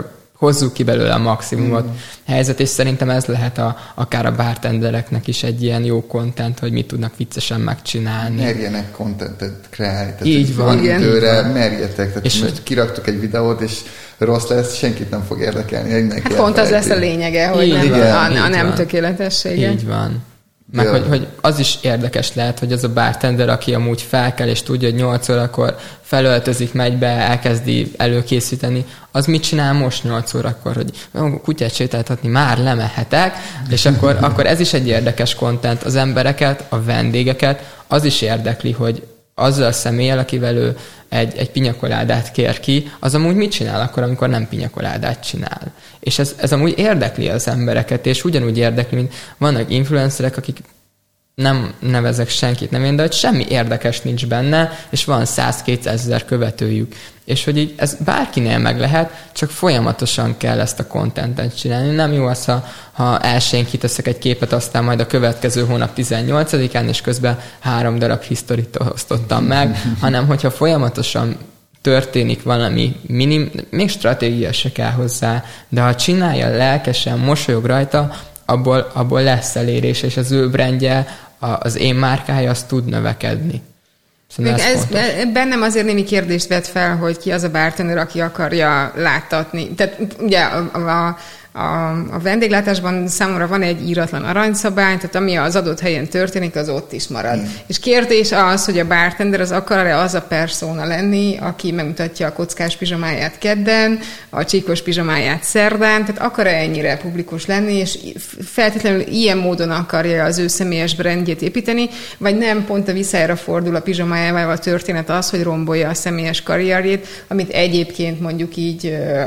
hozzuk ki belőle a maximumot. Mm. Helyzet, és szerintem ez lehet a, akár a bartendereknek is egy ilyen jó content, hogy mit tudnak viccesen megcsinálni.
Merjenek contentet kreálni. Tehát
így van.
Van időre, merjetek. Tehát és most kiraktok egy videót, és rossz lesz, senkit nem fog érdekelni.
Hát pont az lesz a lényege, hogy
így
nem,
van,
a, a nem tökéletessége.
Így van. Meg hogy, hogy az is érdekes lehet, hogy az a bartender, aki amúgy felkel, és tudja, hogy nyolc órakor felöltözik, megy be, elkezdi előkészíteni, az mit csinál most nyolc órakor, hogy kutyát sétáltatni már lemehetek, és akkor, akkor ez is egy érdekes content. Az embereket, a vendégeket az is érdekli, hogy azzal a személlyel, akivel ő egy, egy pinyakoládát kér ki, az amúgy mit csinál akkor, amikor nem pinyakoládát csinál. És ez, ez amúgy érdekli az embereket, és ugyanúgy érdekli, mint vannak influencerek, akik nem nevezek senkit, nem én, de hogy semmi érdekes nincs benne, és van száz-kétszázezer követőjük. És hogy így ez bárkinél meg lehet, csak folyamatosan kell ezt a contentet csinálni. Nem jó az, ha, ha elsőn kiteszek egy képet, aztán majd a következő hónap tizennyolcadikán, és közben három darab historit osztottam meg, hanem hogyha folyamatosan történik valami minim, még stratégia se kell hozzá, de ha csinálja lelkesen, mosolyog rajta, abból, abból lesz elérés, és az ő brandje, az én márkája, az tud növekedni.
Szóval ez, ez bennem azért némi kérdést vet fel, hogy ki az a bartender, aki akarja láttatni. Tehát ugye a, a, a, a vendéglátásban számomra van egy íratlan aranyszabály, tehát ami az adott helyen történik, az ott is marad. Mm. És kérdés az, hogy a bartender az akar-e az a persona lenni, aki megmutatja a kockás pizsamáját kedden, a csíkos pizsamáját szerdán, tehát akar-e ennyire publikus lenni, és feltétlenül ilyen módon akarja az ő személyes brandjét építeni, vagy nem, pont a visszájára fordul a pizsamájával a történet az, hogy rombolja a személyes karrierjét, amit egyébként mondjuk így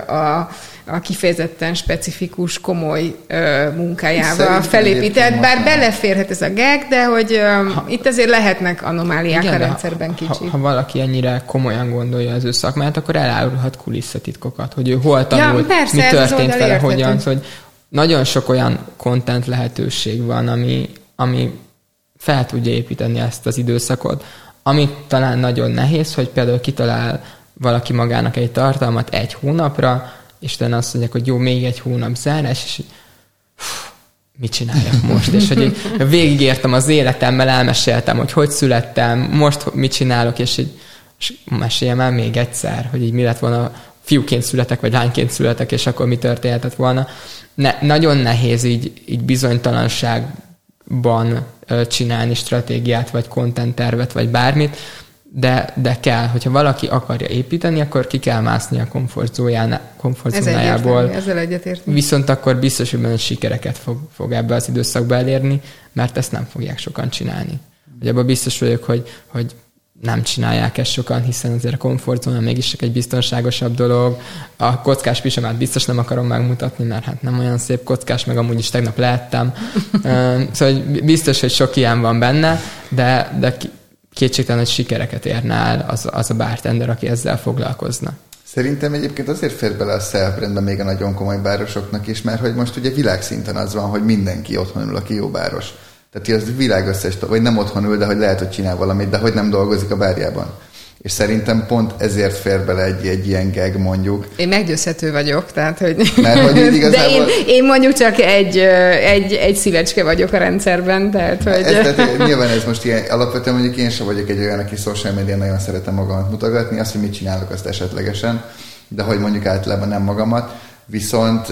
a a kifejezetten specifikus, komoly ö, munkájával szerintem felépített, bár beleférhet ez a gag, de hogy ö, ha, itt azért lehetnek anomáliák igen, a rendszerben
ha,
kicsit.
Ha, ha valaki ennyire komolyan gondolja az ő szakmát, akkor elárulhat kulisszatitkokat, hogy ő hol tanult, ja, persze, mi történt vele, hogyan, hogy nagyon sok olyan content lehetőség van, ami, ami fel tudja építeni ezt az időszakot, amit talán nagyon nehéz, hogy például kitalál valaki magának egy tartalmat egy hónapra, és utána azt mondják, hogy jó, még egy hónap zárás, és így, hú, mit csináljak most? És hogy így végigértem az életemmel, elmeséltem, hogy hogy születtem, most mit csinálok, és így és meséljem el még egyszer, hogy így mi lett volna, fiúként születek, vagy lányként születek, és akkor mi történhetett volna. Ne, nagyon nehéz így, így bizonytalanságban csinálni stratégiát, vagy content tervet, vagy bármit, De, de kell, hogyha valaki akarja építeni, akkor ki kell mászni a komfortzónájából.
Ezzel egyetértünk.
Viszont akkor biztos, hogy benne sikereket fog, fog ebbe az időszakba elérni, mert ezt nem fogják sokan csinálni. Ugye abban biztos vagyok, hogy, hogy nem csinálják ezt sokan, hiszen azért a komfortzóna mégis csak egy biztonságosabb dolog. A kockás pizsamát biztos nem akarom megmutatni, mert hát nem olyan szép kockás, meg amúgy is tegnap lehettem. Szóval biztos, hogy sok ilyen van benne, de, de kétségtelen, hogy sikereket érne el az, az a bartender, aki ezzel foglalkozna.
Szerintem egyébként azért fér bele a self-brandbe még a nagyon komoly bárosoknak is, mert hogy most ugye világszinten az van, hogy mindenki otthon ül, aki jó báros. Tehát az világ összes, vagy nem otthon ül, de hogy lehet, hogy csinál valamit, de hogy nem dolgozik a bárjában. És szerintem pont ezért fér bele egy, egy ilyen gag, mondjuk.
Én meggyőzhető vagyok, tehát, hogy...
Mert, hogy igazából...
De én, én mondjuk csak egy, egy, egy szívecske vagyok a rendszerben, tehát, hogy...
Ez, tehát nyilván ez most ilyen, alapvetően mondjuk én sem vagyok egy olyan, aki social media nagyon szeretem magamat mutogatni, azt, hogy mit csinálok, azt esetlegesen, de hogy mondjuk általában nem magamat. Viszont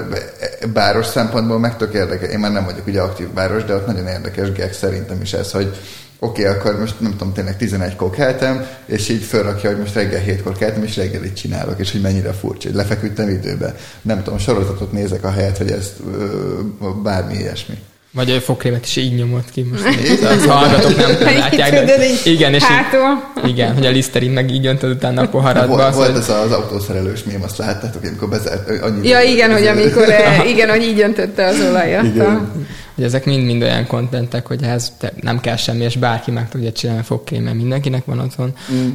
báros szempontból meg tök érdekes. Én már nem vagyok ugye aktív báros, de ott nagyon érdekes gag szerintem is ez, hogy oké, okay, akkor most nem tudom, tényleg tizenegykor keltem, és így felrakja, hogy most reggel hétkor keltem, és reggelit csinálok, és hogy mennyire furcsa, hogy lefeküdtem időbe. Nem tudom, sorozatot nézek a helyet, hogy ez bármi ilyesmi.
Vagy a fogkrémet is így nyomott ki most. Az hallgatók nem látják. De igen, és így, igen, hogy a Liszterin meg így öntöd utána a poharadba.
Volt, volt az az autószerelős mém, azt láttátok, amikor bezárt. Annyi
ja, igen, hogy amikor, igen, hogy így öntötte az olajat.
Igen. Hogy ezek mind-mind olyan kontentek, hogy ez nem kell semmi, és bárki meg tudja csinálni a fogkrém, mert mindenkinek van otthon. Mm.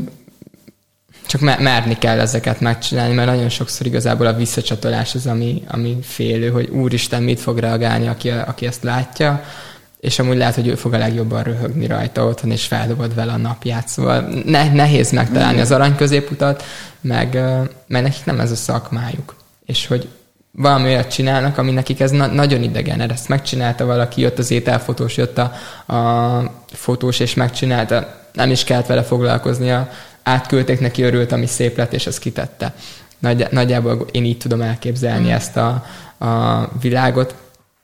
Csak merni kell ezeket megcsinálni, mert nagyon sokszor igazából a visszacsatolás az, ami, ami félő, hogy úristen, mit fog reagálni, aki, aki ezt látja, és amúgy lehet, hogy ő fog a legjobban röhögni rajta otthon, és feldobod vele a napját. Szóval ne, nehéz megtalálni az arany középutat, meg, meg nekik nem ez a szakmájuk. és hogy valami olyat csinálnak, ami nekik ez na- nagyon idegen. Ezt megcsinálta valaki, jött az ételfotós, jött a, a fotós, és megcsinálta, nem is kellett vele foglalkoznia, átküldték neki, örült, ami szép lett, és ezt kitette. Nagy, nagyjából én így tudom elképzelni mm. ezt a, a világot.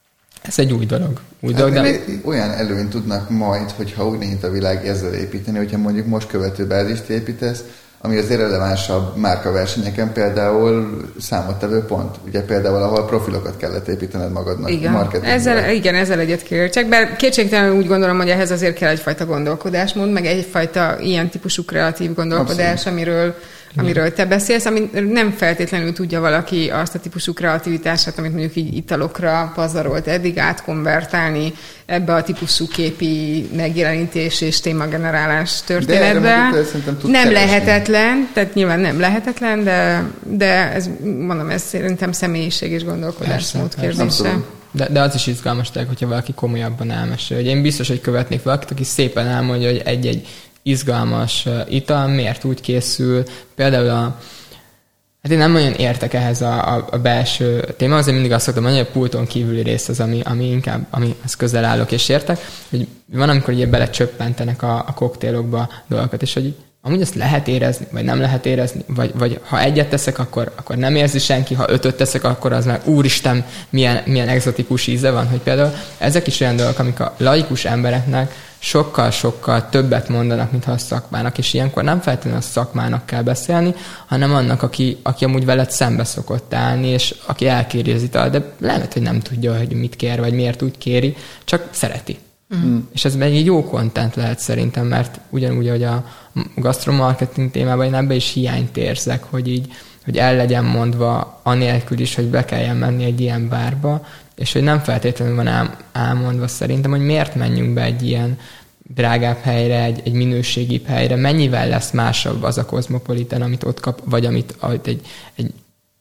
Ez egy új dolog. Új
hát
dolog de...
Olyan előnyt tudnak majd, hogyha úgy nyit a világ ezzel építeni, hogyha mondjuk most követő bázist építesz, ami az irrelevánsabb márkaversenyeken például számottevő pont. Ugye például, ahol profilokat kellett építened magadnak.
Igen, ezzel, igen, ezzel egyet kértsek, bár kétségtelenül úgy gondolom, hogy ehhez azért kell egyfajta gondolkodásmód, meg egyfajta ilyen típusú kreatív gondolkodás, abszolút. amiről amiről te beszélsz, ami nem feltétlenül tudja valaki azt a típusú kreativitását, amit mondjuk így italokra pazarolt eddig átkonvertálni ebbe a típusú képi megjelenítés és témagenerálás történetbe. Nem lehetetlen, tehát nyilván nem lehetetlen, de, de ez, mondom, ez szerintem személyiség és gondolkodásmód kérdése.
De, de az is izgalmas, hogyha valaki komolyabban elmesél. Hogy én biztos, hogy követnék valakit, aki szépen elmondja, hogy egy-egy izgalmas ital, miért úgy készül. Például a... Hát én nem nagyon értek ehhez a, a, a belső téma, azért mindig azt szoktam mondani, hogy a pulton kívüli rész az, ami, ami inkább, amihez közel állok és értek, hogy van, amikor ugye belecsöppentenek a, a koktélokba dolgokat, és hogy amúgy ezt lehet érezni, vagy nem lehet érezni, vagy, vagy ha egyet teszek, akkor, akkor nem érzi senki, ha ötöt teszek, akkor az már úristen, milyen, milyen egzotikus íze van, hogy például ezek is olyan dolgok, amik a laikus embereknek sokkal-sokkal többet mondanak, mint ha a szakmának, és ilyenkor nem feltétlenül a szakmának kell beszélni, hanem annak, aki, aki amúgy veled szembe szokott állni, és aki elkéri az italt, de lehet, hogy nem tudja, hogy mit kér, vagy miért úgy kéri, csak szereti. Mm. És ez egy jó content lehet szerintem, mert ugyanúgy, hogy a gastromarketing témában én ebbe is hiányt érzek, hogy így, hogy el legyen mondva anélkül is, hogy be kelljen menni egy ilyen bárba, és hogy nem feltétlenül van ám, elmondva szerintem, hogy miért menjünk be egy ilyen drágább helyre, egy, egy minőségibb helyre, mennyivel lesz másabb az a Cosmopolitan, amit ott kap, vagy amit, amit egy, egy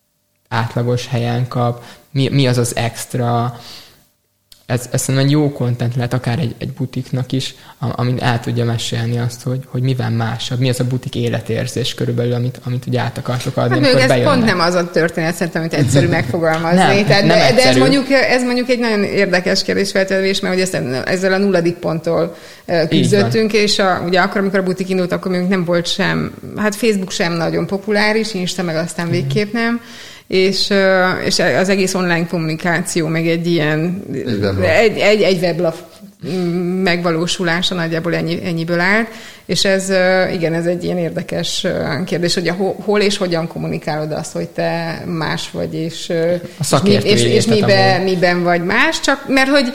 átlagos helyen kap, mi, mi az az extra. Ez, ez szerintem egy jó content lehet akár egy, egy butiknak is, amit el tudja mesélni azt, hogy, hogy mivel másabb, mi az a butik életérzés körülbelül, amit, amit ugye át akartok adni.
Hát ez bejönnek. Pont nem az a történet szerintem, amit egyszerű megfogalmazni. nem, Tehát, nem de, de ez, mondjuk, ez mondjuk egy nagyon érdekes kérdésfeltevés, mert hogy ezt, ezzel a nulladik ponttól küzdöttünk, és a, ugye akkor, amikor a butik indult, akkor még nem volt sem, hát Facebook sem nagyon populáris, Insta meg aztán végképp nem. És, és az egész online kommunikáció, meg egy ilyen egy, egy, egy weblap megvalósulása nagyjából ennyi, ennyiből állt, és ez igen, ez egy ilyen érdekes kérdés, hogy a hol és hogyan kommunikálod azt, hogy te más vagy, és, és, mi, és, és miben, miben vagy más, csak mert hogy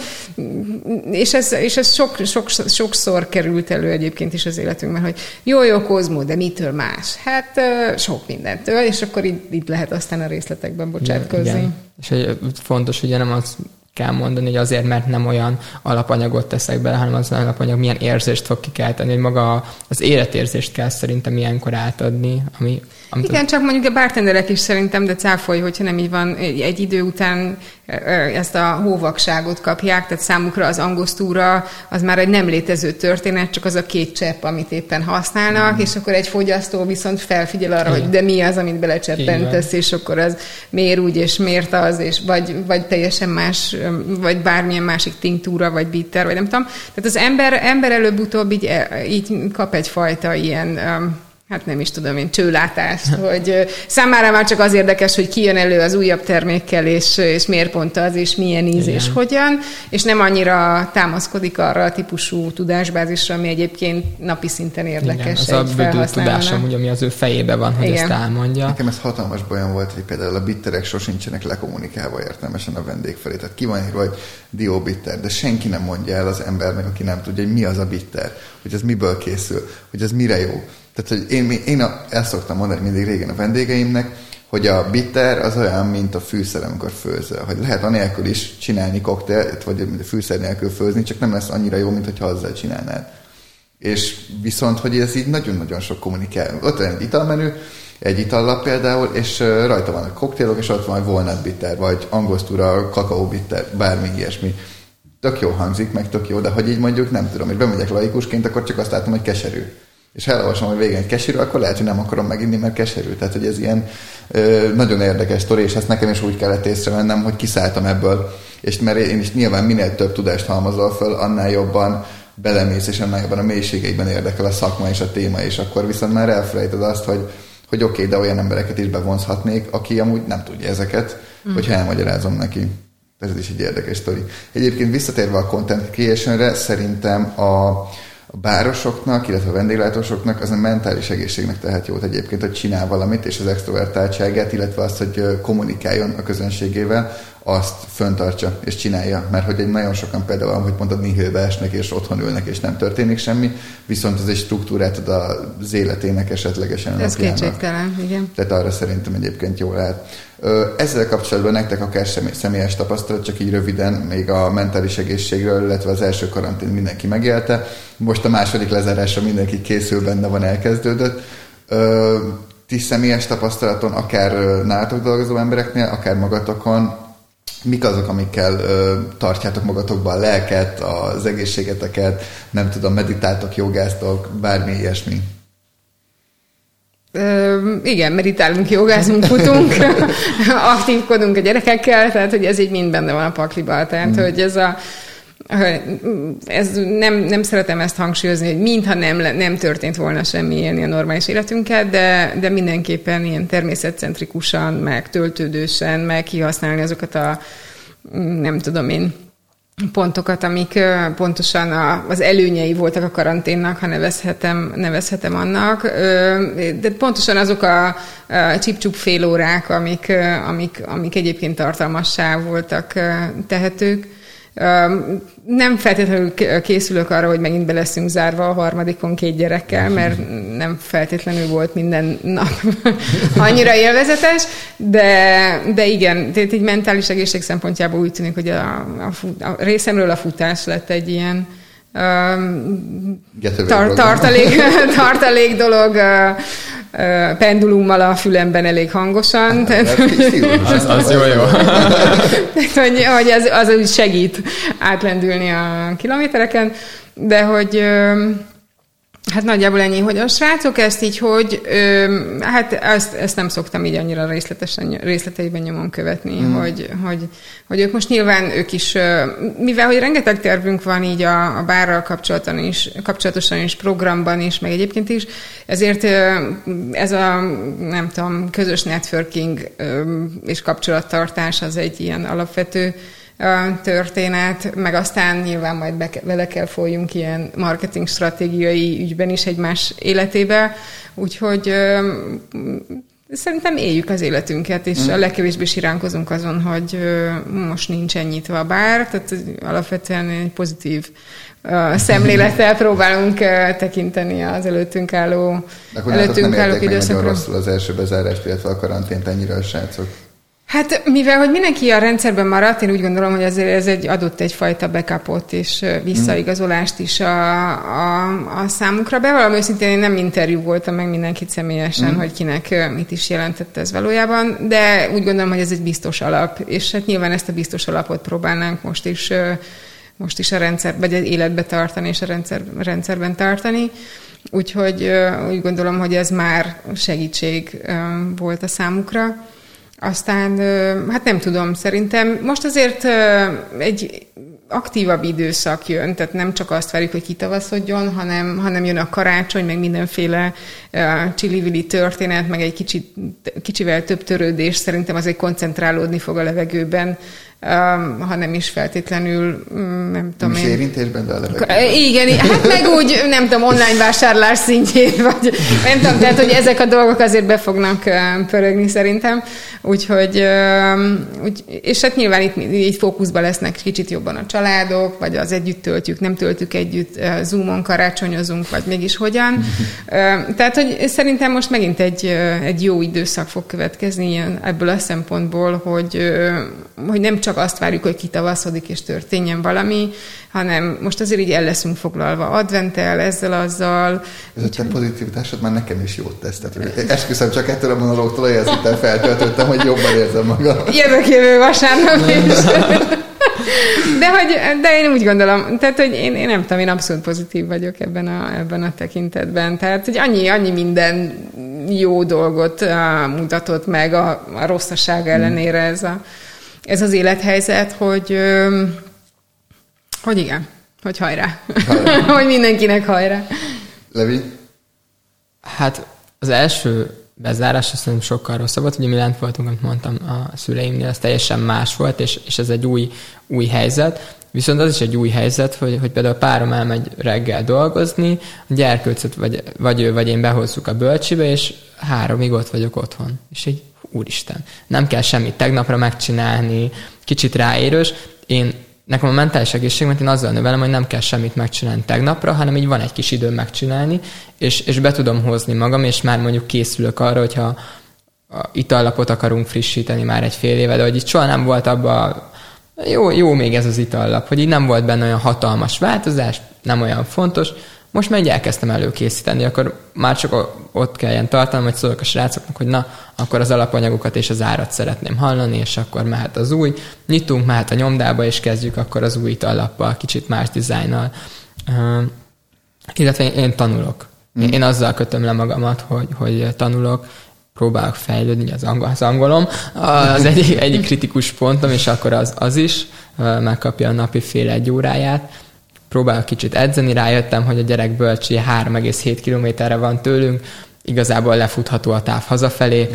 és ez, és ez sok, sok, sokszor került elő egyébként is az életünkben, hogy jó-jó Kozmo, de mitől más? Hát sok mindentől, és akkor itt, itt lehet aztán a részletekben bocsátkozni. Igen.
És hogy fontos, hogy nem az kell mondani, hogy azért, mert nem olyan alapanyagot teszek bele, hanem az alapanyag milyen érzést fog kikelteni, hogy maga az életérzést kell szerintem ilyenkor átadni. Ami,
igen, az... csak mondjuk a bartenderek is szerintem, de cáfolj, hogyha nem így van, egy idő után ezt a hóvakságot kapják, tehát számukra az angostura az már egy nem létező történet, csak az a két csepp, amit éppen használnak, mm. és akkor egy fogyasztó viszont felfigyel arra, igen. hogy de mi az, amit belecseppentesz, és akkor az miért úgy, és miért az, és vagy, vagy teljesen más, vagy bármilyen másik tinktúra, vagy bitter, vagy nem tudom. Tehát az ember, ember előbb-utóbb így, így kap egyfajta ilyen... hát nem is tudom én, csőlátást, hogy számára már csak az érdekes, hogy ki jön elő az újabb termékkel, és, és miért pont az, és milyen íz, igen. és hogyan, és nem annyira támaszkodik arra a típusú tudásbázisra, ami egyébként napi szinten érdekes.
Igen, az a bődült tudásom, ugye, ami az ő fejében van, hogy igen. ezt elmondja.
Nekem ez hatalmas bajom volt, hogy például a bitterek sosincsenek lekommunikálva értelmesen a vendég felé. Tehát ki van írva, hogy dió bitter, de senki nem mondja el az embernek, aki nem tudja, hogy mi az a bitter, hogy ez miből készül, hogy ez mire jó. Tehát, hogy én, én a, ezt szoktam mondani mindig régen a vendégeimnek, hogy a bitter az olyan, mint a fűszer, amikor főzöl. Hogy lehet anélkül is csinálni koktélt, vagy mint a fűszer nélkül főzni, csak nem lesz annyira jó, mint hogyha azzal csinálnád. És viszont, hogy ez így nagyon-nagyon sok kommunikál. Ott van egy italmenü, egy itallap például, és rajta vannak koktélok, és ott van walnut bitter, vagy angostura, kakaó bitter, bármi ilyesmi. Tök jó hangzik, meg tök jó, de hogy így mondjuk nem tudom, hogy bemegyek laikusként, akkor csak azt látom, hogy keserű. és ha elolvasom a végén egy keserű, akkor lehet, hogy nem akarom meginni, mert keserű. Tehát, hogy ez ilyen ö, nagyon érdekes sztori, és ezt nekem is úgy kellett észrevennem, hogy kiszálltam ebből. És mert én is nyilván minél több tudást halmazol föl, annál jobban belemész, és annál jobban a mélységeiben érdekel a szakma és a téma, és akkor viszont már elfelejted azt, hogy, hogy oké, okay, de olyan embereket is bevonzhatnék, aki amúgy nem tudja ezeket, mm. hogyha elmagyarázom neki. Ez is egy érdekes sztori. Egyébként visszatérve a content creationre, szerintem a, a bárosoknak, illetve a vendéglátósoknak az a mentális egészségnek tehet jót egyébként, hogy csinál valamit, és az extrovertáltságát, illetve azt, hogy kommunikáljon a közönségével, azt föntartsa és csinálja. Mert hogy egy nagyon sokan például, ahogy mondtad, nihilbe esnek, és otthon ülnek, és nem történik semmi, viszont ez egy struktúrát ad az életének esetlegesen.
Ez kétségtelen, igen.
Tehát arra szerintem egyébként jól lehet. Ezzel kapcsolatban nektek akár személyes tapasztalat, csak így röviden, még a mentális egészségről, illetve az első karantén mindenki megélte. Most a második lezárásra mindenki készül, benne van, elkezdődött. Ti személyes tapasztalaton, akár nálatok dolgozó embereknél, akár magatokon, mik azok, amikkel ö, tartjátok magatokba a lelket, az egészségeteket, nem tudom, meditáltok, jogáztok, bármi ilyesmi?
Ö, igen, meditálunk, jogázunk, futunk, aktívkodunk a gyerekekkel, tehát hogy ez így mind benne van a pakliban, tehát mm. hogy ez a ez nem, nem szeretem ezt hangsúlyozni, hogy mintha nem, nem történt volna semmi élni a normális életünket, de, de mindenképpen ilyen természetcentrikusan, meg töltődősen, meg kihasználni azokat a, nem tudom én, pontokat, amik pontosan a, az előnyei voltak a karanténnak, ha nevezhetem, nevezhetem annak. De pontosan azok a, a csip-csup fél órák, amik, amik, amik egyébként tartalmassá voltak tehetők. Nem feltétlenül készülök arra, hogy megint be leszünk zárva a harmadikon két gyerekkel, mert nem feltétlenül volt minden nap annyira élvezetes, de, de igen, tehát egy mentális egészség szempontjából úgy tűnik, hogy a, a, fut, a részemről a futás lett egy ilyen uh, tar, tartalék, tartalék dolog, uh, Uh, pendulummal a fülemben elég hangosan. Tehát,
az, az jó, jó.
hogy, hogy az, az úgy segít átlendülni a kilométereken, de hogy hát nagyjából ennyi, hogy a srácok ezt így, hogy hát ezt, ezt nem szoktam így annyira részletesen, részleteiben nyomon követni, mm. hogy, hogy, hogy ők most nyilván ők is, mivel hogy rengeteg tervünk van így a, a bárral kapcsolatosan is, kapcsolatosan is, programban is, meg egyébként is, ezért ez a, nem tudom, közös networking és kapcsolattartás az egy ilyen alapvető történet, meg aztán nyilván majd be, vele kell folyjunk ilyen marketing stratégiai ügyben is egymás életébe, úgyhogy ö, szerintem éljük az életünket, és a legkevésbé siránkozunk azon, hogy ö, most nincsen nyitva a bár, tehát alapvetően egy pozitív ö, szemlélettel próbálunk ö, tekinteni az előttünk álló, előttünk álló időszakra.
Nagyon rosszul az első bezárást, illetve a karantént ennyire a srácok.
Hát mivel, hogy mindenki a rendszerben maradt, én úgy gondolom, hogy azért ez egy, adott egyfajta backupot és visszaigazolást is a, a, a számukra. Bevallom őszintén, én nem interjú voltam meg mindenkit személyesen, mm. hogy kinek mit is jelentett ez valójában, de úgy gondolom, hogy ez egy biztos alap, és hát nyilván ezt a biztos alapot próbálnánk most is, most is a rendszer, vagy életbe tartani, és a rendszer, rendszerben tartani. Úgyhogy úgy gondolom, hogy ez már segítség volt a számukra. Aztán, hát nem tudom, szerintem most azért egy aktívabb időszak jön, tehát nem csak azt várjuk, hogy kitavaszodjon, hanem, hanem jön a karácsony, meg mindenféle csili-vili történet, meg egy kicsit, kicsivel több törődés, szerintem azért koncentrálódni fog a levegőben, Um, ha nem is feltétlenül, nem tudom
én. Érintésben, de a levegőben.
Igen, hát meg úgy, nem tudom, online vásárlás szintjén, vagy nem tudom, tehát, hogy ezek a dolgok azért be fognak pörögni szerintem. Úgyhogy, úgy, és hát nyilván itt így fókuszban lesznek kicsit jobban a családok, vagy az együtt töltjük, nem töltjük együtt, Zoomon karácsonyozunk, vagy mégis hogyan. Tehát, hogy szerintem most megint egy, egy jó időszak fog következni ilyen, ebből a szempontból, hogy, hogy nem csak azt várjuk, hogy kitavaszodik és történjen valami, hanem most azért így el leszünk foglalva adventtel, ezzel, azzal.
Ez a te pozitivitásod már nekem is jót tesz. Tehát esküszöm, csak ettől a monológtól olyan szinten feltöltöttem, hogy jobban érzem magam.
Jövök jövő vasárnap is. De, hogy, de én úgy gondolom, tehát, hogy én, én nem tudom, én abszolút pozitív vagyok ebben a, ebben a tekintetben. Tehát, hogy annyi, annyi minden jó dolgot uh, mutatott meg a, a rosszaság ellenére ez, a, ez az élethelyzet, hogy, um, hogy igen, hogy hajrá. hajrá. Hogy mindenkinek hajrá.
Levi?
Hát az első bezárás azt szerintem sokkal rosszabb volt. Ugye mi lent voltunk, amit mondtam a szüleimnél, ez teljesen más volt, és, és ez egy új, új helyzet. Viszont az is egy új helyzet, hogy, hogy például a párom elmegy reggel dolgozni, a gyerkőcöt vagy, vagy ő, vagy én behozzuk a bölcsibe, és háromig ott vagyok otthon. És így, úristen, nem kell semmit tegnapra megcsinálni, kicsit ráérős. Én Nekem a mentális egészségemet én azzal növelem, hogy nem kell semmit megcsinálni tegnapra, hanem így van egy kis időm megcsinálni, és, és be tudom hozni magam, és már mondjuk készülök arra, hogyha a itallapot akarunk frissíteni már egy fél éve, de hogy itt soha nem volt abban, jó, jó még ez az itallap, hogy így nem volt benne olyan hatalmas változás, nem olyan fontos, most már így elkezdtem előkészíteni, akkor már csak ott kelljen tartanom, hogy szólok a srácoknak, hogy na, akkor az alapanyagokat és az árat szeretném hallani, és akkor mehet az új. Nyitunk, mehet a nyomdába, és kezdjük akkor az új itallappal, kicsit más dizájnnal. Uh, illetve én, én tanulok. Mm. Én, én azzal kötöm le magamat, hogy, hogy tanulok, próbálok fejlődni, az, angol, az angolom, az egyik, egyik kritikus pontom, és akkor az, az is uh, megkapja a napi fél egy óráját. Próbálok kicsit edzeni, rájöttem, hogy a gyerek bölcsi három egész hét kilométerre van tőlünk, igazából lefutható a táv hazafelé,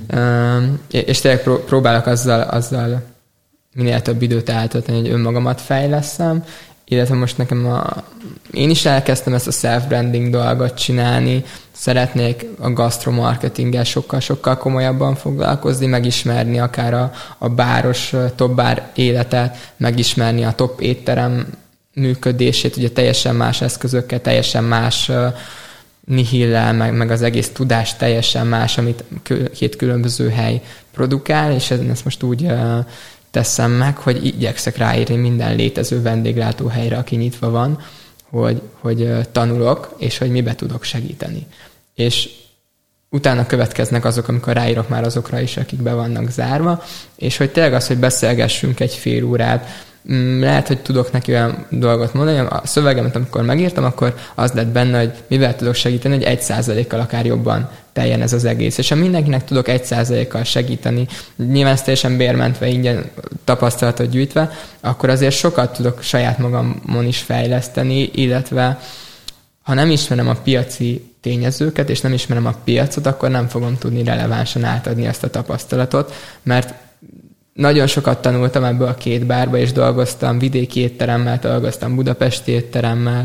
és tényleg próbálok azzal, azzal minél több időt eltölteni, hogy önmagamat fejleszem, illetve most nekem a, én is elkezdtem ezt a self-branding dolgot csinálni, szeretnék a gastromarketinggel sokkal-sokkal komolyabban foglalkozni, megismerni akár a, a báros top bár életet, megismerni a top étterem működését, ugye teljesen más eszközökkel, teljesen más uh, nihillel, meg, meg az egész tudás teljesen más, amit két különböző hely produkál, és ezt most úgy uh, teszem meg, hogy igyekszek ráírni minden létező vendéglátóhelyre, aki nyitva van, hogy, hogy uh, tanulok, és hogy mibe tudok segíteni. És utána következnek azok, amikor ráírok már azokra is, akik be vannak zárva, és hogy tényleg az, hogy beszélgessünk egy fél órát, lehet, hogy tudok neki olyan dolgot mondani, a szövegemet, amikor megírtam, akkor az lett benne, hogy mivel tudok segíteni, hogy egy százalékkal akár jobban teljen ez az egész. És ha mindenkinek tudok egy százalékkal segíteni, nyilván ezt teljesen bérmentve, ingyen tapasztalatot gyűjtve, akkor azért sokat tudok saját magamon is fejleszteni, illetve ha nem ismerem a piaci tényezőket, és nem ismerem a piacot, akkor nem fogom tudni relevánsan átadni ezt a tapasztalatot, mert nagyon sokat tanultam ebből a két bárba, és dolgoztam vidéki étteremmel, dolgoztam budapesti étteremmel,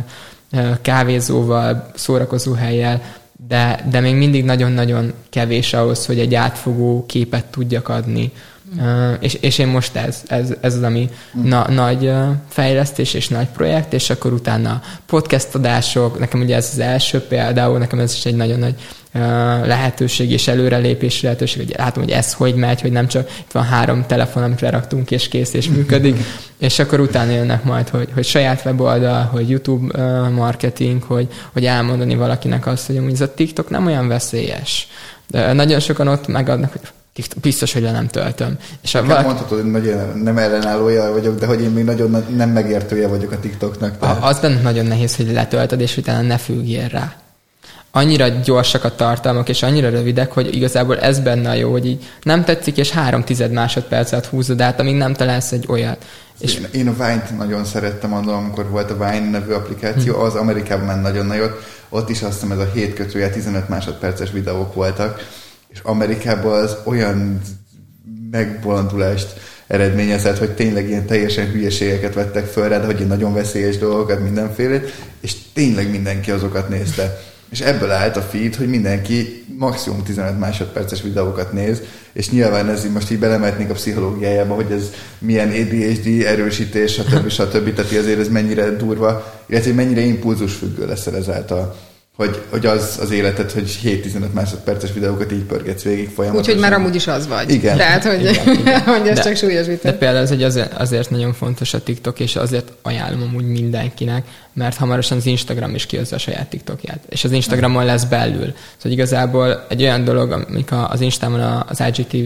kávézóval, szórakozóhellyel, de, de még mindig nagyon-nagyon kevés ahhoz, hogy egy átfogó képet tudjak adni. Uh, és, és én most ez, ez, ez az, ami mm. na, nagy uh, fejlesztés és nagy projekt, és akkor utána podcast adások, nekem ugye ez az első például, nekem ez is egy nagyon nagy uh, lehetőség és előrelépés lehetőség, hogy látom, hogy ez hogy megy, hogy nem csak itt van három telefon, amit leraktunk és kész és működik, és akkor utána jönnek majd, hogy, hogy saját weboldal, hogy YouTube uh, marketing, hogy, hogy elmondani valakinek azt, hogy ez a TikTok nem olyan veszélyes. De nagyon sokan ott megadnak, hogy biztos, hogy le nem töltöm. És a valaki...
Mondhatod, hogy nagyon nem ellenállója vagyok, de hogy én még nagyon nem megértője vagyok a TikToknak. Tehát...
Az benne nagyon nehéz, hogy letöltöd, és utána ne függjél rá. Annyira gyorsak a tartalmak, és annyira rövidek, hogy igazából ez benne a jó, hogy így nem tetszik, és három tized másodpercet húzod át, amíg nem találsz egy olyat. És...
Én, én a Vine-t nagyon szerettem annól, amikor volt a Vine nevű applikáció, hmm. az Amerikában ment nagyon nagyot, ott is azt hiszem ez a hét kötője tizenöt másodperces videók voltak, és Amerikában az olyan megbolondulást eredményezett, hogy tényleg ilyen teljesen hülyeségeket vettek föl rá, de hogy ilyen nagyon veszélyes dolgokat, mindenfélét, és tényleg mindenki azokat nézte. És ebből állt a feed, hogy mindenki maximum tizenöt másodperces videókat néz, és nyilván ez most így belemetnék a pszichológiájába, hogy ez milyen á dé há dé erősítés, stb. stb. Tehát azért ez mennyire durva, illetve mennyire impulzusfüggő leszel ezáltal. Hogy, hogy az az életed, hogy hét-tizenöt másodperces videókat így pörgetsz végig folyamatosan.
Úgyhogy már amúgy is az vagy.
Igen.
Tehát, hogy,
igen, igen.
hogy ez
de,
csak súlyosített.
De például ez egy azért, azért nagyon fontos a TikTok, és azért ajánlom amúgy mindenkinek, mert hamarosan az Instagram is kihozza a saját TikTokját. És az Instagramon lesz belül. Szóval igazából egy olyan dolog, amik az Instában az i gé té vé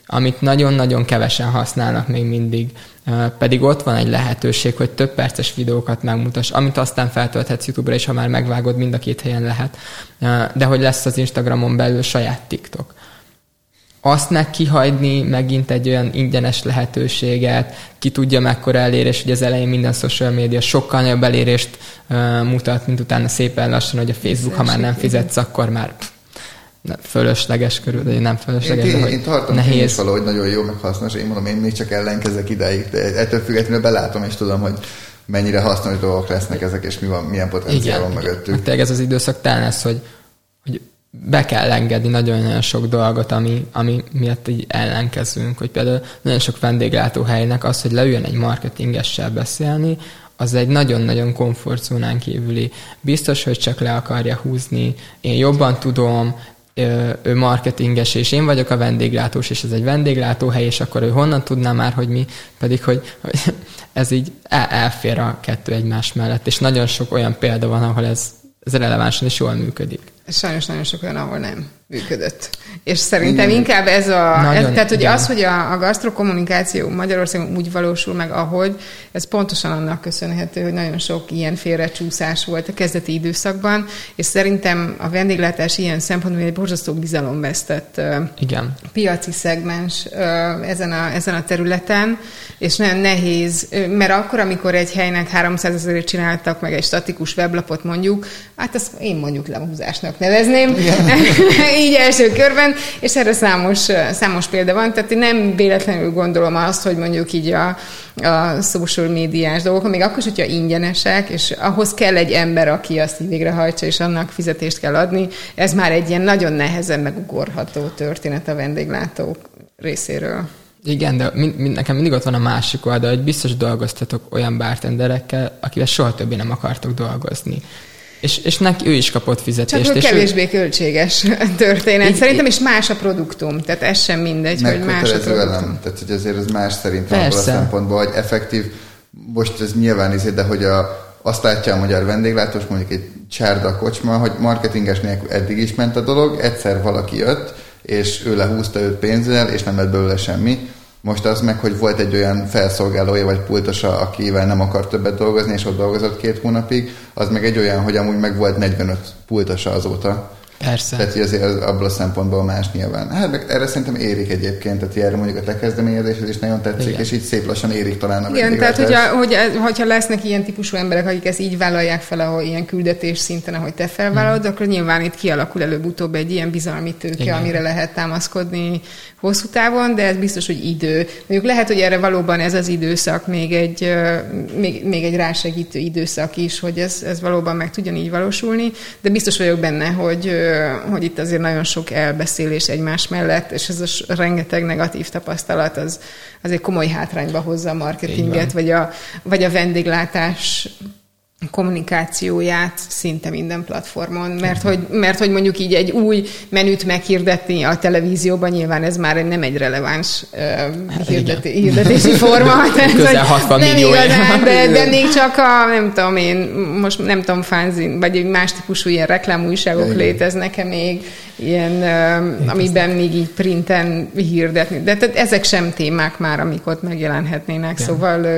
amit nagyon-nagyon kevesen használnak még mindig, pedig ott van egy lehetőség, hogy több perces videókat megmutass, amit aztán feltölthetsz YouTube-ra, és ha már megvágod, mind a két helyen lehet. De hogy lesz az Instagramon belül saját TikTok. Azt meg kihagyni megint egy olyan ingyenes lehetőséget, ki tudja mekkora elérés, hogy az elején minden social media sokkal nagyobb elérést mutat, mint utána szépen lassan, hogy a Facebook, ha már nem fizetsz, akkor már fölösleges körül, de nem fölösleges,
én,
de hogy
én tartom,
nehéz.
Én is valahogy nagyon jó, meg hasznos. Én mondom, én még csak ellenkezek idáig, de ettől függetlenül belátom, és tudom, hogy mennyire hasznos dolgok lesznek ezek, és mi van, milyen potenciál van mögöttük.
Tényleg ez az időszak talán lesz, hogy, hogy be kell engedni nagyon-nagyon sok dolgot, ami, ami miatt így ellenkezünk, hogy például nagyon sok vendéglátóhelynek az, hogy leüljön egy marketingessel beszélni, az egy nagyon-nagyon komfortzónán kívüli. Biztos, hogy csak le akarja húzni, én jobban tudom, ő marketinges, és én vagyok a vendéglátós, és ez egy vendéglátóhely, és akkor ő honnan tudná már, hogy mi, pedig, hogy, hogy ez így el, elfér a kettő egymás mellett, és nagyon sok olyan példa van, ahol ez, ez relevánsan is jól működik.
Sajnos nagyon sok olyan, ahol nem működött. És szerintem igen. inkább ez a... Nagyon, ez, tehát, hogy igen. az, hogy a, a gasztrokommunikáció Magyarországon úgy valósul meg, ahogy, ez pontosan annak köszönhető, hogy nagyon sok ilyen félrecsúszás volt a kezdeti időszakban, és szerintem a vendéglátás ilyen szempontból egy borzasztó bizalomvesztett
igen.
piaci szegmens ezen a, ezen a területen, és nagyon nehéz, mert akkor, amikor egy helynek háromszázezerért csináltak meg egy statikus weblapot mondjuk, hát azt én mondjuk lehúzásnak nevezném, így első körben, és erre számos, számos példa van, tehát én nem véletlenül gondolom azt, hogy mondjuk így a, a social médiás dolgok, még akkor is, hogyha ingyenesek, és ahhoz kell egy ember, aki azt így végrehajtsa, és annak fizetést kell adni, ez már egy ilyen nagyon nehezen megugorható történet a vendéglátók részéről.
Igen, de mind, mind, nekem mindig ott van a másik oldal, hogy biztos dolgoztatok olyan bartenderekkel, akivel soha többé nem akartok dolgozni. És, és neki ő is kapott fizetést.
Csak
és
kevésbé
ő...
költséges történet. Így, szerintem is más a produktum, tehát ez sem mindegy, hogy más a produktum.
Velem. Tehát, hogy azért ez más szerintem abban a szempontból, hogy effektív, most ez nyilván izé, de hogy a, azt látja a magyar vendéglátós, mondjuk egy csárda kocsma, hogy marketinges nélkül eddig is ment a dolog, egyszer valaki jött, és ő lehúzta őt pénzzel, és nem lett belőle semmi. Most az meg, hogy volt egy olyan felszolgálója vagy pultosa, akivel nem akar többet dolgozni, és ott dolgozott két hónapig, az meg egy olyan, hogy amúgy meg volt negyvenöt pultosa azóta.
Persze.
Tehát azért az, abból a szempontból más nyilván. Hát meg erre szerintem érik egyébként, tehát erre mondjuk a te kezdeményezésed is nagyon tetszik, igen. És így szép lassan érik talán a
igen, tehát hogyha, hogy, hogyha lesznek ilyen típusú emberek, akik ezt így vállalják fel, ahol ilyen küldetés szinten, ahogy te felvállalod, hmm. akkor nyilván itt kialakul előbb-utóbb egy ilyen bizalmi tőke, igen. amire lehet támaszkodni hosszú távon, de ez biztos, hogy idő. Mondjuk lehet, hogy erre valóban ez az időszak még egy, még, még egy rásegítő időszak is, hogy ez, ez valóban meg tudjon így valósulni, de biztos vagyok benne, hogy hogy itt azért nagyon sok elbeszélés egymás mellett, és ez a rengeteg negatív tapasztalat az azért komoly hátrányba hozza a marketinget, vagy a, vagy a vendéglátás kommunikációját szinte minden platformon, mert hogy, mert hogy mondjuk így egy új menüt meghirdetni a televízióban, nyilván ez már nem egy releváns uh, hirdeti, hirdetési forma.
Közel hatvan millió.
De, de még csak a, nem tudom én, most nem tudom, fanzin, vagy más típusú ilyen reklámújságok ja, léteznek-e még, ilyen, uh, amiben még így printen hirdetni. De tehát ezek sem témák már, amik ott megjelenhetnének, ja. Szóval uh,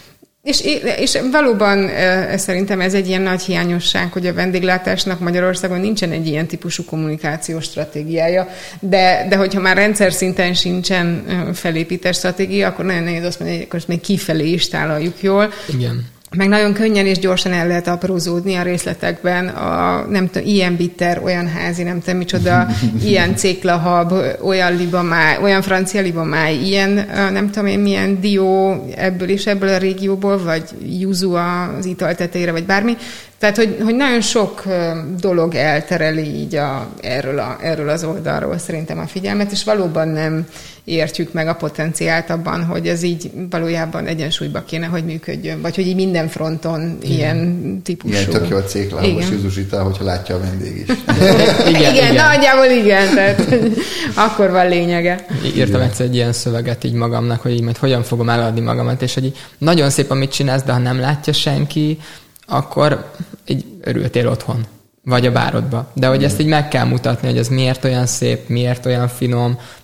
És, és valóban szerintem ez egy ilyen nagy hiányosság, hogy a vendéglátásnak Magyarországon nincsen egy ilyen típusú kommunikációs stratégiája, de, de hogyha már rendszer szinten sincsen felépített stratégia, akkor nagyon nehéz azt mondani, hogy akkor ezt még kifelé is tálaljuk jól.
Igen.
Meg nagyon könnyen és gyorsan el lehet aprózódni a részletekben, a, nem tudom, ilyen bitter, olyan házi, nem tudom micsoda, ilyen céklahab, olyan libamáj, olyan francia libamáj, ilyen, nem tudom én, milyen dió ebből és ebből a régióból, vagy yuzu az ital tetejére, vagy bármi. Tehát, hogy, hogy nagyon sok dolog eltereli így a, erről, a, erről az oldalról szerintem a figyelmet, és valóban nem értjük meg a potenciált abban, hogy ez így valójában egyensúlyba kéne, hogy működjön, vagy hogy így minden fronton igen. ilyen típusú.
Igen, tök jó a céklávos juzusítál, hogyha látja a vendég is.
igen, igen, igen, nagyjából igen, tehát akkor van lényege.
Írtam egyszer egy ilyen szöveget így magamnak, hogy így majd hogyan fogom eladni magamat, és hogy így nagyon szép, amit csinálsz, de ha nem látja senki, akkor így örültél otthon, vagy a bárodba. De hogy ezt így meg kell mutatni, hogy ez miért olyan szép, miért olyan finom,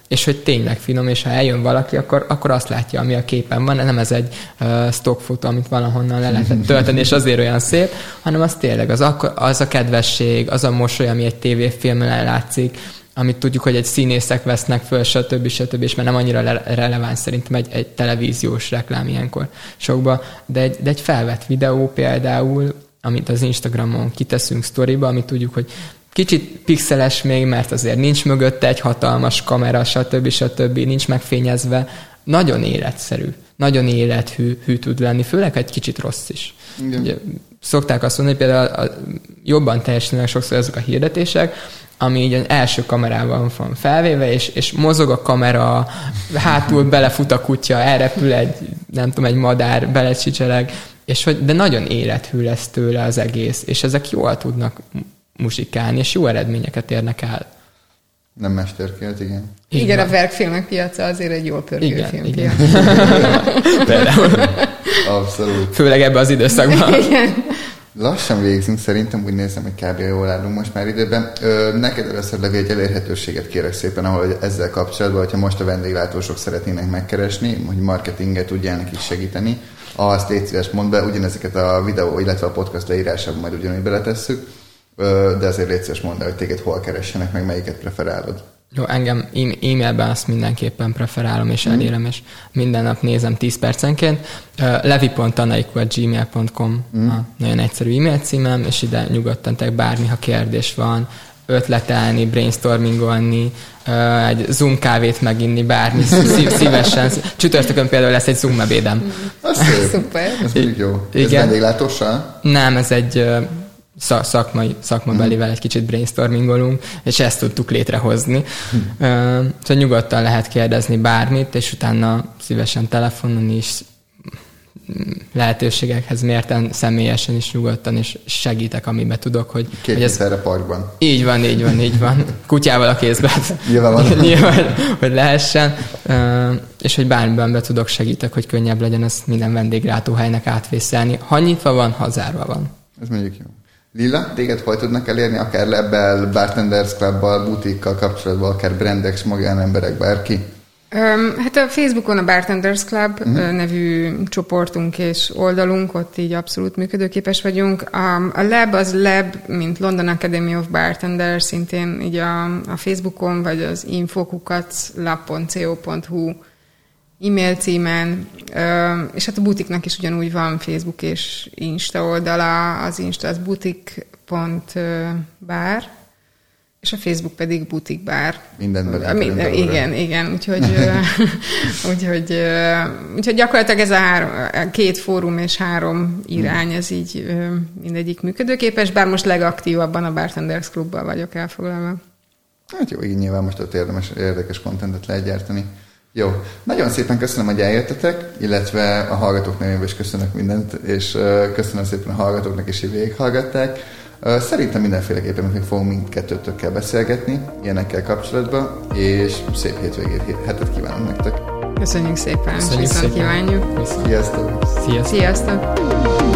és hogy tényleg finom, és ha eljön valaki, akkor, akkor azt látja, ami a képen van, nem ez egy uh, stockfotó, amit valahonnan le lehetett tölteni, és azért olyan szép, hanem az tényleg az, az a kedvesség, az a mosoly, ami egy tévéfilmen látszik, amit tudjuk, hogy egy színészek vesznek föl, stb. stb. És már nem annyira le- releváns szerintem egy, egy televíziós reklám ilyenkor sokba, de egy, de egy felvett videó például, amit az Instagramon kiteszünk sztoriba, amit tudjuk, hogy kicsit pixeles még, mert azért nincs mögötte egy hatalmas kamera, stb. stb. Nincs megfényezve, nagyon életszerű, nagyon élethű hű tud lenni, főleg egy kicsit rossz is. Ugye, szokták azt mondani, hogy például a, jobban teljesítenek sokszor ezek a hirdetések, ami így az első kamerával van felvéve, és, és mozog a kamera, hátul belefut a kutya, elrepül egy, nem tudom, egy madár, belecsicsereg, és hogy, de nagyon élethű lesz tőle az egész, és ezek jól tudnak muzsikálni, és jó eredményeket érnek el.
Nem mesterkélt, igen.
Igen, igen, a verkfilmek piaca azért egy jól pörgő filmpiac.
Például.
Abszolút.
Főleg ebben az időszakban.
Igen.
Lassan végzünk, szerintem úgy nézem, hogy kb. Jól állunk most már időben. Ö, neked először Levi egy elérhetőséget kérek szépen, ahol ezzel kapcsolatban, hogyha most a vendéglátósok szeretnének megkeresni, hogy marketinget tudjál nekik segíteni, azt légy szíves, mondd be, ugyanezeket a videó, illetve a podcast leírásában majd ugyanúgy beletesszük, ö, de azért légy szíves, mondd el, hogy téged hol keressenek, meg melyiket preferálod.
Jó, engem e-mailben azt mindenképpen preferálom és elérem, és minden nap nézem tíz percenként. Uh, levi pont tanaiku at gmail pont com mm. a nagyon egyszerű e-mail címem, és ide nyugodtan tek bármi, ha kérdés van, ötletelni, brainstormingolni, uh, egy Zoom kávét meginni, bármi, szívesen. Csütörtökön például lesz egy Zoom ebédem.
Az szép.
Szuper.
Ez mondjuk jó. Ez vendéglátóssal?
Nem, ez egy... Uh, szakmai, szakmabelivel egy kicsit brainstormingolunk, és ezt tudtuk létrehozni. Hmm. Uh, szóval nyugodtan lehet kérdezni bármit, és utána szívesen telefonon is, lehetőségekhez mérten, személyesen is nyugodtan, és segítek, amiben tudok, hogy...
Két
hogy ez...
erre parkban.
Így van, így van, így van. Kutyával a kézben.
Nyilván,
Nyilván, hogy lehessen. Uh, és hogy bármiben be tudok, segítek, hogy könnyebb legyen ezt minden vendéglátóhelynek átvészelni. Ha nyitva van, ha zárva van.
Ez mondjuk jó. Lilla, téged hol tudnak elérni, akár Lebbel, Bartenders Clubbal, butikkal kapcsolatban, akár brandek, magánemberek, bárki?
Um, hát a Facebookon a Bartenders Club uh-huh. nevű csoportunk és oldalunk, ott így abszolút működőképes vagyunk. A, a Lab az Lab, mint London Academy of Bartenders, szintén így a, a Facebookon, vagy az infokukat lab pont co pont hu e-mail címen, és hát a butiknak is ugyanúgy van Facebook és Insta oldala, az Insta az butik pont bar, és a Facebook pedig butik bar.
Mindenben.
Minden, igen, igen, úgyhogy, úgyhogy, úgyhogy gyakorlatilag ez a három, két fórum és három irány, ez így mindegyik működőképes, bár most legaktívabban a Bartenders Clubbal vagyok elfoglalva.
Hát jó, így nyilván most ott érdemes, érdekes kontentet lehet gyártani. Jó, nagyon szépen köszönöm, hogy eljöttetek, illetve a hallgatók nevében is köszönök mindent, és köszönöm szépen a hallgatóknak is, hogy végighallgatták. Szerintem mindenféleképpen még fogunk mindkettőtökkel beszélgetni ilyenekkel kapcsolatban, és szép hétvégét, hetet kívánok nektek.
Köszönjük szépen,
Köszönjük
viszont
szépen.
Kívánjuk.
Sziasztok!
Sziasztok!
Sziasztok.